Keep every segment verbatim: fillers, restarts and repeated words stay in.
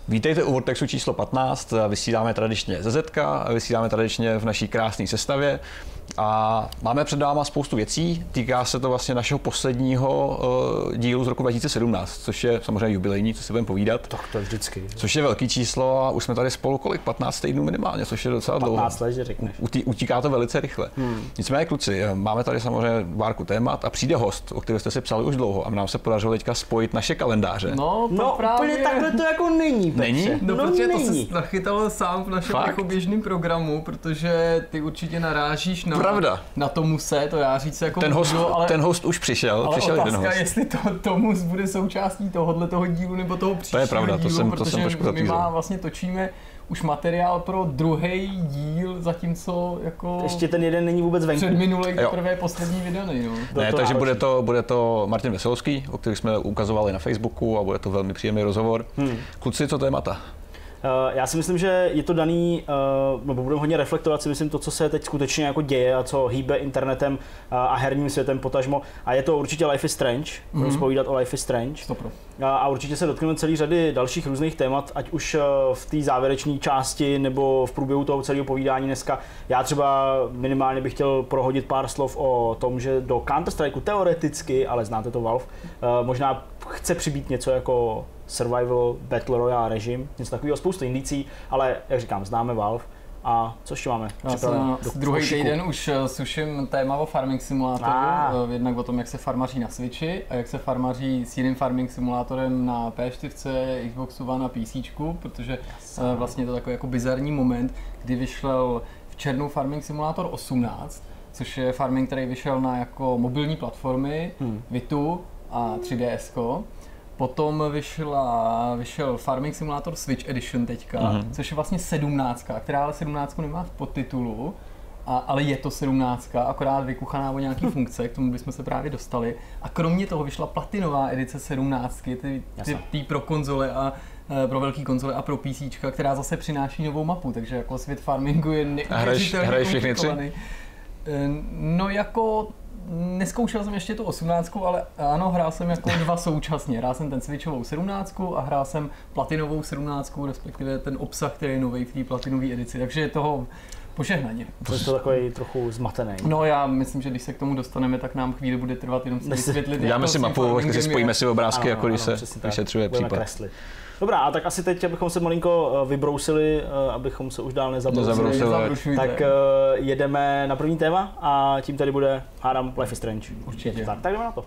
Vítejte u Vortexu číslo patnáct, vysíláme tradičně ze Zetka, vysíláme tradičně v naší krásné sestavě a máme před náma spoustu věcí, týká se to vlastně našeho posledního uh, dílu z roku dva tisíce sedmnáct, což je samozřejmě jubilejní, co si budeme povídat. Tak to je vždycky. Což je velký číslo a už jsme tady spolu kolik? patnáct týdnů minimálně, což je docela dlouho. patnáct let, že řekneš. Utí, utíká to velice rychle. Hmm. Nicméně kluci, máme tady samozřejmě várku témat a přijde host, o kterém jste si psali už dlouho a nám se podařilo teďka spojit naše kalendáře. No, to no právě... úplně takhle to jako není, Petře. Není? No, no protože není. to se nachytal sám v našem jako běžným programu, protože ty určitě narážíš na, Pravda. na tomu se, to já říct jako Ten host, kdo, ale, ten host už přišel, ale přišel jeden otázka, host. jestli to, Tomus bude součástí tohohle toho dílu nebo toho příštího To je pravda, to dílu, jsem, to protože jsem trošku my zatýřil. má, vlastně točíme už materiál pro druhý díl, zatímco jako Ještě ten jeden není vůbec venku. předminulej teprve poslední vydaný. No. Ne, takže bude to, bude to Martin Veselovský, o kterých jsme ukazovali na Facebooku a bude to velmi příjemný rozhovor. Hmm. Kluci, co témata? Uh, já si myslím, že je to daný, uh, nebo budeme hodně reflektovat si myslím to, co se teď skutečně jako děje a co hýbe internetem uh, a herním světem potažmo. A je to určitě Life is Strange, mm-hmm. budeme spovídat o Life is Strange. Stopro. Uh, a určitě se dotkneme celý řady dalších různých témat, ať už uh, v té závěrečné části nebo v průběhu toho celého povídání dneska. Já třeba minimálně bych chtěl prohodit pár slov o tom, že do Counter-Strikeu teoreticky, ale znáte to Valve, uh, možná chce přibít něco jako survival, battle royale režim, něco takového, spoustu indicí, ale jak říkám, známe Valve. A co ještě máme? Já jsem druhý týden už suším téma o farming simulátoru, ah. jednak o tom, jak se farmaří na Switchi a jak se farmaří s jiným farming simulátorem na P čtyři, Xbox One a PC, protože yes. vlastně je to takový jako bizarní moment, kdy vyšel v červnu Farming Simulator osmnáct, což je farming, který vyšel na jako mobilní platformy, hmm. Vitu a tři D S ko. Potom vyšla, vyšel Farming Simulator Switch Edition teďka, uh-huh. což je vlastně sedmnáctka, která ale sedmnáctku nemá v podtitulu, a, ale je to sedmnáctka, akorát vykuchaná o nějaký funkce, k tomu bychom se právě dostali. A kromě toho vyšla platinová edice sedmnáctky, ty, ty, ty pro konzole a pro velký konzole a pro PCčka, která zase přináší novou mapu, takže jako svět farmingu je neuvěřitelně komplikovaný. No jako neskoušel jsem ještě tu osmnáctku, ale ano, hrál jsem jako dva současně. Hrál jsem ten Switchovou sedmnáctku a hrál jsem platinovou sedmnáctku, respektive ten obsah, který je nový v té platinové edici, takže je toho požehnaně. To je to takový trochu zmatený. No já myslím, že když se k tomu dostaneme, tak nám chvíli bude trvat jenom si vysvětlit. Dáme si mapu, když si spojíme si obrázky, ano, jako když ano, se vyšetřuje případ. Kreslit. Dobrá, a tak asi teď, abychom se malinko vybrousili, abychom se už dál nezabrousili, tak jedeme na první téma a tím tady bude, hádám, Life is Strange. Určitě. Tak, tak jdeme na to.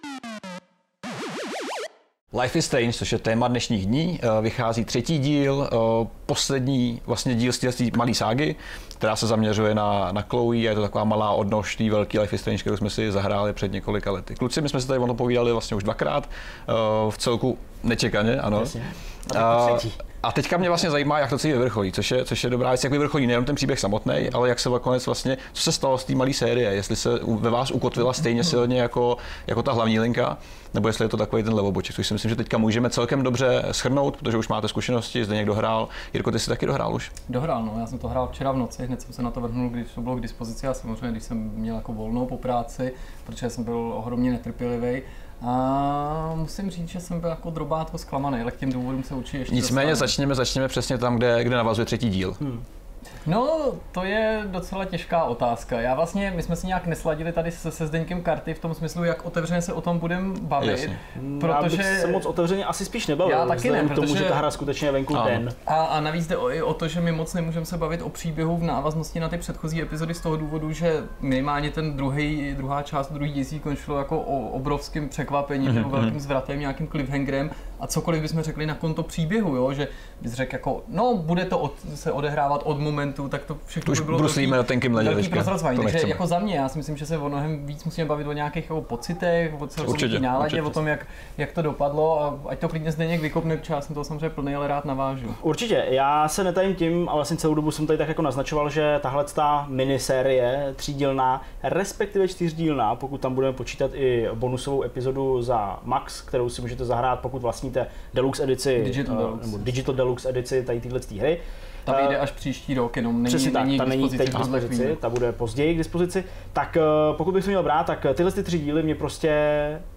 Life is Strange, což je téma dnešních dní, vychází třetí díl, poslední vlastně díl z té malé ságy, která se zaměřuje na, na Chloe, je to taková malá odnož té velký Life is Strange, kterou jsme si zahráli před několika lety. Kluci, my jsme si tady o tom povídali vlastně už dvakrát, v celku nečekaně, ano. Jasně. A, a teďka mě vlastně zajímá, jak to celý vyvrcholí, což je, což je dobrá věc, jak vyvrcholí nejenom ten příběh samotný, ale jak se nakonec vlastně, co se stalo z té malé série, jestli se ve vás ukotvila stejně silně jako, jako ta hlavní linka, nebo jestli je to takový ten levoboček, což si myslím, že teďka můžeme celkem dobře shrnout, protože už máte zkušenosti, zde někdo hrál. Jirko, ty jsi taky dohrál už? Dohrál, no, já jsem to hrál včera v noci, hned jsem se na to vrhnul, když to bylo k dispozici a samozřejmě, když jsem měl jako volnou po práci, protože jsem byl ohromně netrpělivý. A musím říct, že jsem byl jako drobátko zklamaný, ale k těm důvodům se určitě ještě Nicméně začněme, začněme přesně tam, kde, kde navazuje třetí díl. Hmm. No, to je docela těžká otázka. Já vlastně, my jsme si nějak nesladili tady se, se Zdeňkem karty v tom smyslu, jak otevřeně se o tom budeme bavit. Jasně. Protože já bych se moc otevřeně asi spíš nebavil. Já taky ne, k tomu, protože že ta hra skutečně je venku den. A, a navíc jde o, i o to, že my moc nemůžeme se bavit o příběhu v návaznosti na ty předchozí epizody z toho důvodu, že minimálně ten druhý, druhá část, druhý díl končilo jako o obrovským překvapením, mm-hmm. nebo velkým zvratem, nějakým cliffhangerem a cokoliv bychom řekli na konto příběhu, jo, že bys řekl jako, no bude to od, se odehrávat od momentu, tak to všechno by bylo bruslíme na tenkým ledě velký prozrazování. Takže jako za mě, já si myslím, že se o mnohem víc musíme bavit o nějakých jako pocitech, o celkový náladě, určitě. O tom, jak, jak to dopadlo a ať to klidně Zdeněk vykopne, protože já jsem toho samozřejmě plný, ale rád navážu. Určitě, já se netajím tím, ale vlastně celou dobu jsem tady tak jako naznačoval, že tahle ta minisérie třídílná, respektive čtyřdílná, pokud tam budeme počítat i bonusovou epizodu za Max, kterou si můžete zahrát, pokud vlastníte Deluxe edici, Digital, uh, Deluxe. nebo Digital Deluxe edici tady téhle hry. Ta vyjde až příští rok, jenom není, tak, není ta není teď k dispozici, ta bude později k dispozici. Tak pokud bych se měl brát, tak tyhle ty tři díly mě prostě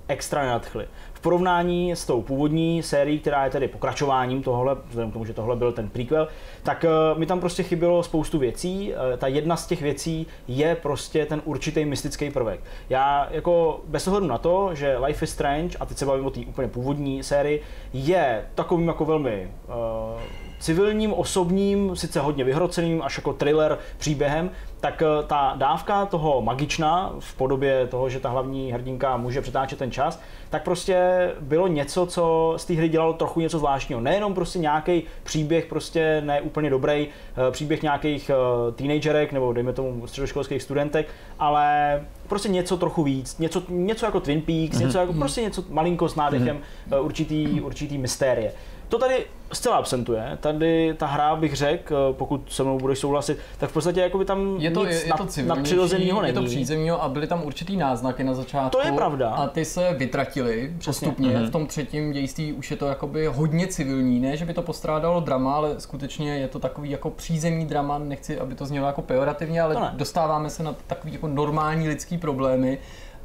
extra nenadchly. V porovnání s tou původní sérií, která je tedy pokračováním tohle, vzhledem k tomu, že tohle byl ten prequel, tak uh, mi tam prostě chybělo spoustu věcí. Uh, ta jedna z těch věcí je prostě ten určitý mystický prvek. Já jako bez ohledu na to, že Life is Strange, a teď se bavím o té úplně původní sérii, je takovým jako velmi uh, civilním, osobním, sice hodně vyhroceným, až jako thriller příběhem, tak ta dávka toho magična v podobě toho, že ta hlavní hrdinka může přetáčet ten čas, tak prostě bylo něco, co z té hry dělalo trochu něco zvláštního. Nejenom prostě nějaký příběh, prostě ne úplně dobrý, příběh nějakých teenagerek nebo dejme tomu středoškolských studentek, ale prostě něco trochu víc, něco, něco jako Twin Peaks, mm-hmm. něco jako prostě něco malinko s nádechem mm-hmm. určitý, určitý mystérie. To tady zcela absentuje. Tady ta hra, bych řekl, pokud se mnou budeš souhlasit, tak v podstatě jako by tam je to, nic je, je to nadpřirozenýho není. Je to přízemního a byly tam určitý náznaky na začátku. To je pravda. A ty se vytratily postupně. Mm-hmm. V tom třetím dějství už je to jakoby hodně civilní. Ne, že by to postrádalo drama, ale skutečně je to takový jako přízemní drama. Nechci, aby to znělo jako pejorativně, ale dostáváme se na takový jako normální lidský problémy.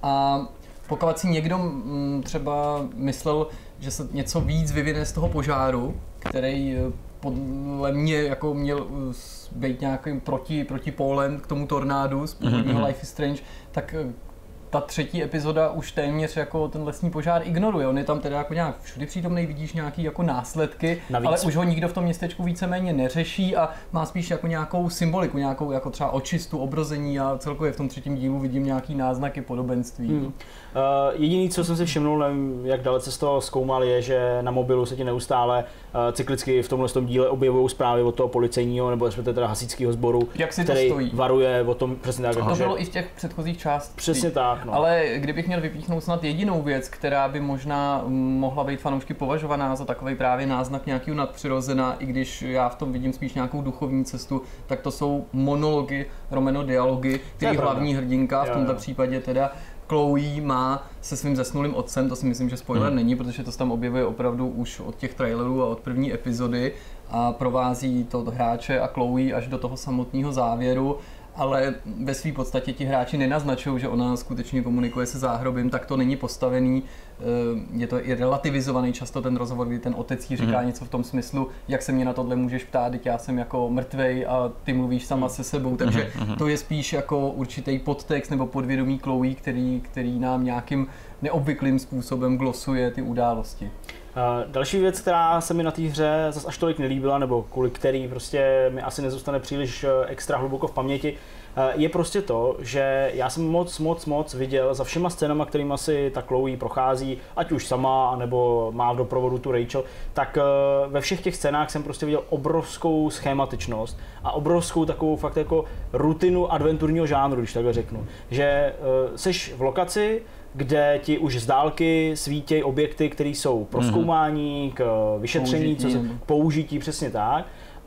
A pokud si někdo m, třeba myslel, že se něco víc vyvine z toho požáru, který podle mě jako měl být nějakým proti, protipólem k tomu tornádu z původního mm-hmm. Life is Strange, tak ta třetí epizoda už téměř jako ten lesní požár ignoruje. On je tam teda jako nějak všudy přítomnej, vidíš nějaký jako následky, navíc, ale už ho nikdo v tom městečku víceméně neřeší a má spíš jako nějakou symboliku, nějakou jako třeba očistu, obrození a celkově v tom třetím dílu vidím nějaký náznaky podobenství. Hmm. Uh, jediný, co jsem si všimnul, nevím, jak dalece z toho zkoumal, je, že na mobilu se ti neustále uh, cyklicky v tomhle tom díle objevují zprávy od toho policejního nebo respektive teda hasičského sboru, jak si který to stojí. varuje o tom přesně tak. To bylo i v těch předchozích částech. Přesně tak. No. Ale kdybych měl vypíchnout snad jedinou věc, která by možná mohla být fanoušky považovaná za takový právě náznak nějakého nadpřirozena, i když já v tom vidím spíš nějakou duchovní cestu, tak to jsou monology, romeno dialogy, který hlavní hrdinka, v tomto případě teda Chloe má se svým zesnulým otcem, to si myslím, že spoiler hmm. není, protože to se tam objevuje opravdu už od těch trailerů a od první epizody a provází to hráče a Chloe až do toho samotného závěru. Ale ve své podstatě ti hráči nenaznačují, že ona skutečně komunikuje se záhrobím, tak to není postavený. Je to i relativizovaný často ten rozhovor, kdy ten otec jí říká mm. něco v tom smyslu, jak se mě na tohle můžeš ptát, teď já jsem jako mrtvej a ty mluvíš sama mm. se sebou, takže mm. to je spíš jako určitý podtext nebo podvědomí Chloe, který, který nám nějakým neobvyklým způsobem glosuje ty události. Uh, další věc, která se mi na té hře zas až tolik nelíbila, nebo kvůli který prostě mi asi nezůstane příliš extra hluboko v paměti, uh, je prostě to, že já jsem moc, moc, moc viděl za všema scénama, kterými si ta Chloe prochází, ať už sama, nebo má v doprovodu tu Rachel, tak uh, ve všech těch scénách jsem prostě viděl obrovskou schématičnost a obrovskou takovou fakt jako rutinu adventurního žánru, když takhle řeknu. Že uh, seš v lokaci, kde ti už z dálky svítějí objekty, které jsou pro zkoumání, k vyšetření, použití, co se, k použití, přesně tak.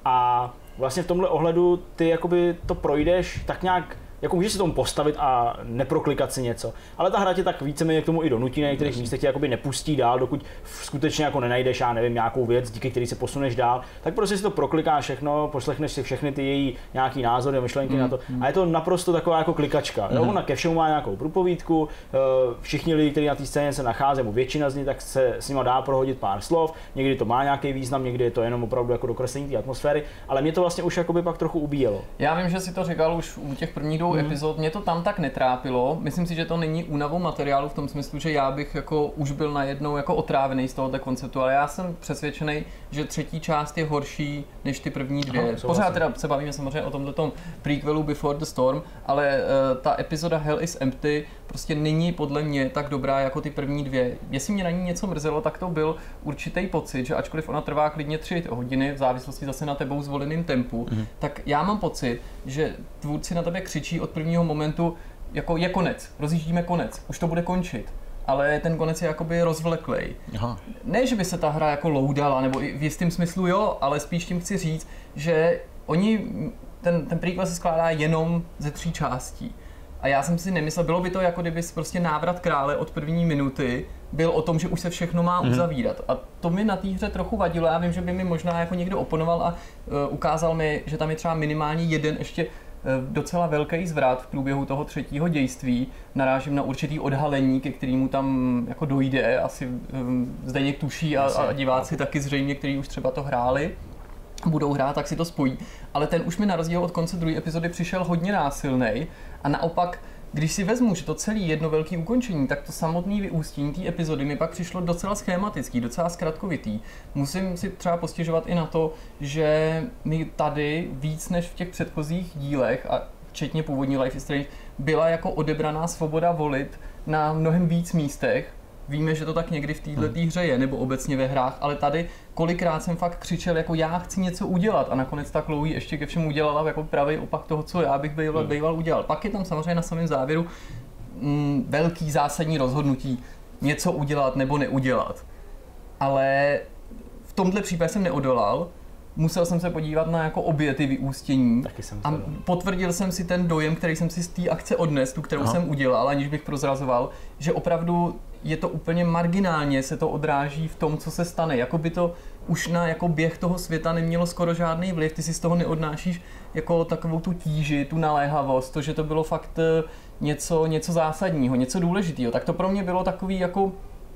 A vlastně v tomhle ohledu ty jakoby to projdeš tak nějak, jako můžeš se tomu postavit a neproklikat si něco. Ale ta hra tě tak víceméně k tomu i donutí, na některých místech tě jakoby nepustí dál, dokud skutečně jako nenajdeš, já nevím, nějakou věc, díky který se posuneš dál, tak prostě si to proklikáš všechno, poslechneš si všechny ty její nějaký názory, myšlenky mm, na to. A je to naprosto taková jako klikačka. Mm. Jo? Ona ke všemu má nějakou průpovídku, všichni lidi, kteří na té scéně se nachází, nebo většina z nich, tak se s nima dá prohodit pár slov. Někdy to má nějaký význam, někdy je to jenom opravdu jako dokreslení té atmosféry, ale mě to vlastně už jakoby pak trochu ubíjelo. Já vím, že si to říkal už u těch prvních dvou mm. epizod, mě to tam tak netrápilo. Myslím si, že to není únavou materiálu v tom smyslu, že já bych jako už byl najednou jako otrávený z tohoto konceptu, ale já jsem přesvědčený, že třetí část je horší než ty první dvě. Aha, pořád teda se bavíme samozřejmě o tomto prequelu Before the Storm, ale uh, ta epizoda Hell is Empty prostě není podle mě tak dobrá jako ty první dvě. Jestli mě na ní něco mrzelo, tak to byl určitý pocit, že ačkoliv ona trvá klidně tři hodiny v závislosti zase na tebou zvoleným tempu, mm-hmm. tak já mám pocit, že tvůrci na tebe křičí od prvního momentu, jako je konec, rozjíždíme konec, už to bude končit. Ale ten konec je jakoby rozvleklej. Aha. Ne, že by se ta hra jako loudala, nebo v jistém smyslu jo, ale spíš tím chci říct, že oni, ten, ten prequel se skládá jenom ze tří částí. A já jsem si nemyslel, bylo by to jako kdyby prostě návrat krále od první minuty byl o tom, že už se všechno má uzavírat. A to mi na té hře trochu vadilo. Já vím, že by mi možná jako někdo oponoval a uh, ukázal mi, že tam je třeba minimálně jeden ještě docela velký zvrat v průběhu toho třetího dějství. Narážím na určitý odhalení, ke kterému tam jako dojde, asi Zdeněk tuší a, a diváci taky zřejmě, kteří už třeba to hráli, budou hrát, tak si to spojí. Ale ten už mi na rozdíl od konce druhé epizody přišel hodně násilnej a naopak, když si vezmu, že to celé jedno velké ukončení, tak to samotné vyústění té epizody mi pak přišlo docela schematický, docela zkratkovitý. Musím si třeba postěžovat i na to, že mi tady víc než v těch předchozích dílech, a včetně původní Life is Strange, byla jako odebraná svoboda volit na mnohem víc místech. Víme, že to tak někdy v této hře je, nebo obecně ve hrách, ale tady kolikrát jsem fakt křičel, jako já chci něco udělat a nakonec ta Chloe ještě ke všemu udělala jako pravý opak toho, co já bych býval, býval udělal. Pak je tam samozřejmě na samém závěru mm, velký zásadní rozhodnutí něco udělat nebo neudělat. Ale v tomhle případě jsem neodolal. Musel jsem se podívat na jako obě ty vyústění a potvrdil jsem si ten dojem, který jsem si z té akce odnes, tu, kterou Aha. jsem udělal, aniž bych prozrazoval, že opravdu je to úplně marginálně, se to odráží v tom, co se stane. Jako by to už na jako běh toho světa nemělo skoro žádný vliv, ty si z toho neodnášíš jako takovou tu tíži, tu naléhavost, to, že to bylo fakt něco, něco zásadního, něco důležitého. Tak to pro mě bylo takový jako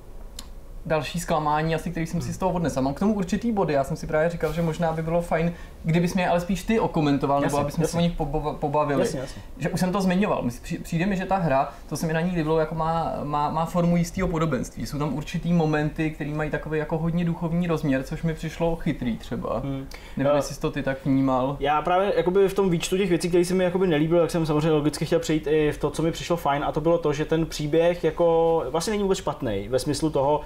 další zklamání, asi který jsem si z toho odnesl. Mám k tomu určitý body, já jsem si právě říkal, že možná by bylo fajn, kdybys mě ale spíš ty okomentoval, jasně, nebo abys jsme se o nich pobavili. Jasně, jasně. Že už jsem to zmiňoval. Přijde mi, že ta hra, to se mi na ní líbilo, jako má, má, má formu jistého podobenství. Jsou tam určitý momenty, které mají takový jako hodně duchovní rozměr, což mi přišlo chytrý třeba. Hmm. Nevím, jestli jsi to ty tak vnímal. Já právě jakoby v tom výčtu těch věcí, které se mi jakoby nelíbilo, tak jsem samozřejmě logicky chtěl přejít i v to, co mi přišlo fajn, a to bylo to, že ten příběh jako vlastně není vůbec špatný ve smyslu toho,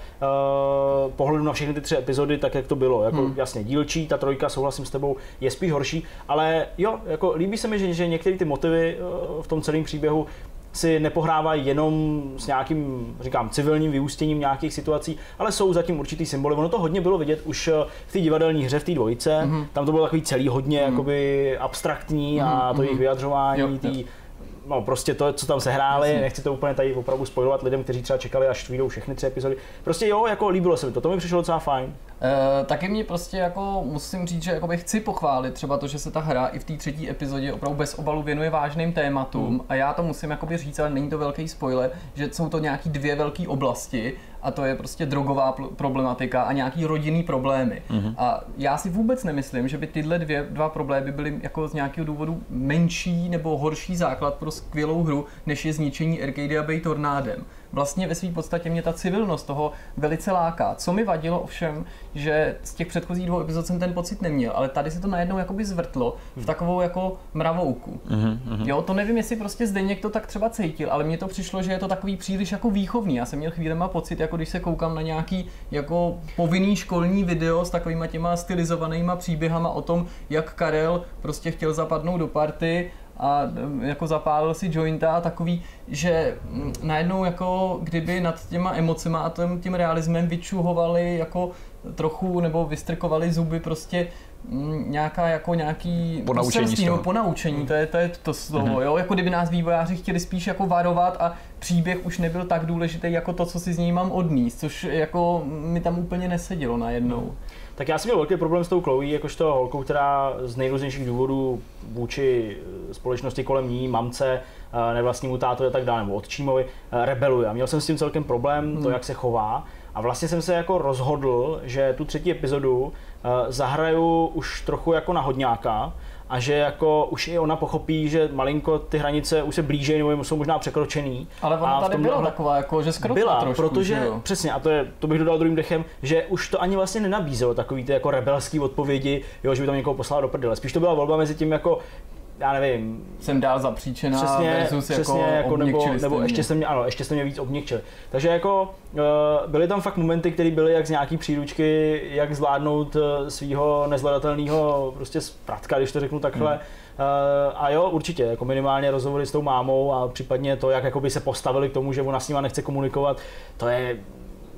Uh, pohledu na všechny ty tři epizody, tak jak to bylo. Jako, hmm. Jasně, dílčí, ta trojka, souhlasím s tebou, je spíš horší, ale jo, jako líbí se mi, že, že některé ty motivy uh, v tom celém příběhu si nepohrávají jenom s nějakým, říkám, civilním vyústěním nějakých situací, ale jsou zatím určitý symboly. Ono to hodně bylo vidět už v té divadelní hře, v té dvojice, hmm. tam to bylo takový celý hodně hmm. jakoby abstraktní hmm. a to hmm. jejich vyjadřování, jo, tý, no prostě to, co tam se hráli, nechci to úplně tady opravdu spojovat lidem, kteří třeba čekali, až vyjdou všechny tři epizody. Prostě jo, jako líbilo se mi to, to mi přišlo docela fajn. Uh, taky mě prostě jako musím říct, že jakoby chci pochválit třeba to, že se ta hra i v té třetí epizodě opravdu bez obalu věnuje vážným tématům hmm. a já to musím jakoby říct, ale není to velký spoiler, že jsou to nějaký dvě velké oblasti a to je prostě drogová problematika a nějaký rodinný problémy. Hmm. A já si vůbec nemyslím, že by tyhle dvě, dva problémy byly jako z nějakého důvodu menší nebo horší základ pro skvělou hru, než je zničení Arcadia Bay tornádem. Vlastně ve své podstatě mě ta civilnost toho velice láká. Co mi vadilo ovšem, že z těch předchozích dvou epizod jsem ten pocit neměl, ale tady se to najednou jakoby zvrtlo v takovou jako mravouku. Mm-hmm. Jo, to nevím, jestli prostě Zdeněk to tak třeba cítil, ale mně to přišlo, že je to takový příliš jako výchovný. Já jsem měl chvílema pocit, jako když se koukám na nějaký jako povinný školní video s takovýma těma stylizovanýma příběhama o tom, jak Karel prostě chtěl zapadnout do party a jako zapálil si jointa a takový, že najednou jako kdyby nad těma emocema a tím, tím realismem vyčuhovali jako trochu nebo vystrkovali zuby prostě nějaká jako nějaký ponaučení, nebo ponaučení, to je to, je to slovo, mm-hmm. jo, jako kdyby nás vývojáři chtěli spíš jako varovat a příběh už nebyl tak důležitý jako to, co si z něj mám odníst, což jako mi tam úplně nesedělo najednou. Tak já jsem měl velký problém s tou Chloe, jakožto holkou, která z nejrůznějších důvodů vůči společnosti kolem ní, mamce, nevlastnímu tátovi a tak dále, nebo otčímovi, rebeluje. A měl jsem s tím celkem problém, hmm. to, jak se chová. A vlastně jsem se jako rozhodl, že tu třetí epizodu zahraju už trochu jako na hodňáka, a že jako už i ona pochopí, že malinko ty hranice už se blíží nebo jsou možná překročený. Ale ona tady byla taková, jako, že skrotila byla, trošku. Protože, přesně, a to, je, to bych dodal druhým dechem, že už to ani vlastně nenabízelo takový ty jako rebelský odpovědi, jo, že by tam někoho poslala do prdele. Spíš to byla volba mezi tím jako, já nevím, jsem dál zapříčená přesně, versus přesně, jako, jako nebo, nebo ještě jste mě, ano, ještě jste mě víc obměkčili. Takže jako uh, byly tam fakt momenty, které byly jak z nějaký příručky, jak zvládnout uh, svého nezvladatelného prostě spratka, když to řeknu takhle. Hmm. Uh, a jo, určitě, jako minimálně rozhovory s tou mámou a případně to, jak jakoby se postavili k tomu, že ona s nima nechce komunikovat, to je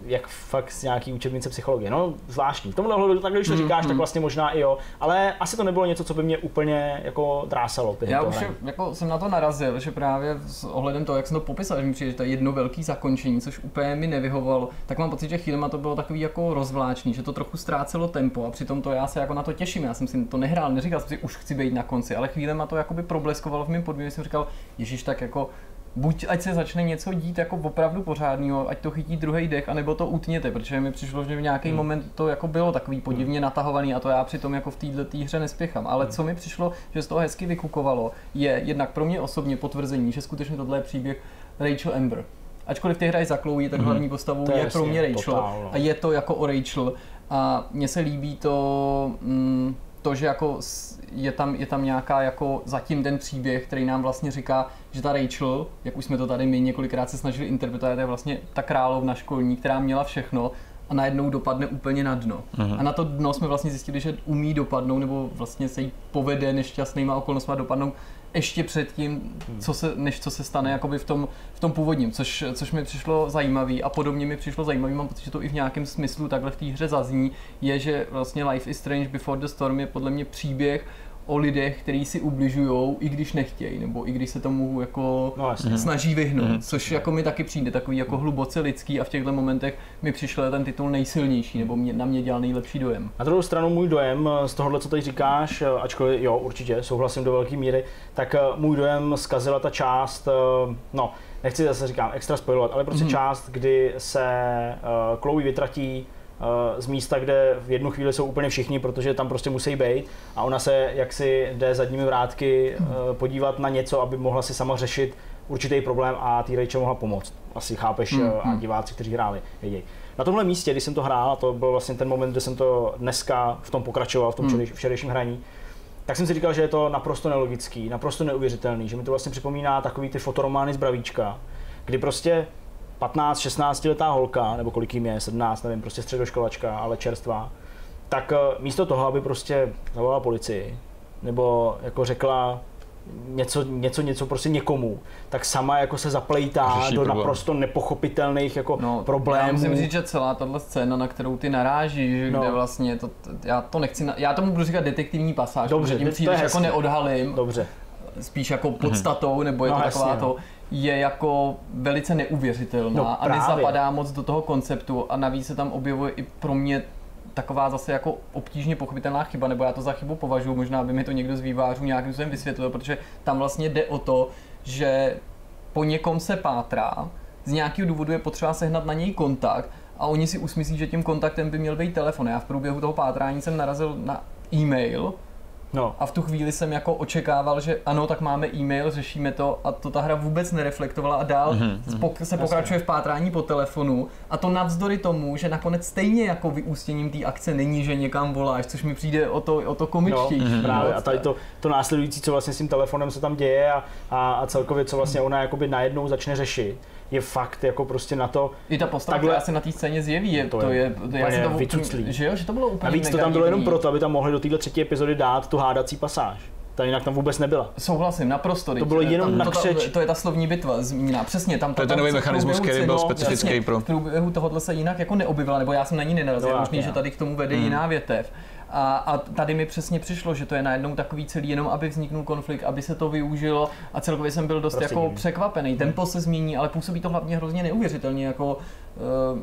jak fakt z nějaký učebnice psychologie. No, zvláštní. V tomhle ohledu, takhle, když to říkáš, mm, tak vlastně možná i jo, ale asi to nebylo něco, co by mě úplně jako drásalo. Já už je, jako jsem na to narazil, že právě s ohledem toho, jak jsem to popisal, že mi přijde, že to je jedno velké zakončení, což úplně mi nevyhovovalo, tak mám pocit, že chvílema to bylo takový jako rozvláčný, že to trochu ztrácelo tempo a přitom to já se jako na to těším. Já jsem si to nehrál, neříkal jsem si, už chci být na konci, ale chvílema to jakoby probleskovalo v mém podvědomí, jsem říkal, ježiš, tak jako buď ať se začne něco dít jako opravdu pořádného, ať to chytí druhý dech, anebo to utněte, protože mi přišlo, že v nějaký hmm. moment to jako bylo takový podivně natahovaný a to já přitom jako v této hře nespěchám. Ale co mi přišlo, že z toho hezky vykukovalo, je jednak pro mě osobně potvrzení, že skutečně tohle je příběh Rachel Amber. Ačkoliv ty hrají za Chloe, tak hlavní postavou je, je pro mě Rachel totál, a je to jako o Rachel a mně se líbí to, mm, to, že jako je tam, je tam nějaká jako zatím ten příběh, který nám vlastně říká, že ta Rachel, jak už jsme to tady my několikrát se snažili interpretovat, je vlastně ta královna školní, která měla všechno a najednou dopadne úplně na dno. Uh-huh. A na to dno jsme vlastně zjistili, že umí dopadnout, nebo vlastně se jí povede nešťastnýma okolnostma dopadnout ještě předtím, co se, než co se stane jakoby v tom, v tom původním, což, což mi přišlo zajímavý a podobně mi přišlo zajímavý, mám pocit, že to i v nějakém smyslu takhle v té hře zazní, je, že vlastně Life is Strange Before the Storm je podle mě příběh o lidech, kteří si ubližujou, i když nechtějí, nebo i když se tomu jako no, snaží vyhnout, mm. což jako mi taky přijde takový jako hluboce lidský a v těchto momentech mi přišel ten titul nejsilnější, nebo mě, na mě dělal nejlepší dojem. Na druhou stranu můj dojem z tohohle, co tady říkáš, ačkoliv jo, určitě souhlasím do velké míry, tak můj dojem zkazila ta část, no, nechci zase říkám extra spoilovat, ale prostě mm. část, kdy se uh, Chloe vytratí z místa, kde v jednu chvíli jsou úplně všichni, protože tam prostě musí být a ona se jaksi jde zadními vrátky podívat na něco, aby mohla si sama řešit určitý problém a té Rachel mohla pomoct. Asi chápeš mm, a mm. diváci, kteří hráli, vědějí. Na tomhle místě, když jsem to hrál, a to byl vlastně ten moment, kde jsem to dneska v tom pokračoval, v tom mm. včerejším hraní, tak jsem si říkal, že je to naprosto nelogický, naprosto neuvěřitelný, že mi to vlastně připomíná takový ty fotoromány z Bravíčka, kdy prostě patnáct šestnáct letá holka, nebo kolik jim je, sedmnáct, nevím, prostě středoškolačka, ale čerstvá, tak místo toho, aby prostě zavolala policii, nebo jako řekla něco, něco, něco prostě někomu, tak sama jako se zaplejtá do problém. Naprosto nepochopitelných jako no, problémů. Já musím říct, že celá tato scéna, na kterou ty narážíš, no. kde vlastně, to, já to nechci, já tomu budu říkat detektivní pasáž, dobře, tím příliš jako neodhalím, dobře. spíš jako podstatou, mm-hmm. nebo je no, to taková jasně, to, je jako velice neuvěřitelná no, a nezapadá moc do toho konceptu a navíc se tam objevuje i pro mě taková zase jako obtížně pochopitelná chyba, nebo já to za chybu považuji, možná by mi to někdo z vývářů nějakým způsobem vysvětlil, protože tam vlastně jde o to, že po někom se pátrá, z nějakého důvodu je potřeba sehnat na něj kontakt a oni si usmyslí, že tím kontaktem by měl být telefon. Já v průběhu toho pátrání jsem narazil na e-mail, no. a v tu chvíli jsem jako očekával, že ano, tak máme e-mail, řešíme to a to ta hra vůbec nereflektovala a dál mm-hmm. spok- se pokračuje v pátrání po telefonu a to navzdory tomu, že nakonec stejně jako vyústěním té akce není, že někam voláš, což mi přijde o to, o to komičtější. No, právě a tady to, to následující, co vlastně s tím telefonem se tam děje a, a, a celkově, co vlastně ona jakoby najednou začne řešit, je fakt jako prostě na to. I ta postava, takhle, která se na té scéně zjeví, je, to, to je, to je, je vycuclý. Že jo, že to bylo úplně navíc to tam bylo jenom proto, aby tam mohli do téhle třetí epizody dát tu hádací pasáž. Ta jinak tam vůbec nebyla. Souhlasím, naprosto. To bylo jenom tam, na křeč. To, to je ta slovní bitva zmíněná. Přesně, tam to je ten nový mechanismus, který byl specifický pro. V průběhu tohohle se jinak jako neobjevila, nebo já jsem na ní nenarazil, no, možný, že tady k tomu vede hmm. jiná větev. A, a tady mi přesně přišlo, že to je najednou takový celý jenom, aby vzniknul konflikt, aby se to využilo a celkově jsem byl dost prostě jako divný. Překvapený. Tempo se změní, ale působí to hlavně hrozně neuvěřitelně, jako, uh,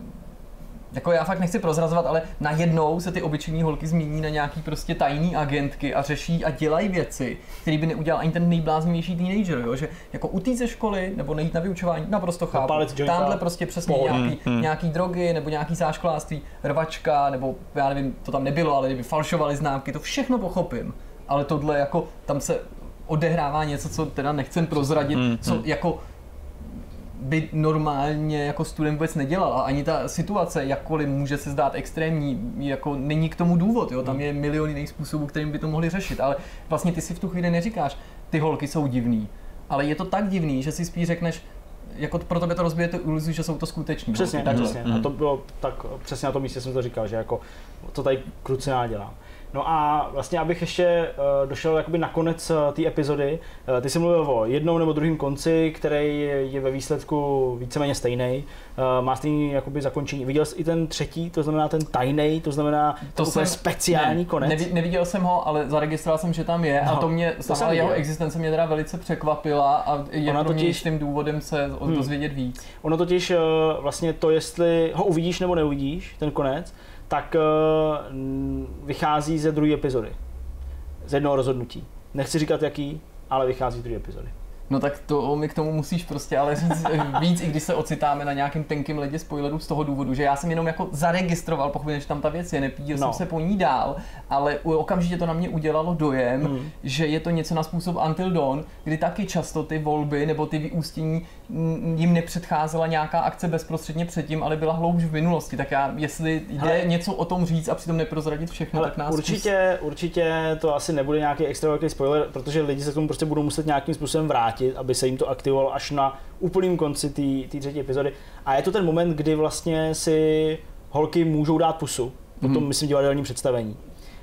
jako já fakt nechci prozrazovat, ale najednou se ty obyčejní holky změní na nějaký prostě tajný agentky a řeší a dělají věci, které by neudělal ani ten nejbláznivější teenager, jo? Že jako utýct ze školy nebo nejít na vyučování, naprosto chápu. Tamhle prostě přesně nějaký, mm. nějaký drogy nebo nějaký záškoláctví, rvačka nebo já nevím, to tam nebylo, ale kdyby falšovali známky, to všechno pochopím. Ale tohle jako, tam se odehrává něco, co teda nechcem prozradit, mm. co jako by normálně jako student vůbec nedělal a ani ta situace, jakkoliv může se zdát extrémní, jako není k tomu důvod, jo? Tam je milion jiných způsobů, kterým by to mohli řešit, ale vlastně ty si v tu chvíli neříkáš, ty holky jsou divný, ale je to tak divný, že si spíš řekneš, jako pro tebe to rozbije tu iluzi, že jsou to skuteční. Přesně, tak, přesně. Mm. A to bylo tak, přesně na tom místě jsem to říkal, že jako to tady kruciál dělám. No a vlastně, abych ještě uh, došel jakoby na konec uh, té epizody, uh, ty jsi mluvil o jednom nebo druhém konci, který je ve výsledku víceméně stejný, uh, má stejný jakoby zakončení. Viděl jsi i ten třetí, to znamená ten tajnej, to znamená to úplně speciální ne, konec? Nevi, neviděl jsem ho, ale zaregistroval jsem, že tam je no, a to mě, to sama jeho existence mě teda velice překvapila a je pro mě tím důvodem se hmm. dozvědět víc. Ono totiž uh, vlastně to, jestli ho uvidíš nebo neuvidíš, ten konec, tak uh, vychází ze druhé epizody. Z jednoho rozhodnutí. Nechci říkat jaký, ale vychází z druhé epizody. No tak to mi k tomu musíš prostě ale říct víc, i když se ocitáme na nějakém tenkém ledě spoilerů z toho důvodu, že já jsem jenom jako zaregistroval, pochopil, že tam ta věc je, nepídil no. jsem se po ní dál, ale okamžitě to na mě udělalo dojem, mm. že je to něco na způsob Until Dawn, kdy taky často ty volby nebo ty vyústění jim nepředcházela nějaká akce bezprostředně předtím, ale byla hloubš v minulosti, tak já, jestli jde hele, něco o tom říct a přitom neprozradit všechno, hele, tak nás určitě, zkus... určitě to asi nebude nějaký extra velký spoiler, protože lidi se k tomu prostě budou muset nějakým způsobem vrátit, aby se jim to aktivovalo až na úplným konci té třetí epizody. A je to ten moment, kdy vlastně si holky můžou dát pusu, po tom, mm. myslím, divadelním představení.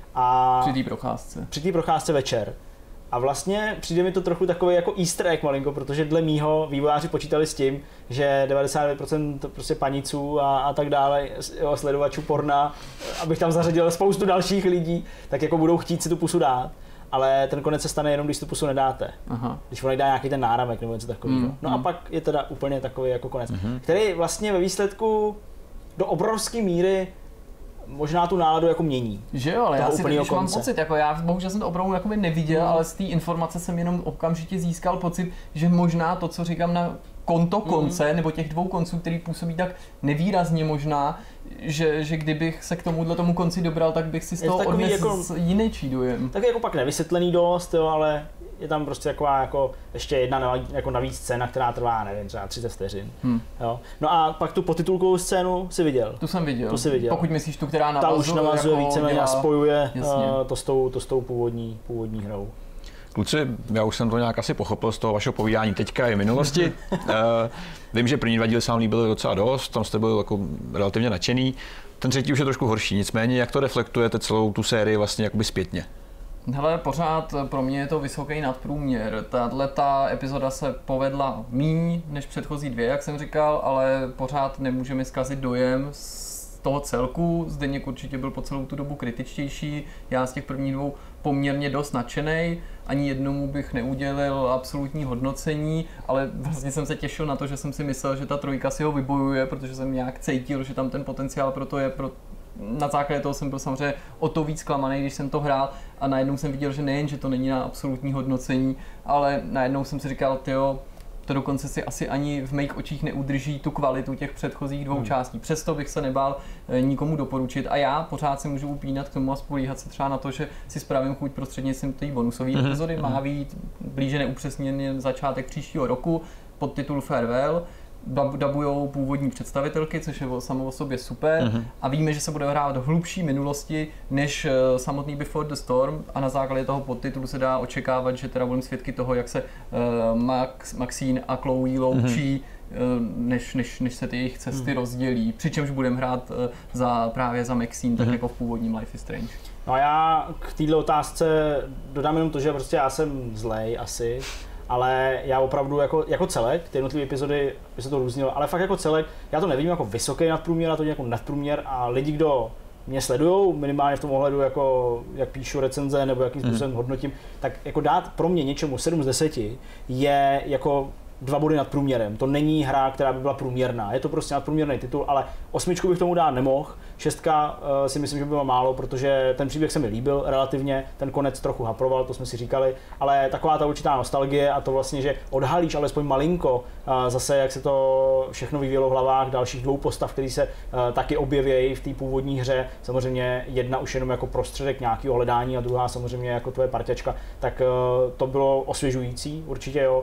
A při té procházce. Při té procházce večer. A vlastně přijde mi to trochu takový jako easter egg malinko, protože dle mýho vývojáři počítali s tím, že devadesát devět procent prostě paniců a, a tak dále, jo, sledovačů porna, abych tam zařadil spoustu dalších lidí, tak jako budou chtít si tu pusu dát. Ale ten konec se stane jenom, když tu pusu nedáte. Aha. Když on dá nějaký ten náramek nebo něco takového. Mm, no mm. a pak je teda úplně takový jako konec, mm-hmm. který vlastně ve výsledku do obrovské míry možná tu náladu jako mění. Že jo, ale já si teď mám pocit, jako já bohužel jsem to opravdu jakoby neviděl, mm. ale z té informace jsem jenom okamžitě získal pocit, že možná to, co říkám na konto konce, mm. nebo těch dvou konců, který působí tak nevýrazně možná, že, že kdybych se k tomuhle tomu konci dobral, tak bych si z toho odnesl jako, jiný dojem. Tak jako pak nevysvětlený dost, jo, ale je tam prostě taková jako ještě jedna jako navíc scéna, která trvá, nevím, třeba třicet vteřin. Hmm. Jo. No a pak tu potitulkovou scénu si viděl. Tu jsem viděl. Tu si viděl. Pokud myslíš tu, která navazuje, ta už navazuje jako víceméně dělá... a spojuje uh, to, s tou, to s tou původní, původní hrou. Kluci, já už jsem to nějak asi pochopil z toho vašeho povídání teďka i v minulosti. uh, vím, že první dva díly se vám líbily docela dost, tam jste byli jako relativně nadšený. Ten třetí už je trošku horší, nicméně jak to reflektujete celou tu sérii vlastně jakoby zpětně? Hele, pořád pro mě je to vysoký nadprůměr. Tato epizoda se povedla míň než předchozí dvě, jak jsem říkal, ale pořád nemůžeme zkazit dojem z toho celku. Zdeněk určitě byl po celou tu dobu kritičtější, já z těch prvních dvou poměrně dost nadšenej. Ani jednomu bych neudělil absolutní hodnocení, ale vlastně jsem se těšil na to, že jsem si myslel, že ta trojka si ho vybojuje, protože jsem nějak cítil, že tam ten potenciál pro to je. Pro... Na základě toho jsem byl samozřejmě o to víc zklamaný, když jsem to hrál a najednou jsem viděl, že nejen, že to není na absolutní hodnocení, ale najednou jsem si říkal, tyjo, to dokonce si asi ani v mých očích neudrží tu kvalitu těch předchozích dvou hmm. částí. Přesto bych se nebál nikomu doporučit a já pořád se můžu upínat k tomu a spolíhat se třeba na to, že si spravím chuť prostřednictvím té bonusové hmm. epizody. Má být blíže neupřesněný začátek příštího roku pod titul Farewell. Dabujou původní představitelky, což je samo o sobě super uh-huh. a víme, že se bude hrát do hlubší minulosti než uh, samotný Before the Storm a na základě toho podtitulu se dá očekávat, že teda budeme svědky toho, jak se uh, Max, Maxine a Chloe loučí, uh-huh. uh, než, než, než se ty jejich cesty uh-huh. rozdělí, přičemž budeme hrát uh, za, právě za Maxine, uh-huh. tak jako v původním Life is Strange. No a já k této otázce dodám jenom to, že prostě já jsem zlej asi, ale já opravdu jako, jako celek, ty jednotlivé epizody by se to různilo, ale fakt jako celek, já to nevidím jako vysoký nadprůměr, já to vidím jako nadprůměr a lidi, kdo mě sledujou, minimálně v tom ohledu, jako, jak píšu recenze nebo jakým způsobem mm. hodnotím, tak jako dát pro mě něčemu sedm z deseti je jako dva body nad průměrem. To není hra, která by byla průměrná. Je to prostě nadprůměrný titul, ale osmičku bych tomu dát nemohl. Šestka uh, si myslím, že by byla málo, protože ten příběh se mi líbil relativně, ten konec trochu haproval, to jsme si říkali, ale taková ta určitá nostalgie a to vlastně, že odhalíš alespoň malinko uh, zase, jak se to všechno vyvíjelo v hlavách dalších dvou postav, který se uh, taky objevějí v té původní hře. Samozřejmě jedna už jenom jako prostředek nějakého hledání a druhá samozřejmě jako tvoje parťačka, tak uh, to bylo osvěžující, určitě jo.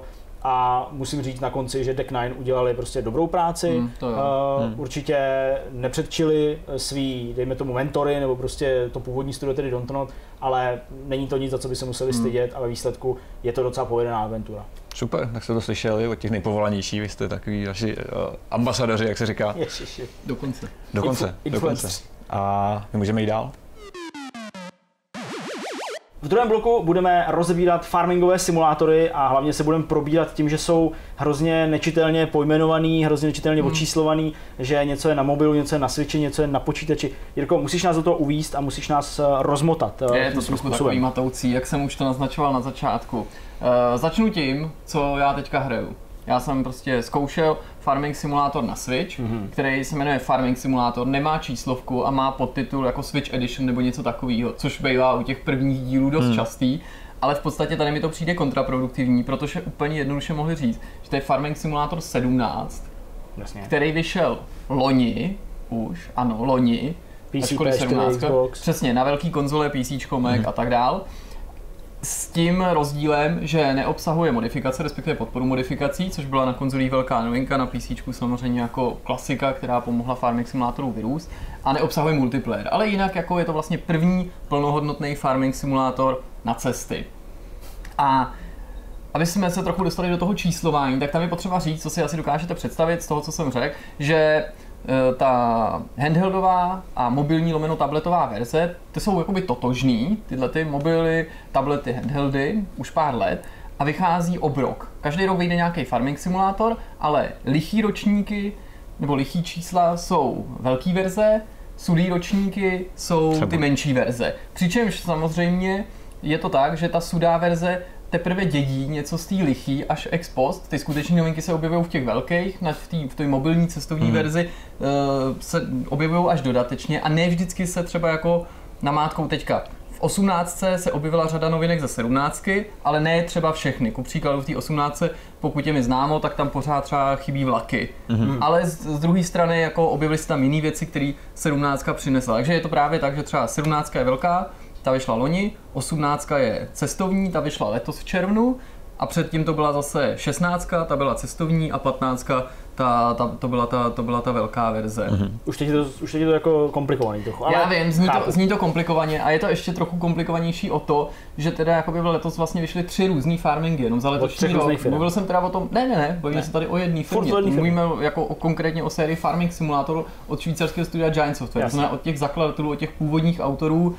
A musím říct na konci, že Deck nine udělali prostě dobrou práci, hmm, to uh, hmm. určitě nepředčili svý, dejme tomu, mentory, nebo prostě to původní studio, tedy Dontnod, ale není to nic, za co by se museli hmm. stydět a ve výsledku je to docela povedená aventura. Super, tak jste to slyšeli od těch nejpovolanějších, vy jste takový naši uh, ambasadoři, jak se říká. Dokonce. Dokonce, Influ- dokonce. A my můžeme jít dál? V druhém bloku budeme rozebírat farmingové simulátory a hlavně se budeme probírat tím, že jsou hrozně nečitelně pojmenovaný, hrozně nečitelně hmm. očíslovaný, že něco je na mobilu, něco je na Switchi, něco je na počítači. Jirko, musíš nás do toho uvízt a musíš nás rozmotat. Je to trošku takový matoucí, jak jsem už to naznačoval na začátku. Uh, začnu tím, co já teďka hraju. Já jsem prostě zkoušel Farming Simulator na Switch, mm-hmm. který se jmenuje Farming Simulator, nemá číslovku a má podtitul jako Switch Edition nebo něco takového, což bývá u těch prvních dílů dost mm. častý, ale v podstatě tady mi to přijde kontraproduktivní, protože úplně jednoduše mohli říct, že to je Farming Simulator sedmnáct, Jasně. který vyšel loni, už, ano, loni, P C, P S čtyři, Xbox. Přesně, na velký konzole, PCčko, Mac mm. a tak dál. S tím rozdílem, že neobsahuje modifikace, respektive podporu modifikací, což byla na konzolích velká novinka, na PCčku samozřejmě jako klasika, která pomohla Farming Simulatoru vyrůst, a neobsahuje multiplayer. Ale jinak jako je to vlastně první plnohodnotný Farming Simulator na cesty. A aby jsme se trochu dostali do toho číslování, tak tam je potřeba říct, co si asi dokážete představit z toho, co jsem řekl, že ta handheldová a mobilní lomeno tabletová verze, ty jsou jakoby totožný, tyhle ty mobily, tablety, handheldy, už pár let a vychází obrok. Každý rok vyjde nějaký farming simulátor, ale lichý ročníky nebo lichý čísla jsou velký verze, sudý ročníky jsou Třeba. ty menší verze. Přičemž samozřejmě je to tak, že ta sudá verze teprve dědí něco z té lichý až ex post. Ty skutečné novinky se objevují v těch velkých, v té v té mobilní cestovní hmm. verzi uh, se objevují až dodatečně a ne vždycky se třeba jako namátkou teďka. V osmnáctce se objevila řada novinek ze sedmnáctky, ale ne třeba všechny. Ku příkladu v té osmnáctce, pokud je mi známo, tak tam pořád třeba chybí vlaky. Mm-hmm. Ale z, z druhé strany jako objevily se tam jiné věci, které sedmnáctka přinesla. Takže je to právě tak, že třeba sedmnáctka je velká, ta vyšla loni, osmnáctka je cestovní, ta vyšla letos v červnu a předtím to byla zase šestnáctka, ta byla cestovní a patnáctka, ta, ta, to, byla ta, to byla ta velká verze. Mm-hmm. Už teď je to, už teď je to jako komplikovaný trochu. Ale já vím, zní to, zní to komplikovaně a je to ještě trochu komplikovanější o to, že teda jakoby letos vlastně vyšly tři různý farmingy, jenom za letošní rok. Mluvil jsem teda o tom, ne, ne, ne, bavíme ne. se tady o jedné firmě. Mluvíme jako o, konkrétně o sérii Farming Simulator od švýcarského studia Giant Software, to znamená od těch zakladatelů, od těch původních autorů.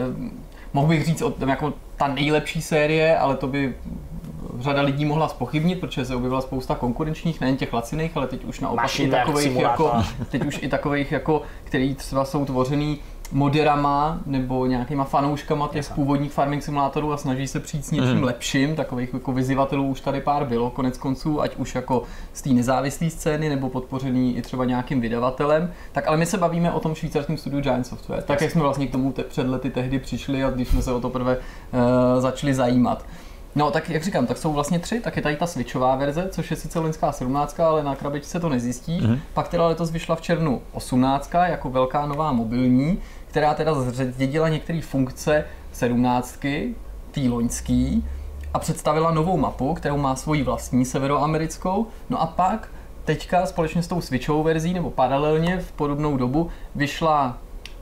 Mohl bych říct o tom jako ta nejlepší série, ale to by řada lidí mohla zpochybnit, protože se objevila spousta konkurenčních, nejen těch laciných, ale teď už naopak i takových jako, teď už i takových jako, který třeba jsou tvořený moderama nebo nějakýma fanouškama těch Jasne. původních farming simulátorů a snaží se přijít s něčím mm. lepším. Takových jako vyzývatelů už tady pár bylo konec konců, ať už jako z té nezávislé scény nebo podpořený i třeba nějakým vydavatelem. Tak ale my se bavíme o tom švýcarském studiu Giant Software. Tak jak jsme vlastně k tomu te- před lety tehdy přišli a když jsme se o to prvé uh, začali zajímat. No tak jak říkám, tak jsou vlastně tři, tak je tady ta switchová verze, což je sice loňská sedmnáctka, ale na krabičce to nezjistí. Mm. Pak teda letos vyšla v červnu osmnáctka jako velká nová mobilní, která teda zdědila některé funkce sedmnáctky, tý loňský, a představila novou mapu, kterou má svoji vlastní severoamerickou. No a pak teďka společně s tou switchovou verzí, nebo paralelně v podobnou dobu, vyšla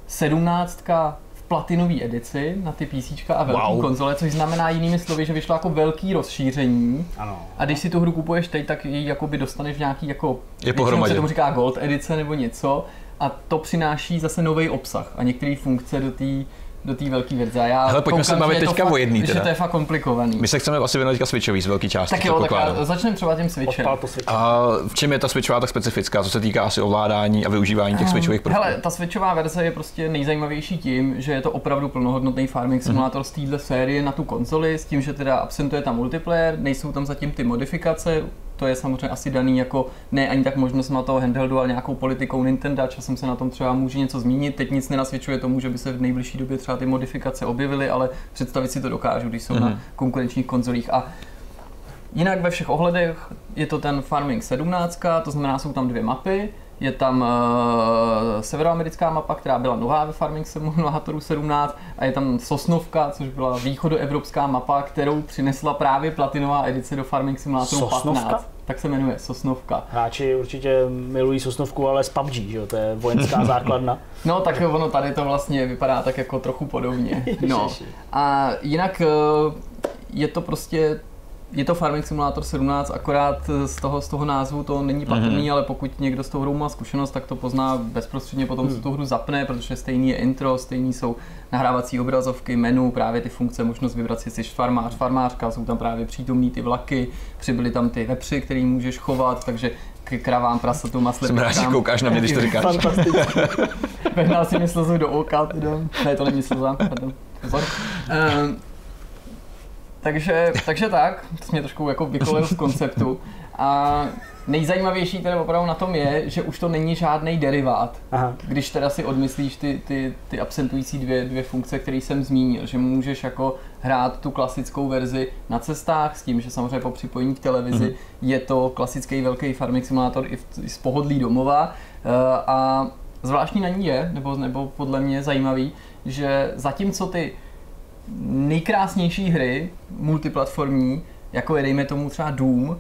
sedmnáctka v platinové edici na ty PCčka a velké wow. konzole, což znamená jinými slovy, že vyšlo jako velký rozšíření. Ano. A když si tu hru kupuješ teď, tak ji jakoby dostaneš v nějaký jako, je pohromadě. Se tomu říká Gold edice nebo něco. A to přináší zase nový obsah a některé funkce do té do té velké verze. Já Hele, pojďme koukám, se bavit teďka o jedný. Že to je fakt komplikovaný. My se chceme asi věnovat teďka switchový z velké části. Tak jo, tak začneme třeba tím switchem. A v čem je ta switchová tak specifická, co se týká asi ovládání a využívání těch switchových prvků? Hele, ta switchová verze je prostě nejzajímavější tím, že je to opravdu plnohodnotný farming simulátor mm-hmm. z téhle série na tu konzoli, s tím, že teda absentuje tam multiplayer, nejsou tam zatím ty modifikace. To je samozřejmě asi daný jako ne ani tak možnost na toho handheldu, ale nějakou politikou Nintendo, časem se na tom třeba může něco zmínit. Teď nic nenasvědčuje tomu, že by se v nejbližší době třeba ty modifikace objevily, ale představit si to dokážu, když jsou mm-hmm. na konkurenčních konzolích. A jinak ve všech ohledech je to ten Farming sedmnáct, to znamená, jsou tam dvě mapy. Je tam uh, severoamerická mapa, která byla nová ve Farming Simulatoru sedmnáct, a je tam Sosnovka, což byla východoevropská mapa, kterou přinesla právě platinová edice do Farming Simulatoru Sosnovka? patnáct. Tak se jmenuje Sosnovka. Hráči určitě milují Sosnovku, ale z P U B G, že jo? To je vojenská základna. No tak ono tady to vlastně vypadá tak jako trochu podobně. No. A jinak uh, je to prostě je to Farming Simulator sedmnáct, akorát z toho, z toho názvu to není patrný, mm-hmm. ale pokud někdo s tou hrou má zkušenost, tak to pozná bezprostředně potom, co mm. tu hru zapne, protože stejný je intro, stejný jsou nahrávací obrazovky, menu, právě ty funkce, možnost vybrat si, jsi farmář, farmářka, jsou tam právě přítomný ty vlaky, přibyly tam ty vepři, který můžeš chovat, takže k kravám, prasatu, masle. Jsem rád, že koukáš na mě, když to říkáš. Fantasticky. Vehnal si mi slzu do oka, teda. Ne, to není slza, pardon. Pozor. Um, takže, takže tak, to jsi mě trošku jako vykolil z konceptu. A nejzajímavější teda opravdu na tom je, že už to není žádný derivát. Aha. Když teda si odmyslíš ty, ty, ty absentující dvě, dvě funkce, které jsem zmínil, že můžeš jako hrát tu klasickou verzi na cestách s tím, že samozřejmě po připojení k televizi mm-hmm. je to klasický velký farming simulátor i, v, i z pohodlí domova. A zvláštní na ní je, nebo, nebo podle mě zajímavý, že zatímco ty nejkrásnější hry multiplatformní, jako je dejme tomu třeba Doom,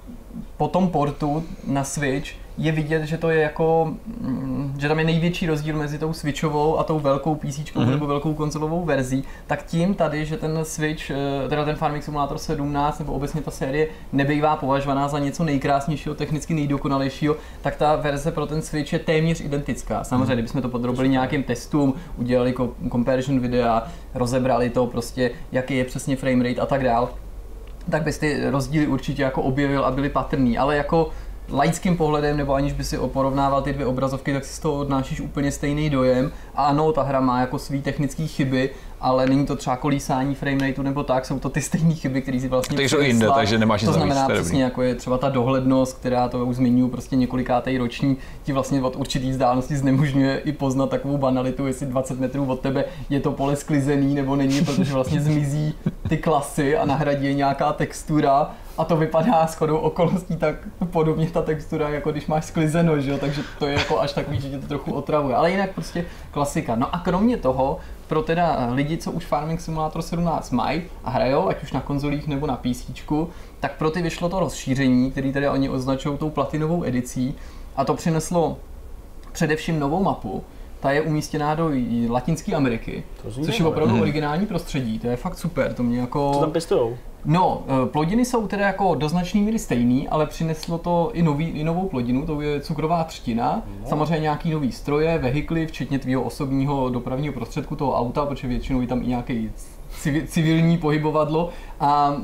po tom portu na Switch je vidět, že to je jako, že tam je největší rozdíl mezi tou Switchovou a tou velkou PCčkou mm-hmm. nebo velkou konzolovou verzí, tak tím tady, že ten Switch, teda ten Farming Simulator sedmnáct nebo obecně ta série nebývá považovaná za něco nejkrásnějšího, technicky nejdokonalejšího, tak ta verze pro ten Switch je téměř identická. Samozřejmě, mm-hmm. kdybychom to podrobili nějakým testům, udělali comparison videa, rozebrali to prostě, jaký je přesně frame rate a tak dál, tak bys ty rozdíly určitě jako objevil a byly patrný, ale jako laickým pohledem, nebo aniž by si porovnával ty dvě obrazovky, tak si z toho odnášíš úplně stejný dojem. A ano, ta hra má jako svý technické chyby, ale není to třeba kolísání framerateu nebo tak, jsou to ty stejné chyby, které si vlastně přinesla. Takže jinde, takže nemáš to znamená přesně, jako je třeba ta dohlednost, která to už zmiňuji, prostě několikátej roční, ti vlastně od určitý vzdálenosti znemožňuje i poznat takovou banalitu, jestli dvacet metrů od tebe je to pole sklizený nebo není, protože vlastně zmizí ty klasy a nahradí je nějaká textura. A to vypadá shodou okolností tak podobně ta textura, jako když máš sklizeno, že jo? Takže to je jako až takový, že tě to trochu otravuje. Ale jinak prostě klasika. No a kromě toho, pro teda lidi, co už Farming Simulator sedmnáct mají a hrajou, ať už na konzolích nebo na PCčku, tak pro ty vyšlo to rozšíření, který teda oni označují tou platinovou edicí, a to přineslo především novou mapu. Ta je umístěná do Latinské Ameriky, což je opravdu originální prostředí, to je fakt super, to mě jako... Co tam pěstujou? No, plodiny jsou teda jako do značné míry stejný, ale přineslo to i, nový, i novou plodinu, to je cukrová třtina, no. Samozřejmě nějaký nový stroje, vehikly, včetně tvýho osobního dopravního prostředku, toho auta, protože většinou je tam i nějaký civilní pohybovadlo a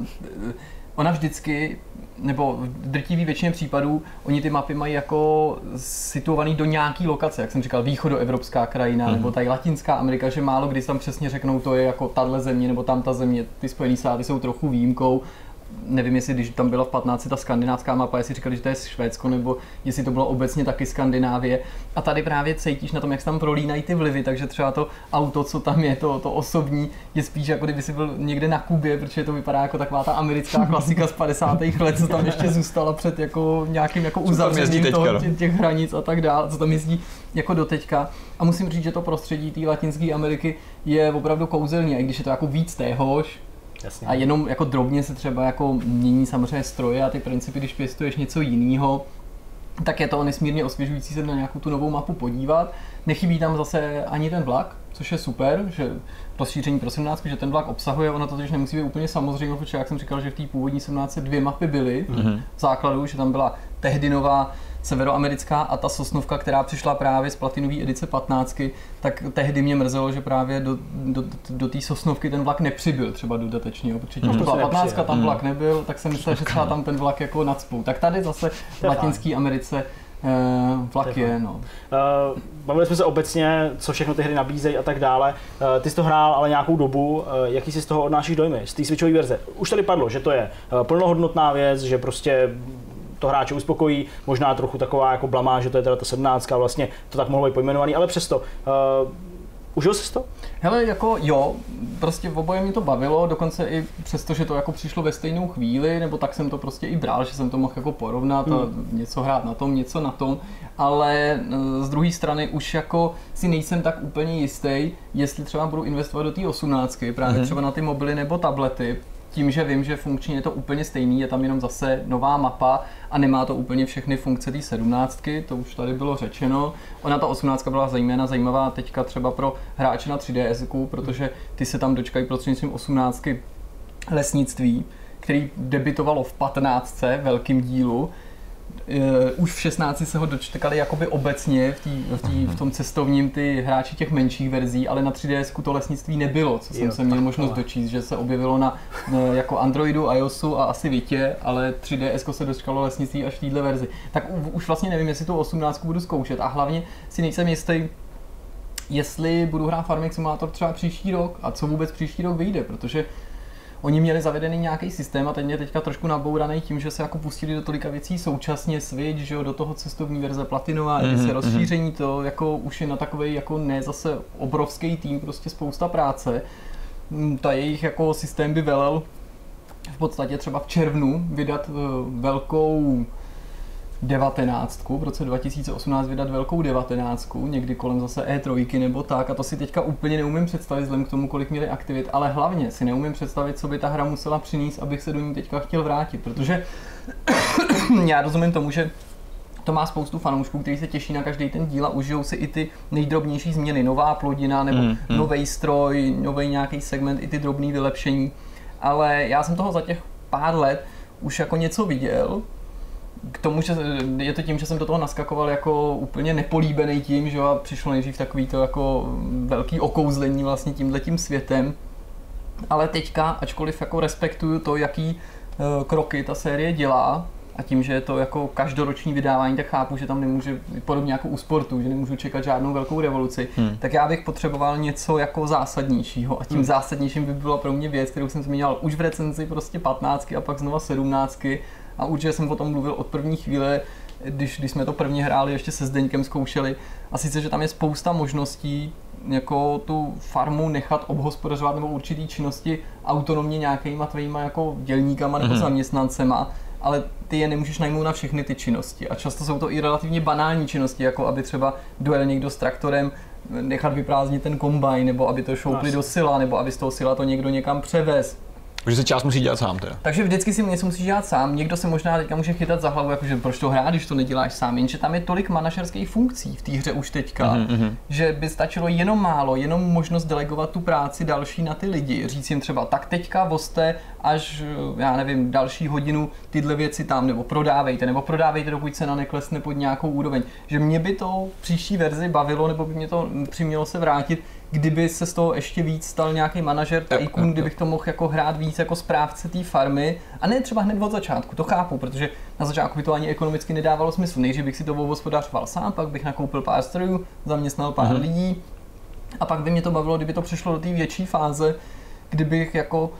ona vždycky, nebo v drtivé většině případů, oni ty mapy mají jako situovaný do nějaký lokace, jak jsem říkal, východoevropská krajina, mm. nebo tady Latinská Amerika, že málo kdy tam přesně řeknou, to je jako tahle země nebo tam ta země, ty Spojené státy jsou trochu výjimkou. Nevím, jestli když tam byla v patnácti ta skandinávská mapa, jestli říkali, že to je Švédsko, nebo jestli to bylo obecně taky Skandinávie. A tady právě cítíš na tom, jak se tam prolínají ty vlivy, takže třeba to auto, co tam je, to, to osobní, je spíš jako kdyby si byl někde na Kubě, protože to vypadá jako taková ta americká klasika z padesátých let, co tam ještě zůstala před jako nějakým jako uzavřením toho, těch, těch hranic a tak dále, co tam jezdí jako doteďka. A musím říct, že to prostředí té Latinské Ameriky je opravdu kouzelný, a i když je to jako víc téhož, jasně. A jenom jako drobně se třeba jako mění samozřejmě stroje a ty principy, když pěstuješ něco jiného, tak je to nesmírně osvěžující se na nějakou tu novou mapu podívat. Nechybí tam zase ani ten vlak, což je super, že rozšíření pro sedmnáct, že ten vlak obsahuje, ono to totiž nemusí být úplně samozřejmě, protože jak jsem říkal, že v té původní sedmnáct dvě mapy byly mm-hmm. v základu, že tam byla tehdy nová severoamerická a ta Sosnovka, která přišla právě z platinové edice patnáctky, tak tehdy mě mrzelo, že právě do, do, do té Sosnovky ten vlak nepřibyl třeba dodatečně, protože když to byla patnáctka, tam vlak nebyl, tak jsem myslel, že třeba tam ten vlak jako nacpou. Tak tady zase v Latinské Americe Uh, vlak je, no. Uh, bavili jsme se obecně, co všechno ty hry nabízejí a tak dále. Uh, ty jsi to hrál ale nějakou dobu, uh, jaký si z toho odnášíš dojmy, z té Switchové verze? Už tady padlo, že to je uh, plnohodnotná věc, že prostě to hráče uspokojí, možná trochu taková jako blamáž, že to je teda ta sedmnáctka, vlastně to tak mohlo být pojmenovaný, ale přesto. Uh, Užil jsi to? Hele, jako jo, prostě v oboje mě to bavilo, dokonce i přesto, že to jako přišlo ve stejnou chvíli, nebo tak jsem to prostě i bral, že jsem to mohl jako porovnat hmm. a něco hrát na tom, něco na tom, ale z druhé strany už jako si nejsem tak úplně jistý, jestli třeba budu investovat do té osmnáctky, právě hmm. třeba na ty mobily nebo tablety, tím, že vím, že funkčně je to úplně stejný, je tam jenom zase nová mapa a nemá to úplně všechny funkce té sedmnáctky, to už tady bylo řečeno. Ona ta osmnáctka byla zejména zajímavá teďka třeba pro hráče na tři D S ku, protože ty se tam dočkají prostřednictvím osmnáctky lesnictví, který debutovalo v patnáctce, velkým dílu. Už v šestnácti se ho dočkali jakoby obecně v, tý, v, tý, v tom cestovním ty hráči těch menších verzí, ale na tři D S ku to lesnictví nebylo, co jsem jo, se měl možnost dočíst, že se objevilo na, na jako Androidu, iOSu a asi Vitě, ale tři D S se dočkalo lesnictví až v této verzi. Tak už vlastně nevím, jestli tu osmnáctku budu zkoušet a hlavně si nejsem jistý, jestli budu hrát Farming Simulator třeba příští rok a co vůbec příští rok vyjde, protože oni měli zavedený nějaký systém a teď je teďka trošku nabouraný tím, že se jako pustili do tolika věcí současně, Switch, že jo, do toho cestovní verze platinová, mm-hmm. se rozšíření, to jako už je na takovej jako ne zase obrovský tým, prostě spousta práce. Ta jejich jako systém by velel v podstatě třeba v červnu vydat uh, velkou devatenáctku, v roce dva tisíce osmnáct vydat velkou devatenáctku, někdy kolem zase E tři nebo tak a to si teďka úplně neumím představit vzhledem k tomu, kolik měli aktivit, ale hlavně si neumím představit, co by ta hra musela přinést, abych se do ní teďka chtěl vrátit, protože já rozumím tomu, že to má spoustu fanoušků, kteří se těší na každý ten díl a užijou si i ty nejdrobnější změny, nová plodina nebo mm, mm. nový stroj, nový nějaký segment, i ty drobné vylepšení, ale já jsem toho za těch pár let už jako něco viděl. K tomu, že je to tím, že jsem do toho naskakoval jako úplně nepolíbený tím, že a přišlo nejdřív takový to jako velký okouzlení vlastně tímhletím světem. Ale teďka, ačkoliv jako respektuju to, jaký uh, kroky ta série dělá a tím, že je to jako každoroční vydávání, tak chápu, že tam nemůže, podobně jako u sportu, že nemůžu čekat žádnou velkou revoluci, hmm. tak já bych potřeboval něco jako zásadnějšího a tím hmm. zásadnějším by byla pro mě věc, kterou jsem zmiňoval už v recenzi prostě patnáctky a pak znova sedmnáctky. A určitě jsem o tom mluvil od první chvíle, když, když jsme to prvně hráli, ještě se Zdeňkem zkoušeli. A sice, že tam je spousta možností jako tu farmu nechat obhospodařovat nebo určitý činnosti autonomně nějakýma tvýma jako dělníkama nebo mm-hmm. zaměstnancema, ale ty je nemůžeš najmout na všechny ty činnosti. A často jsou to i relativně banální činnosti, jako aby třeba dojel někdo s traktorem, nechat vyprázdnit ten kombajn, nebo aby to šoupli do sila, nebo aby z toho sila to někdo někam převez. Takže se část musí dělat sám teda. Takže vždycky si něco musíš dělat sám. Někdo se možná teďka může chytat za hlavu, jakože proč to hrát, když to neděláš sám. Jenže tam je tolik manažerských funkcí v té hře už teďka, mm-hmm. že by stačilo jenom málo, jenom možnost delegovat tu práci další na ty lidi. Říct jim třeba tak teďka vozte až, já nevím, další hodinu tyhle věci tam, nebo prodávejte, nebo prodávejte, dokud cena neklesne pod nějakou úroveň. Že mě by to v příští verzi bavilo, nebo by mě to přimělo se vrátit, kdyby se z toho ještě víc stal nějaký manažer tycoon, kdybych to mohl jako hrát víc jako správce té farmy a ne třeba hned od začátku, to chápu, protože na začátku by to ani ekonomicky nedávalo smysl. Nejdřív bych si to obhospodařoval sám, pak bych nakoupil pár strojů, zaměstnal pár mm-hmm. lidí a pak by mě to bavilo, kdyby to přešlo do té větší fáze, kdybych jako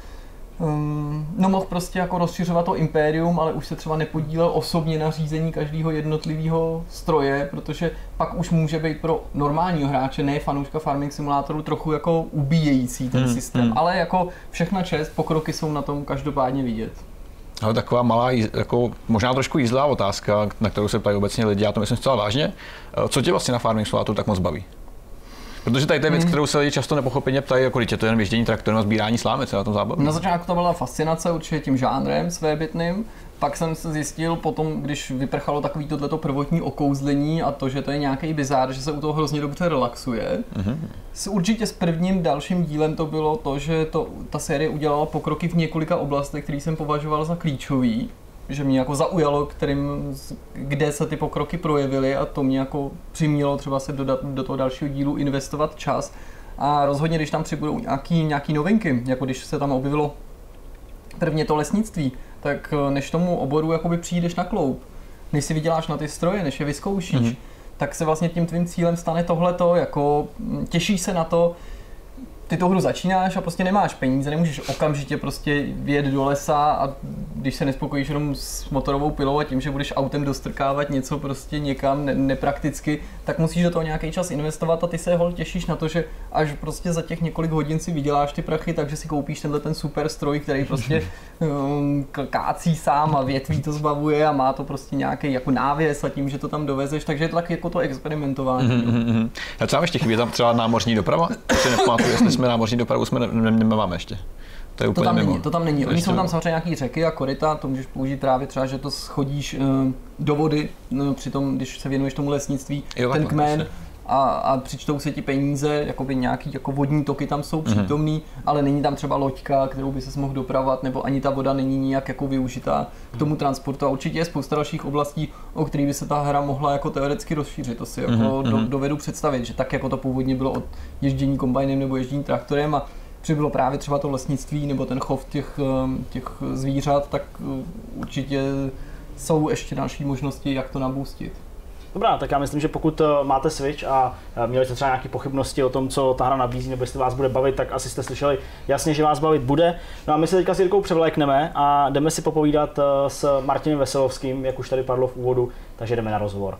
Um, no mohl prostě jako rozšiřovat to impérium, ale už se třeba nepodílel osobně na řízení každého jednotlivého stroje, protože pak už může být pro normálního hráče, ne fanouška Farming Simulatoru, trochu jako ubíjející ten hmm, systém, hmm. ale jako všechna čest, pokroky jsou na tom každopádně vidět. Ale taková malá, jako možná trošku jízlá otázka, na kterou se ptají obecně lidi, já to myslím zcela vážně. Co tě vlastně na Farming Simulatoru tak moc baví? Protože tady to je věc, kterou se lidi často nepochopně ptají, jako když je to jen věždění traktorem a sbírání slámy, co je na tom zábavné. Na začátku to byla fascinace určitě tím žánrem svébytným, pak jsem se zjistil potom, když vyprchalo takový tohleto prvotní okouzlení a to, že to je nějaký bizár, že se u toho hrozně dobře relaxuje. Mm-hmm. S, určitě s prvním dalším dílem to bylo to, že to, ta série udělala pokroky v několika oblastech, které jsem považoval za klíčový. Že mě jako zaujalo, kterým, kde se ty pokroky projevily a to mě jako přimělo třeba se dodat do toho dalšího dílu investovat čas a rozhodně, když tam přibudou nějaký, nějaký novinky, jako když se tam objevilo prvně to lesnictví, tak než tomu oboru jakoby přijdeš na kloub, než si vyděláš na ty stroje, než je vyzkoušíš, mm-hmm. tak se vlastně tím tvým cílem stane tohleto, jako těšíš se na to, ty tu hru začínáš a prostě nemáš peníze, nemůžeš okamžitě prostě vyjet do lesa a když se nespokojíš jenom s motorovou pilou a tím, že budeš autem dostrkávat něco prostě někam ne- neprakticky, tak musíš do toho nějaký čas investovat a ty se hol těšíš na to, že až prostě za těch několik hodin si vyděláš ty prachy, takže si koupíš tenhle ten super stroj, který prostě um, kácí sám a větví to zbavuje a má to prostě nějaký jako návěs a tím, že to tam dovezeš, takže je to tak jako to experimentování. Mm-hmm. A co tam ještě chybí? Tam třeba námořní doprava? Si nepamatuju, jestli jsme námořní dopravu jsme ne- nemáme ještě. To, je úplně to tam mimo. není, to tam není. Oni jsou tam samozřejmě nějaký řeky a koryta, to můžeš použít právě třeba, že to schodíš uh, do vody, no, při tom, když se věnuješ tomu lesnictví, jo, ten kmen a, a přičtou se ti peníze, jakoby nějaký jako vodní toky tam jsou přítomný, mm. ale není tam třeba loďka, kterou by se mohl dopravovat, nebo ani ta voda není nijak jako využitá k tomu transportu. A určitě je spousta dalších oblastí, o kterých by se ta hra mohla jako teoreticky rozšířit. To si jako mm. do, dovedu představit, že tak jako to původně bylo od ježdění kombajnem nebo ježdění traktorem a přibylo právě třeba to lesnictví nebo ten chov těch, těch zvířat, tak určitě jsou ještě další možnosti, jak to nabustit. Dobrá, tak já myslím, že pokud máte Switch a měli jste třeba nějaké pochybnosti o tom, co ta hra nabízí, nebo jestli vás bude bavit, tak asi jste slyšeli jasně, že vás bavit bude. No a my se teďka s Jirkou převlékneme a jdeme si popovídat s Martinem Veselovským, jak už tady padlo v úvodu, takže jdeme na rozhovor.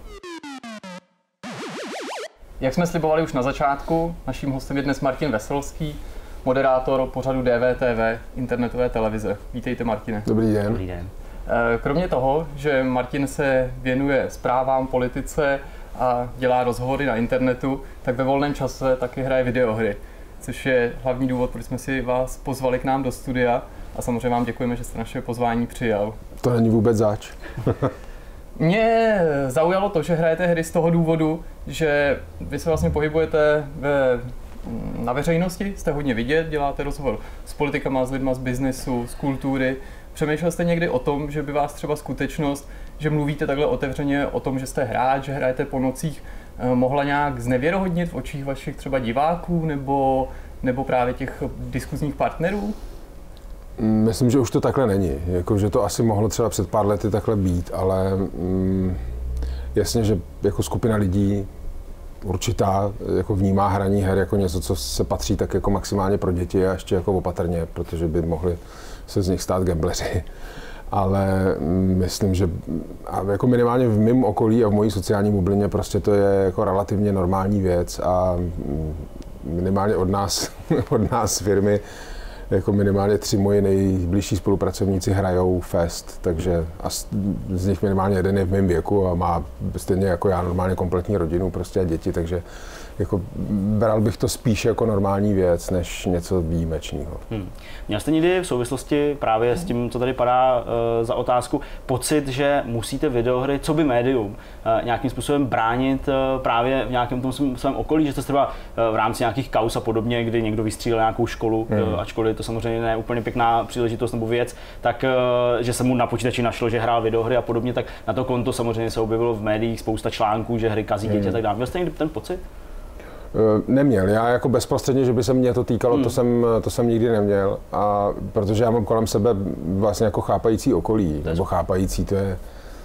Jak jsme slibovali už na začátku, naším hostem je dnes Martin Veselovský, moderátor pořadu D V T V, internetové televize. Vítejte, Martine. Dobrý den. Dobrý den. Kromě toho, že Martin se věnuje zprávám, politice a dělá rozhovory na internetu, tak ve volném čase taky hraje videohry, což je hlavní důvod, proč jsme si vás pozvali k nám do studia a samozřejmě vám děkujeme, že jste naše pozvání přijal. To není vůbec zač. Mě zaujalo to, že hrajete hry z toho důvodu, že vy se vlastně pohybujete ve, na veřejnosti, jste hodně vidět, děláte rozhovor s politikama, s lidma z biznesu, z kultury. Přemýšlel jste někdy o tom, že by vás třeba skutečnost, že mluvíte takhle otevřeně o tom, že jste hráč, že hrajete po nocích, mohla nějak znevěrohodnit v očích vašich třeba diváků nebo, nebo právě těch diskuzních partnerů? Myslím, že už to takhle není. Jako, že to asi mohlo třeba před pár lety takhle být, ale mm, jasně, že jako skupina lidí určitá jako vnímá hraní her jako něco, co se patří tak jako maximálně pro děti a ještě jako opatrně, protože by mohli se z nich stát gambleři. Ale myslím, že jako minimálně v mém okolí a v mojí sociální bublině prostě to je jako relativně normální věc a minimálně od nás, od nás firmy jako minimálně tři moji nejbližší spolupracovníci hrajou Fest, takže z nich minimálně jeden je v mém věku a má stejně jako já normálně kompletní rodinu prostě a děti, takže jako bral bych to spíš jako normální věc, než něco výjimečného. Hmm. Měl jste někdy v souvislosti právě s tím, co tady padá uh, za otázku, pocit, že musíte videohry, co by médium, uh, nějakým způsobem bránit uh, právě v nějakém tom svém, svém okolí, že jste třeba uh, v rámci nějakých kauz a podobně, kdy někdo vystřílel nějakou školu, hmm. uh, ačkoliv to samozřejmě ne úplně pěkná příležitost nebo věc, tak uh, že se mu na počítači našlo, že hrál videohry a podobně, tak na to konto samozřejmě se objevilo v médiích spousta článků, že hry kazí děti hmm. a tak dále. Měl jste někdy ten pocit? Neměl. Já jako bezprostředně, že by se mě to týkalo, hmm. to, jsem, to jsem nikdy neměl. A protože já mám kolem sebe vlastně jako chápající okolí, nebo chápající, to je,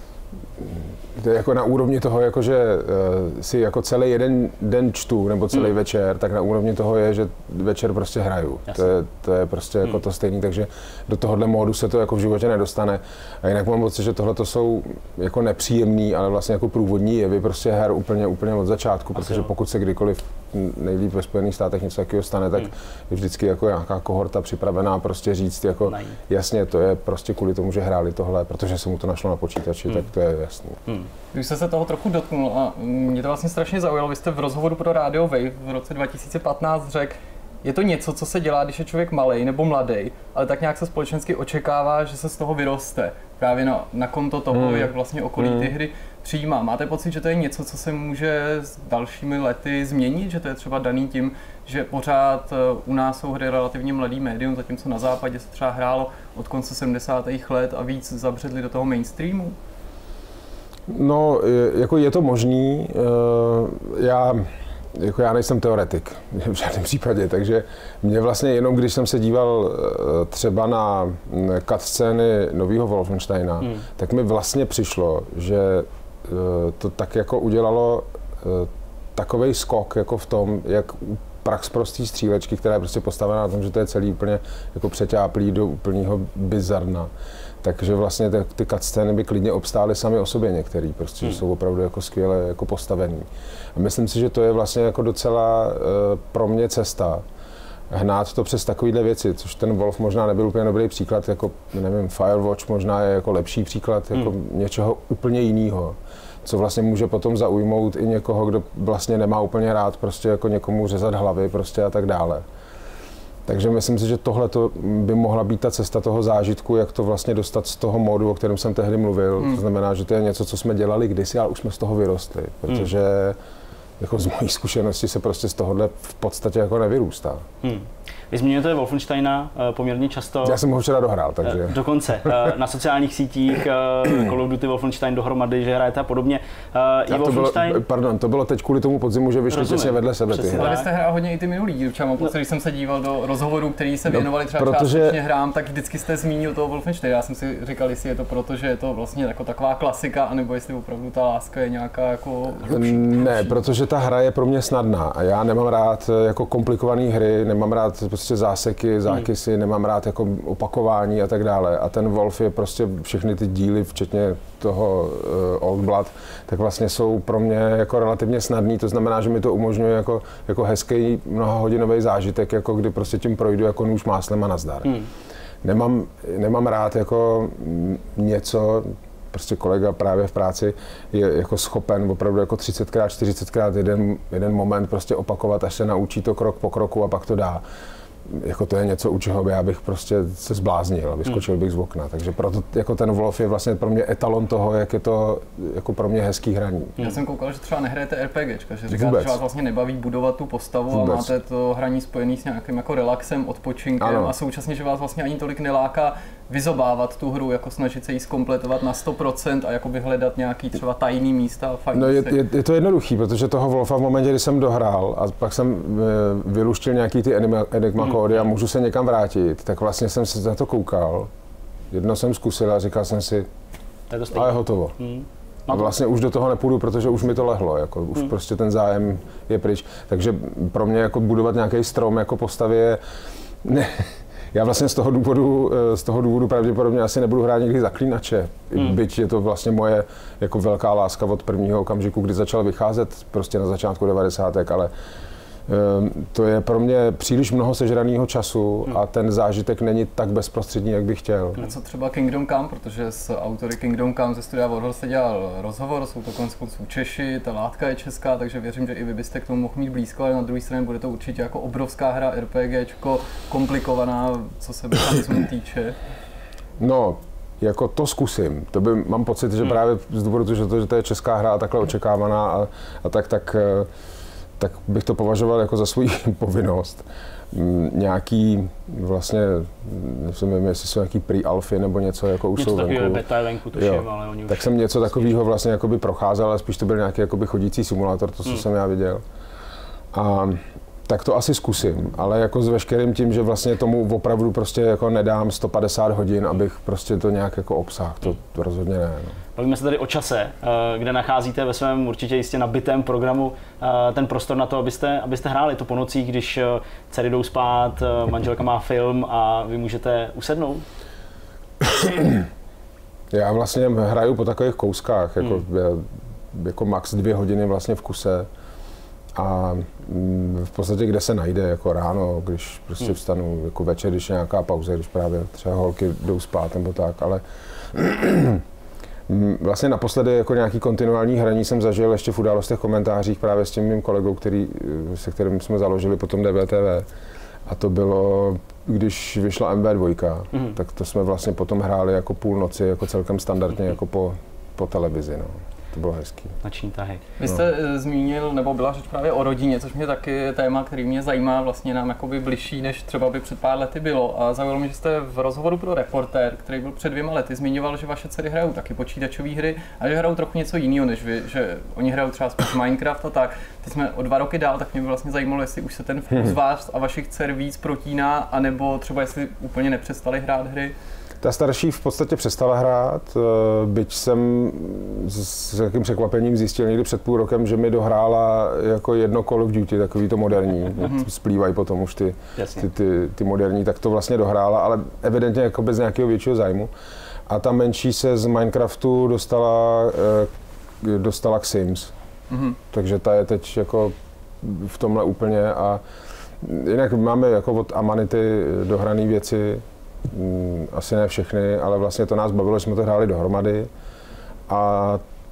to je jako na úrovni toho, jako že uh, si jako celý jeden den čtu, nebo celý hmm. večer, tak na úrovni toho je, že večer prostě hraju. To je, to je prostě hmm. jako to stejný, takže do tohohle módu se to jako v životě nedostane. A jinak mám pocit, že tohle to jsou jako nepříjemný, ale vlastně jako průvodní jevy prostě her úplně, úplně od začátku, Asi protože jo. pokud se kdykoliv nejlíp ve Spojených státech něco takového stane, tak hmm. je vždycky jako nějaká kohorta připravená prostě říct jako Nej. jasně, to je prostě kvůli tomu, že hráli tohle, protože se mu to našlo na počítači, hmm. tak to je jasný. Hmm. Když jste se toho trochu dotknul a mě to vlastně strašně zaujalo, vy jste v rozhovoru pro Radio Wave v roce dva tisíce patnáct řekl, je to něco, co se dělá, když je člověk malej nebo mladý, ale tak nějak se společensky očekává, že se z toho vyroste. Právě na, na konto toho, hmm. jak vlastně okolí ty hry přijímá. Máte pocit, že to je něco, co se může s dalšími lety změnit, že to je třeba daný tím, že pořád u nás jsou hry relativně mladý médium, zatímco na západě se třeba hrálo od konce sedmdesátých let a víc zabředli do toho mainstreamu? No, jako je to možný. Já, jako já nejsem teoretik v žádném případě, takže mě vlastně jenom, když jsem se díval třeba na cutscény nového Wolfensteina, hmm. tak mi vlastně přišlo, že to tak jako udělalo takovej skok jako v tom, jak prax prostý střílečky, která je prostě postavená na tom, že to je celý úplně jako přeťáplý do úplného bizarna. Takže vlastně ty, ty cutscény by klidně obstály sami o sobě některý, prostě, hmm. že jsou opravdu jako skvěle jako postavený. A myslím si, že to je vlastně jako docela uh, pro mě cesta hnát to přes takovýhle věci, což ten Wolf možná nebyl úplně dobrý příklad, jako nevím, Firewatch možná je jako lepší příklad jako hmm. něčeho úplně jiného, co vlastně může potom zaujmout i někoho, kdo vlastně nemá úplně rád prostě jako někomu řezat hlavy prostě a tak dále. Takže myslím si, že tohle by mohla být ta cesta toho zážitku, jak to vlastně dostat z toho módu, o kterém jsem tehdy mluvil. Hmm. To znamená, že to je něco, co jsme dělali kdysi, ale už jsme z toho vyrostli, protože jako z mojí zkušenosti se prostě z tohohle v podstatě jako nevyrůstá. Hmm. Vy zmiňujete Wolfensteina poměrně často. Já jsem ho včera dohrál, takže... Dokonce. Na sociálních sítích Call of Duty, Wolfenstein dohromady, že hrajete a podobně. Je to Wolfenstein... bylo, pardon, to bylo teď kvůli tomu podzimu, že vyšly těsně vedle sebe ty hry. Ale vy jste hrál hodně i ty minulý, třeba mám pocit, když jsem se díval do rozhovorů, který se věnovali třeba no, protože... částečně hrám, tak vždycky jste zmínil toho Wolfensteina. Já jsem si říkal, jestli je to proto, že je to vlastně jako taková klasika, anebo jestli opravdu ta láska je nějaká jako hlubší. Ne, protože ta hra je pro mě snadná a já nemám rád jako komplikované hry, nemám rád prostě záseky, zákysy, hmm. nemám rád jako opakování a tak dále. A ten Wolf je prostě všechny ty díly, včetně toho uh, Old Blood, tak vlastně jsou pro mě jako relativně snadný. To znamená, že mi to umožňuje jako, jako hezký mnohahodinový zážitek, jako kdy prostě tím projdu jako nůž máslem a nazdar. Hmm. Nemám, nemám rád jako něco, prostě kolega právě v práci je jako schopen opravdu jako třicetkrát, čtyřicetkrát jeden, jeden moment prostě opakovat, až se naučí to krok po kroku a pak to dá. Jako to je něco, u čeho já bych prostě se zbláznil a vyskočil bych z okna. Takže proto jako ten Wolf je vlastně pro mě etalon toho, jak je to jako pro mě hezký hraní. Já jsem koukal, že třeba nehrajete RPGčka, že říkáte, že vás vlastně nebaví budovat tu postavu Vůbec. A máte to hraní spojený s nějakým jako relaxem, odpočinkem ano. A současně, že vás vlastně ani tolik neláká vyzobávat tu hru, jako snažit se jí zkompletovat na sto procent a jako vyhledat nějaký třeba tajný místa a fajn. No je, je, je to jednoduchý, protože toho Wolfa v momentě, kdy jsem dohrál a pak jsem vyluštil nějaký ty enigma, enigma kódy a můžu se někam vrátit, tak vlastně jsem se na to koukal. Jedno jsem zkusil a říkal jsem si, a je hotovo. Hmm. A vlastně už do toho nepůjdu, protože už mi to lehlo, jako už hmm. prostě ten zájem je pryč. Takže pro mě jako budovat nějaký strom jako postavě, ne, já vlastně z toho důvodu, z toho důvodu pravděpodobně asi nebudu hrát někdy Zaklínače. Hmm. Byť je to vlastně moje jako velká láska od prvního okamžiku, kdy začal vycházet prostě na začátku devadesátek, ale to je pro mě příliš mnoho sežraného času hmm. a ten zážitek není tak bezprostřední, jak bych chtěl. A co třeba Kingdom Come, protože s autory Kingdom Come ze studia Warhol jste dělal rozhovor, jsou to konec konců Češi, ta látka je česká, takže věřím, že i vy byste k tomu mohl mít blízko, ale na druhé straně bude to určitě jako obrovská hra RPGčko, komplikovaná, co se mechanismu týče. No, jako to zkusím. To by, mám pocit, že hmm. právě z důvodu, že to, že to je česká hra a takhle očekávaná a, a tak, tak tak bych to považoval jako za svou povinnost. Nějaký vlastně, nevím, jestli jsou nějaký pre-alfy nebo něco, jako už jsou venku. Něco takového beta venku, tuším, ale oni už... Tak jsem něco takového vlastně jakoby procházel, ale spíš to byl nějaký jakoby chodící simulátor, to, co hmm. jsem já viděl. A tak to asi zkusím, ale jako s veškerým tím, že vlastně tomu opravdu prostě jako nedám sto padesát hodin, abych prostě to nějak jako obsáhl, to, to rozhodně ne. No. Bavíme se tady o čase, kde nacházíte ve svém určitě jistě nabitém programu ten prostor na to, abyste, abyste hráli to po nocích, když dcery jdou spát, manželka má film a vy můžete usednout? Já vlastně hraju po takových kouskách, jako, hmm. jako max dvě hodiny vlastně v kuse. A v podstatě kde se najde, jako ráno, když prostě vstanu, jako večer, když je nějaká pauza, když právě třeba holky jdou spát nebo tak, ale vlastně naposledy jako nějaký kontinuální hraní jsem zažil ještě v Událostech komentářích právě s tím mým kolegou, který, se kterým jsme založili potom D V T V. A to bylo, když vyšla M V dva, mm. tak to jsme vlastně potom hráli jako půl noci, jako celkem standardně, jako po, po televizi. No. To bylo hezký. Noční tahy. Vy jste no. zmínil, nebo byla řeč právě o rodině, což mě taky je téma, který mě zajímá, vlastně nám jakoby bližší, než třeba by před pár lety bylo. A zaujalo mě, že jste v rozhovoru pro Reportér, který byl před dvěma lety, zmiňoval, že vaše dcery hrajou taky počítačové hry a že hrajou trochu něco jiného než vy, že oni hrajou třeba spíš Minecraft a tak. Teď jsme o dva roky dál, tak mě by vlastně zajímalo, jestli už se ten vkus vás a vašich dcer víc protíná, anebo třeba jestli úplně nepřestali hrát hry. Ta starší v podstatě přestala hrát, byť jsem s jakým překvapením zjistil někdy před půl rokem, že mi dohrála jako jedno Call of Duty, takový to moderní, mm-hmm. splývají potom už ty, ty, ty, ty moderní, tak to vlastně dohrála, ale evidentně jako bez nějakého většího zájmu. A ta menší se z Minecraftu dostala, dostala k Sims, mm-hmm. takže ta je teď jako v tomhle úplně a jinak máme jako od Amanity dohrané věci, asi ne všechny, ale vlastně to nás bavilo, že jsme to hráli dohromady a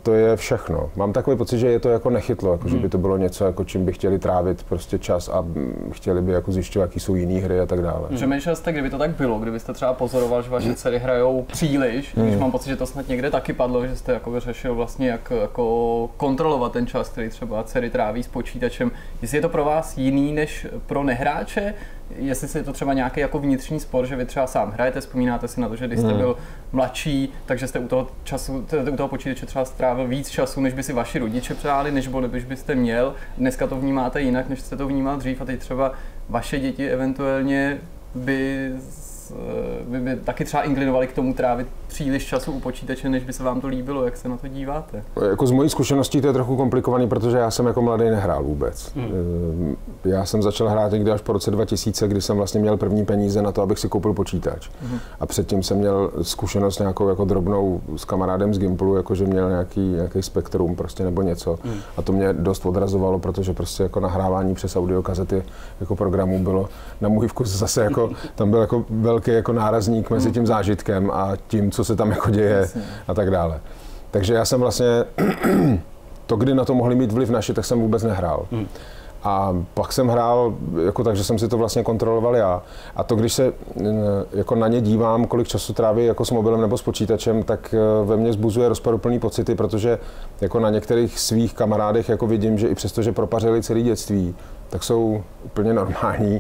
to je všechno. Mám takový pocit, že je to jako nechytlo, jako, hmm. že by to bylo něco, jako čím by chtěli trávit prostě čas a chtěli by jako zjišťovat, jaký jsou jiný hry a tak dále. Hmm. Přemýšlel jste, kdyby to tak bylo, kdybyste třeba pozoroval, že vaše dcery hrajou příliš, hmm. když mám pocit, že to snad někde taky padlo, že jste jako řešil vlastně, jak jako kontrolovat ten čas, který třeba dcery tráví s počítačem. Jestli je to pro vás jiný než pro nehráče, jestli je to třeba nějaký jako vnitřní spor, že vy třeba sám hrajete, vzpomínáte si na to, že když jste hmm. byl mladší, takže jste u toho času, u toho počítače třeba strávil víc času, než by si vaši rodiče přáli, než než byste měl. Dneska to vnímáte jinak, než jste to vnímal dřív a teď třeba vaše děti eventuálně by, by, by taky třeba inklinovali k tomu trávit příliš času u počítače, než by se vám to líbilo, jak se na to díváte? Jako z mojí zkušeností to je trochu komplikovaný, protože já jsem jako mladý nehrál vůbec. Hmm. Já jsem začal hrát někdy až po roce dva tisíce, kdy jsem vlastně měl první peníze na to, abych si koupil počítač. Hmm. A předtím jsem měl zkušenost nějakou jako drobnou s kamarádem z Gimplu, jakože měl nějaký, nějaký Spektrum prostě nebo něco. Hmm. A to mě dost odrazovalo, protože prostě jako nahrávání přes audiokazety jako programů bylo na můj vkus zase jako, tam byl jako velký jako nárazník mezi tím zážitkem a tím, co se tam jako děje a tak dále. Takže já jsem vlastně to, kdy na to mohli mít vliv naši, tak jsem vůbec nehrál. Hmm. A pak jsem hrál jako tak, že jsem si to vlastně kontroloval já. A to, když se jako na ně dívám, kolik času tráví jako s mobilem nebo s počítačem, tak ve mně vzbuzuje rozparuplný pocity, protože jako na některých svých kamarádech jako vidím, že i přesto, že propařili celé dětství, tak jsou úplně normální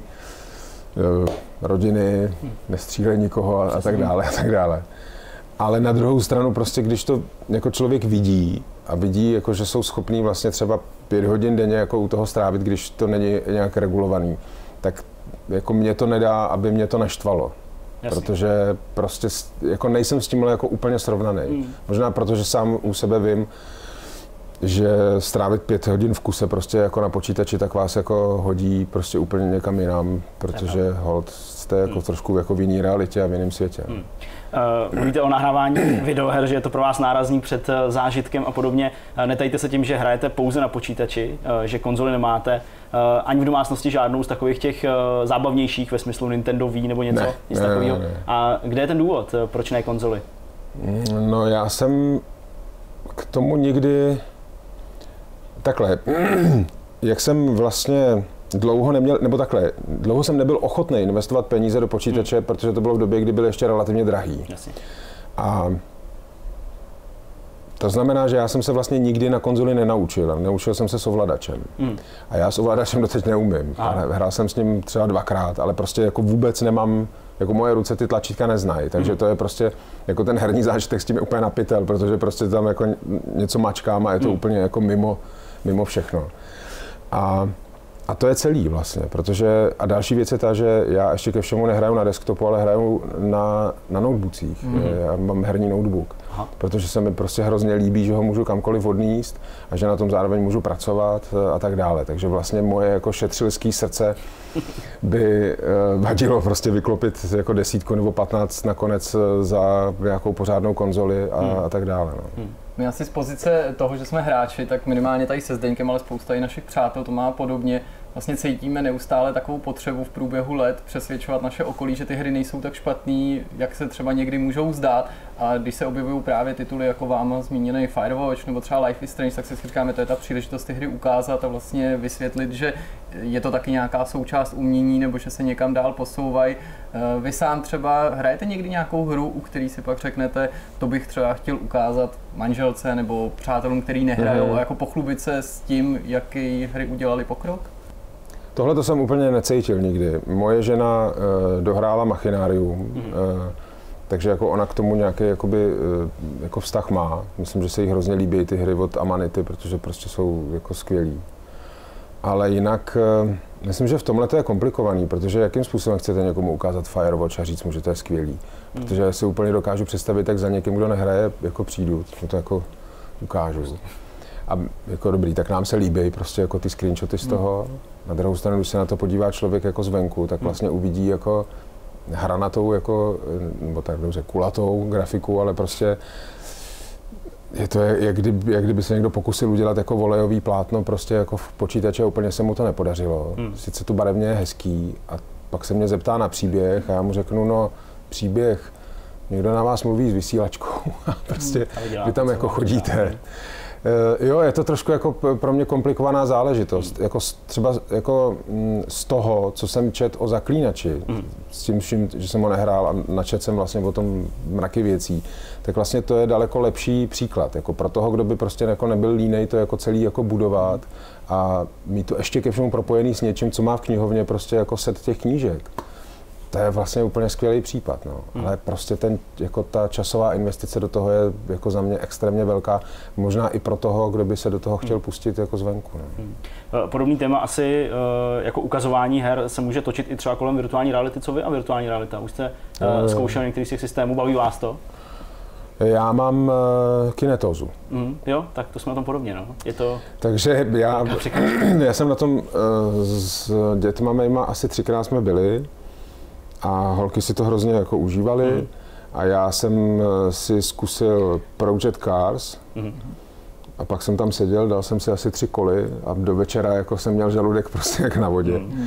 rodiny, nestřílejí nikoho a, a tak dále a tak dále. Ale na druhou stranu prostě, když to jako člověk vidí a vidí, jako, že jsou schopní vlastně třeba pět hodin denně jako u toho strávit, když to není nějak regulovaný, tak jako mě to nedá, aby mě to naštvalo. Jasně. Protože prostě jako nejsem s tímhle jako úplně srovnaný. Mm. Možná protože sám u sebe vím, že strávit pět hodin v kuse prostě jako na počítači, tak vás jako hodí prostě úplně někam jinam, protože hold jste jako hmm. trošku jako v jiný realitě a v jiném světě. Hmm. Uh, mluvíte o nahrávání videoher, že je to pro vás nárazník před uh, zážitkem a podobně. Uh, netajte se tím, že hrajete pouze na počítači, uh, že konzoli nemáte, uh, ani v domácnosti žádnou z takových těch uh, zábavnějších ve smyslu Nintendo Wii nebo něco, ne, nic ne, takového. Ne, ne. A kde je ten důvod, uh, proč ne konzoli? No já jsem k tomu nikdy takhle, jak jsem vlastně dlouho neměl, nebo takhle, dlouho jsem nebyl ochotný investovat peníze do počítače, hmm. protože to bylo v době, kdy byl ještě relativně drahý. Jasně. A to znamená, že já jsem se vlastně nikdy na konzoli nenaučil. Neučil jsem se s ovladačem. Hmm. A já s ovladačem doteď neumím. Hrál jsem s ním třeba dvakrát, ale prostě jako vůbec nemám, jako moje ruce ty tlačítka neznají. Takže hmm. to je prostě, jako ten herní zážitek s tím je úplně na pytel, protože prostě tam jako něco mačkám a je to hmm. úplně jako mimo, mimo všechno. A A to je celý vlastně, protože a další věc je ta, že já ještě ke všemu nehraju na desktopu, ale hraju na, na notebookcích. Mm. Já mám herní notebook, Aha. protože se mi prostě hrozně líbí, že ho můžu kamkoliv odníst a že na tom zároveň můžu pracovat a tak dále. Takže vlastně moje jako šetřilský srdce by vadilo prostě vyklopit jako desítku nebo patnáct nakonec za nějakou pořádnou konzoli a, mm. a tak dále. No. Mm. My asi z pozice toho, že jsme hráči, tak minimálně tady se Zdeňkem, ale spousta i našich přátel to má podobně. Vlastně cítíme neustále takovou potřebu v průběhu let přesvědčovat naše okolí, že ty hry nejsou tak špatný, jak se třeba někdy můžou zdát. A když se objevují právě tituly jako váma zmíněný Firewatch nebo třeba Life is Strange, tak si říkáme, to je ta příležitost ty hry ukázat a vlastně vysvětlit, že je to taky nějaká součást umění nebo že se někam dál posouvají. Vy sám třeba hrajete někdy nějakou hru, u který si pak řeknete, to bych třeba chtěl ukázat manželce nebo přátelům, který nehrajou, mm. a jako pochlubit se s tím, jaký hry udělali pokrok? Tohle to jsem úplně necítil nikdy. Moje žena uh, dohrála Machinarium, mm. uh, takže jako ona k tomu nějaký jakoby, uh, jako vztah má. Myslím, že se jí hrozně líbí ty hry od Amanity, protože prostě jsou jako skvělý. Ale jinak, uh, myslím, že v tomhle to je komplikovaný, protože jakým způsobem chcete někomu ukázat Firewatch a říct mu, že to je skvělý. Mm. Protože já si úplně dokážu představit, tak za někým, kdo nehraje, jako přijdu, mu to jako ukážu. A jako dobrý, tak nám se líbí prostě jako ty screenshoty z toho. Mm. Na druhou stranu, když se na to podívá člověk jako zvenku, tak vlastně uvidí jako hranatou, jako, nebo tak dobře, kulatou grafiku, ale prostě je to, jak kdyby, jak kdyby se někdo pokusil udělat jako volejový plátno prostě jako v počítači a úplně se mu to nepodařilo. Hmm. Sice tu barevně je hezký a pak se mě zeptá na příběh a já mu řeknu, no příběh, někdo na vás mluví s vysílačkou a prostě vy tam jako chodíte. Uh, jo, je to trošku jako pro mě komplikovaná záležitost. Hmm. Jako třeba jako z toho, co jsem čet o Zaklínači, hmm. s tím vším, že jsem ho nehrál a načet jsem vlastně o tom mraky věcí, tak vlastně to je daleko lepší příklad. Jako pro toho, kdo by prostě jako nebyl línej to jako celý jako budovat a mít to ještě ke všemu propojený s něčím, co má v knihovně prostě jako set těch knížek. To je vlastně úplně skvělý případ, no. Hmm. Ale prostě ten, jako ta časová investice do toho je jako za mě extrémně velká, možná i pro toho, kdo by se do toho chtěl pustit jako zvenku. No. Hmm. Podobný téma asi jako ukazování her se může točit i třeba kolem virtuální reality, co vy a virtuální realita? Už jste uh, zkoušeli některý z těch systémů, baví vás to? Já mám uh, kinetózu. Mm, jo, tak to jsme na tom podobně, no. Je to... Takže já, já jsem na tom uh, s dětma mýma asi třikrát jsme byli. A holky si to hrozně jako užívaly mm. a já jsem si zkusil Project Cars mm. a pak jsem tam seděl, dal jsem si asi tři koly a do večera jako jsem měl žaludek prostě jak na vodě. Mm.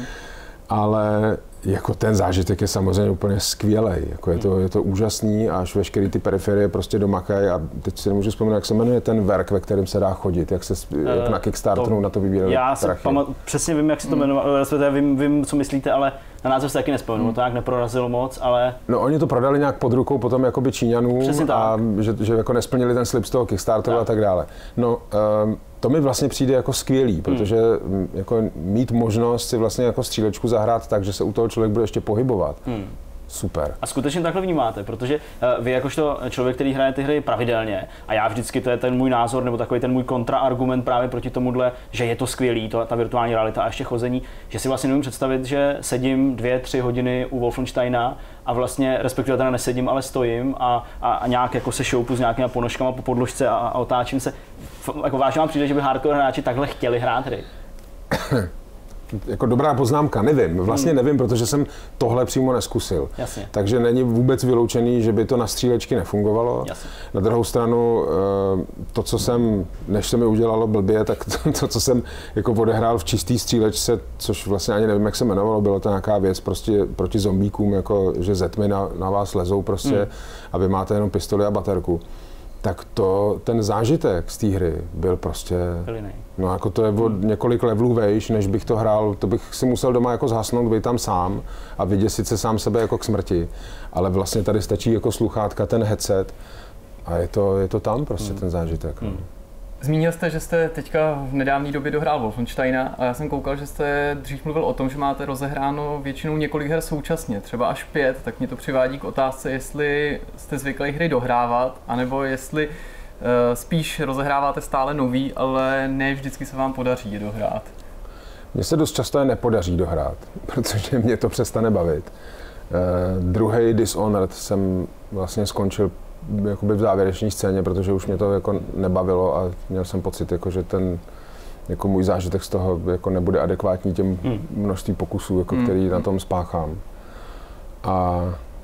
Ale jako ten zážitek je samozřejmě úplně skvělej, jako je to, je to úžasný, až veškerý ty periferie prostě domakají a teď si nemůžu vzpomenout, jak se jmenuje ten verk, ve kterém se dá chodit, jak se jak na Kickstarteru to, na to vybírali Já si pamat, přesně vím, jak se to jmenuje, respektive vím, vím, co myslíte, ale na název se taky nespomenu, hmm. to nějak neprorazilo moc, ale... No oni to prodali nějak pod rukou potom jakoby Číňanům a že, že jako nesplnili ten slib z toho Kickstarteru tak. a tak dále. No, um, to mi vlastně přijde jako skvělý, protože hmm. jako mít možnost si vlastně jako střílečku zahrát tak, že se u toho člověk bude ještě pohybovat. Hmm. Super. A skutečně takhle vnímáte, protože uh, vy jakožto člověk, který hraje ty hry pravidelně, a já vždycky, to je ten můj názor, nebo takový ten můj kontraargument právě proti tomuhle, že je to skvělý, to, ta virtuální realita a ještě chození, že si vlastně nemůžu představit, že sedím dvě, tři hodiny u Wolfensteina a vlastně, respektive teda nesedím, ale stojím a, a, a nějak jako se šoupu s nějakýma ponožkama po podložce a, a otáčím se. F, jako vážně vám přijde, že by hardcore hráči takhle chtěli hrát hry? Jako dobrá poznámka, nevím, vlastně hmm. nevím, protože jsem tohle přímo neskusil. Jasně. Takže není vůbec vyloučený, že by to na střílečky nefungovalo. Jasně. Na druhou stranu, to, co jsem, než se mi udělalo blbě, tak to, to co jsem jako odehrál v čistý střílečce, což vlastně ani nevím, jak se jmenovalo, byla to nějaká věc prostě proti zombíkům, jako že zetmy na, na vás lezou prostě hmm. a vy máte jenom pistoli a baterku. Tak to, ten zážitek z té hry byl prostě, no jako to je od několik levelů vejš, než bych to hrál, to bych si musel doma jako zhasnout, být tam sám a vyděsit se sám sebe jako k smrti, ale vlastně tady stačí jako sluchátka, ten headset a je to, je to tam prostě hmm. ten zážitek. Hmm. Zmínil jste, že jste teďka v nedávné době dohrál Wolfensteina a já jsem koukal, že jste dřív mluvil o tom, že máte rozehráno většinou několik her současně, třeba až pět, tak mě to přivádí k otázce, jestli jste zvyklí hry dohrávat, anebo jestli uh, spíš rozehráváte stále nový, ale ne vždycky se vám podaří je dohrát. Mně se dost často je nepodaří dohrát, protože mě to přestane bavit. Uh, druhý Dishonored jsem vlastně skončil jakoby v závěrečné scéně, protože už mě to jako nebavilo a měl jsem pocit, jako, že ten jako můj zážitek z toho jako nebude adekvátní těm množství pokusů, jako, který na tom spáchám. A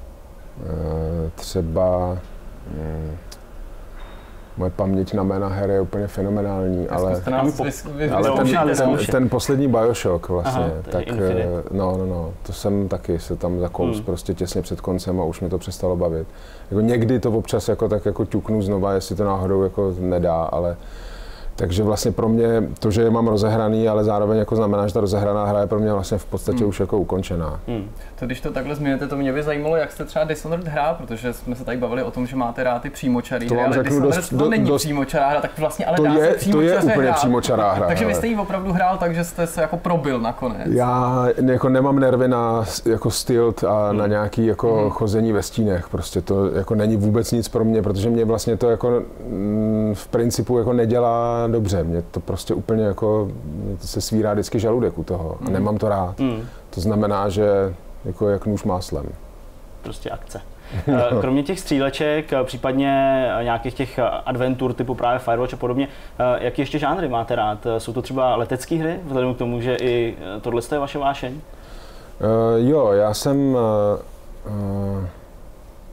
e, třeba e, moje paměť na jména her je úplně fenomenální, ale, ale ten, ten, ten poslední Bioshock vlastně, Aha, tak no, no, no, to jsem taky se tam zakous hmm. prostě těsně před koncem a už mi to přestalo bavit. Jako někdy to občas jako tak jako ťuknu znova, jestli to náhodou jako nedá, ale takže vlastně pro mě to, že je mám rozehraný, ale zároveň jako znamená, že ta rozehraná hra je pro mě vlastně v podstatě hmm. už jako ukončená. Hmm. To když to takhle zmiňujete, to mě by zajímalo, jak jste třeba Dishonored hrál, protože jsme se tady bavili o tom, že máte rád ty přímočarý hry, ale Dishonored dost, to není dost, přímočará hra, tak vlastně ale to dá je, se přímočaře To je úplně hrát. přímočará hra. Takže vy jste ji opravdu hrál tak, že jste se jako probil nakonec. Já jako nemám nervy na jako stylt a hmm. na nějaký jako hmm. chození ve stínech, prostě to jako není vůbec nic pro mě, protože mě vlastně to jako v principu jako nedělá dobře, mě to prostě úplně jako se svírá vždycky žaludek u toho a nemám to rád. Mm. To znamená, že jako jak nůž máslem. Prostě akce. Kromě těch stříleček, případně nějakých těch adventur typu právě Firewatch a podobně, jaký ještě žánry máte rád? Jsou to třeba letecké hry, vzhledem k tomu, že i tohle je vaše vášeň? Uh, jo, já jsem uh, uh,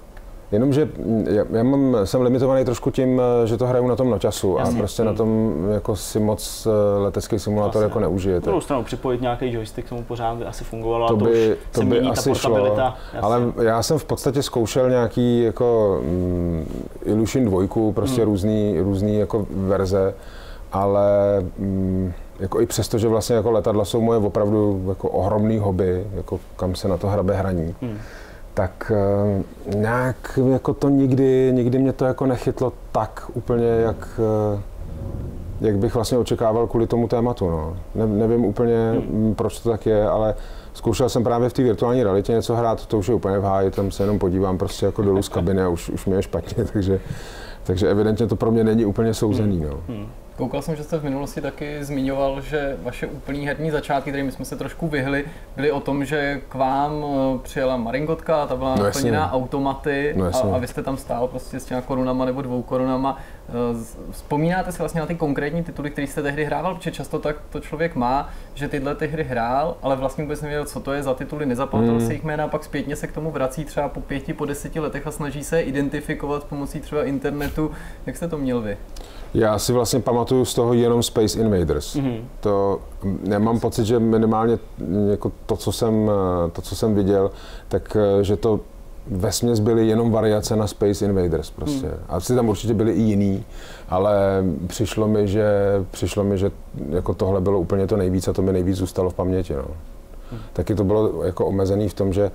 Jenomže já, já mám, jsem limitovaný trošku tím, že to hraju na tom noťasu a prostě na tom jako si moc letecký simulátor jako neužijete. Na druhou stranu připojit nějaký joystick k tomu pořád by asi fungovalo, to a to by, už to se by mění asi ta portabilita. Šlo, ale já jsem v podstatě zkoušel nějaký jako um, Illusion dva, prostě hmm. různý, různý jako verze, ale um, jako i přesto, že vlastně jako letadla jsou moje opravdu jako ohromný hobby, jako kam se na to hrabe hraní. Hmm. Tak uh, nějak jako to nikdy, nikdy mě to jako nechytlo tak úplně, jak, uh, jak bych vlastně očekával kvůli tomu tématu. No. Ne, nevím úplně, hmm. proč to tak je, ale zkoušel jsem právě v té virtuální realitě něco hrát, to už je úplně v háji, tam se jenom podívám prostě jako dolů z kabiny a už, už mi je špatně, takže, takže evidentně to pro mě není úplně souzený. No. Hmm. Koukal jsem, že jste v minulosti taky zmiňoval, že vaše úplný herní začátky, kterými jsme se trošku vyhli, byly o tom, že k vám přijela maringotka, ta byla no naplněná automaty no a, a vy jste tam stál prostě s těma korunama nebo dvou korunama. Vzpomínáte si vlastně na ty konkrétní tituly, které jste tehdy hrával, protože často tak to člověk má, že tyhle ty hry hrál, ale vlastně vůbec nevěděl, co to je za tituly, nezapamatoval hmm. si jich jména, a pak zpětně se k tomu vrací třeba po pěti, po deseti letech a snaží se identifikovat pomocí třeba internetu. Jak jste to měl vy? Já si vlastně pamatuju z toho jenom Space Invaders. Mm-hmm. To, já mám pocit, že minimálně jako to, co jsem, to, co jsem viděl, tak že to vesměs byly jenom variace na Space Invaders prostě. Mm. Asi tam určitě byly i jiný, ale přišlo mi, že, přišlo mi, že jako tohle bylo úplně to nejvíc a to mi nejvíc zůstalo v paměti. No. Mm. Taky to bylo jako omezený v tom, že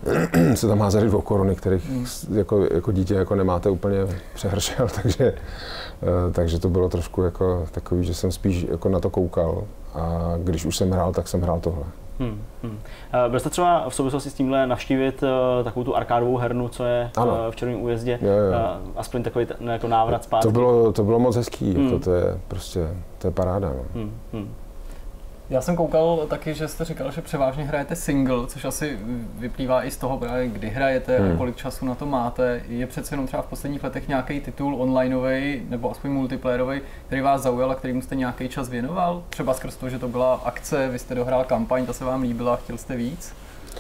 se tam házeli dvou koruny, kterých mm. jako, jako dítě jako nemáte úplně přehršel, takže, takže to bylo trošku jako takový, že jsem spíš jako na to koukal a když už jsem hrál, tak jsem hrál tohle. Hmm, hmm. Byl jste třeba v souvislosti s tímhle navštívit uh, takovou tu arkádovou hernu, co je uh, v Červeném Újezdě, jo, jo. Uh, aspoň takový t- jako návrat zpátky? To bylo, to bylo moc hezký, hmm. jako to je prostě, to je paráda. No. Hmm, hmm. Já jsem koukal taky, že jste říkal, že převážně hrajete single, což asi vyplývá i z toho, právě kdy hrajete hmm. a kolik času na to máte. Je přece jenom třeba v posledních letech nějaký titul onlineový nebo aspoň multiplayerový, který vás zaujal a kterýmu jste nějaký čas věnoval? Třeba skrz to, že to byla akce, vy jste dohrál kampaň, ta se vám líbila, chtěl jste víc?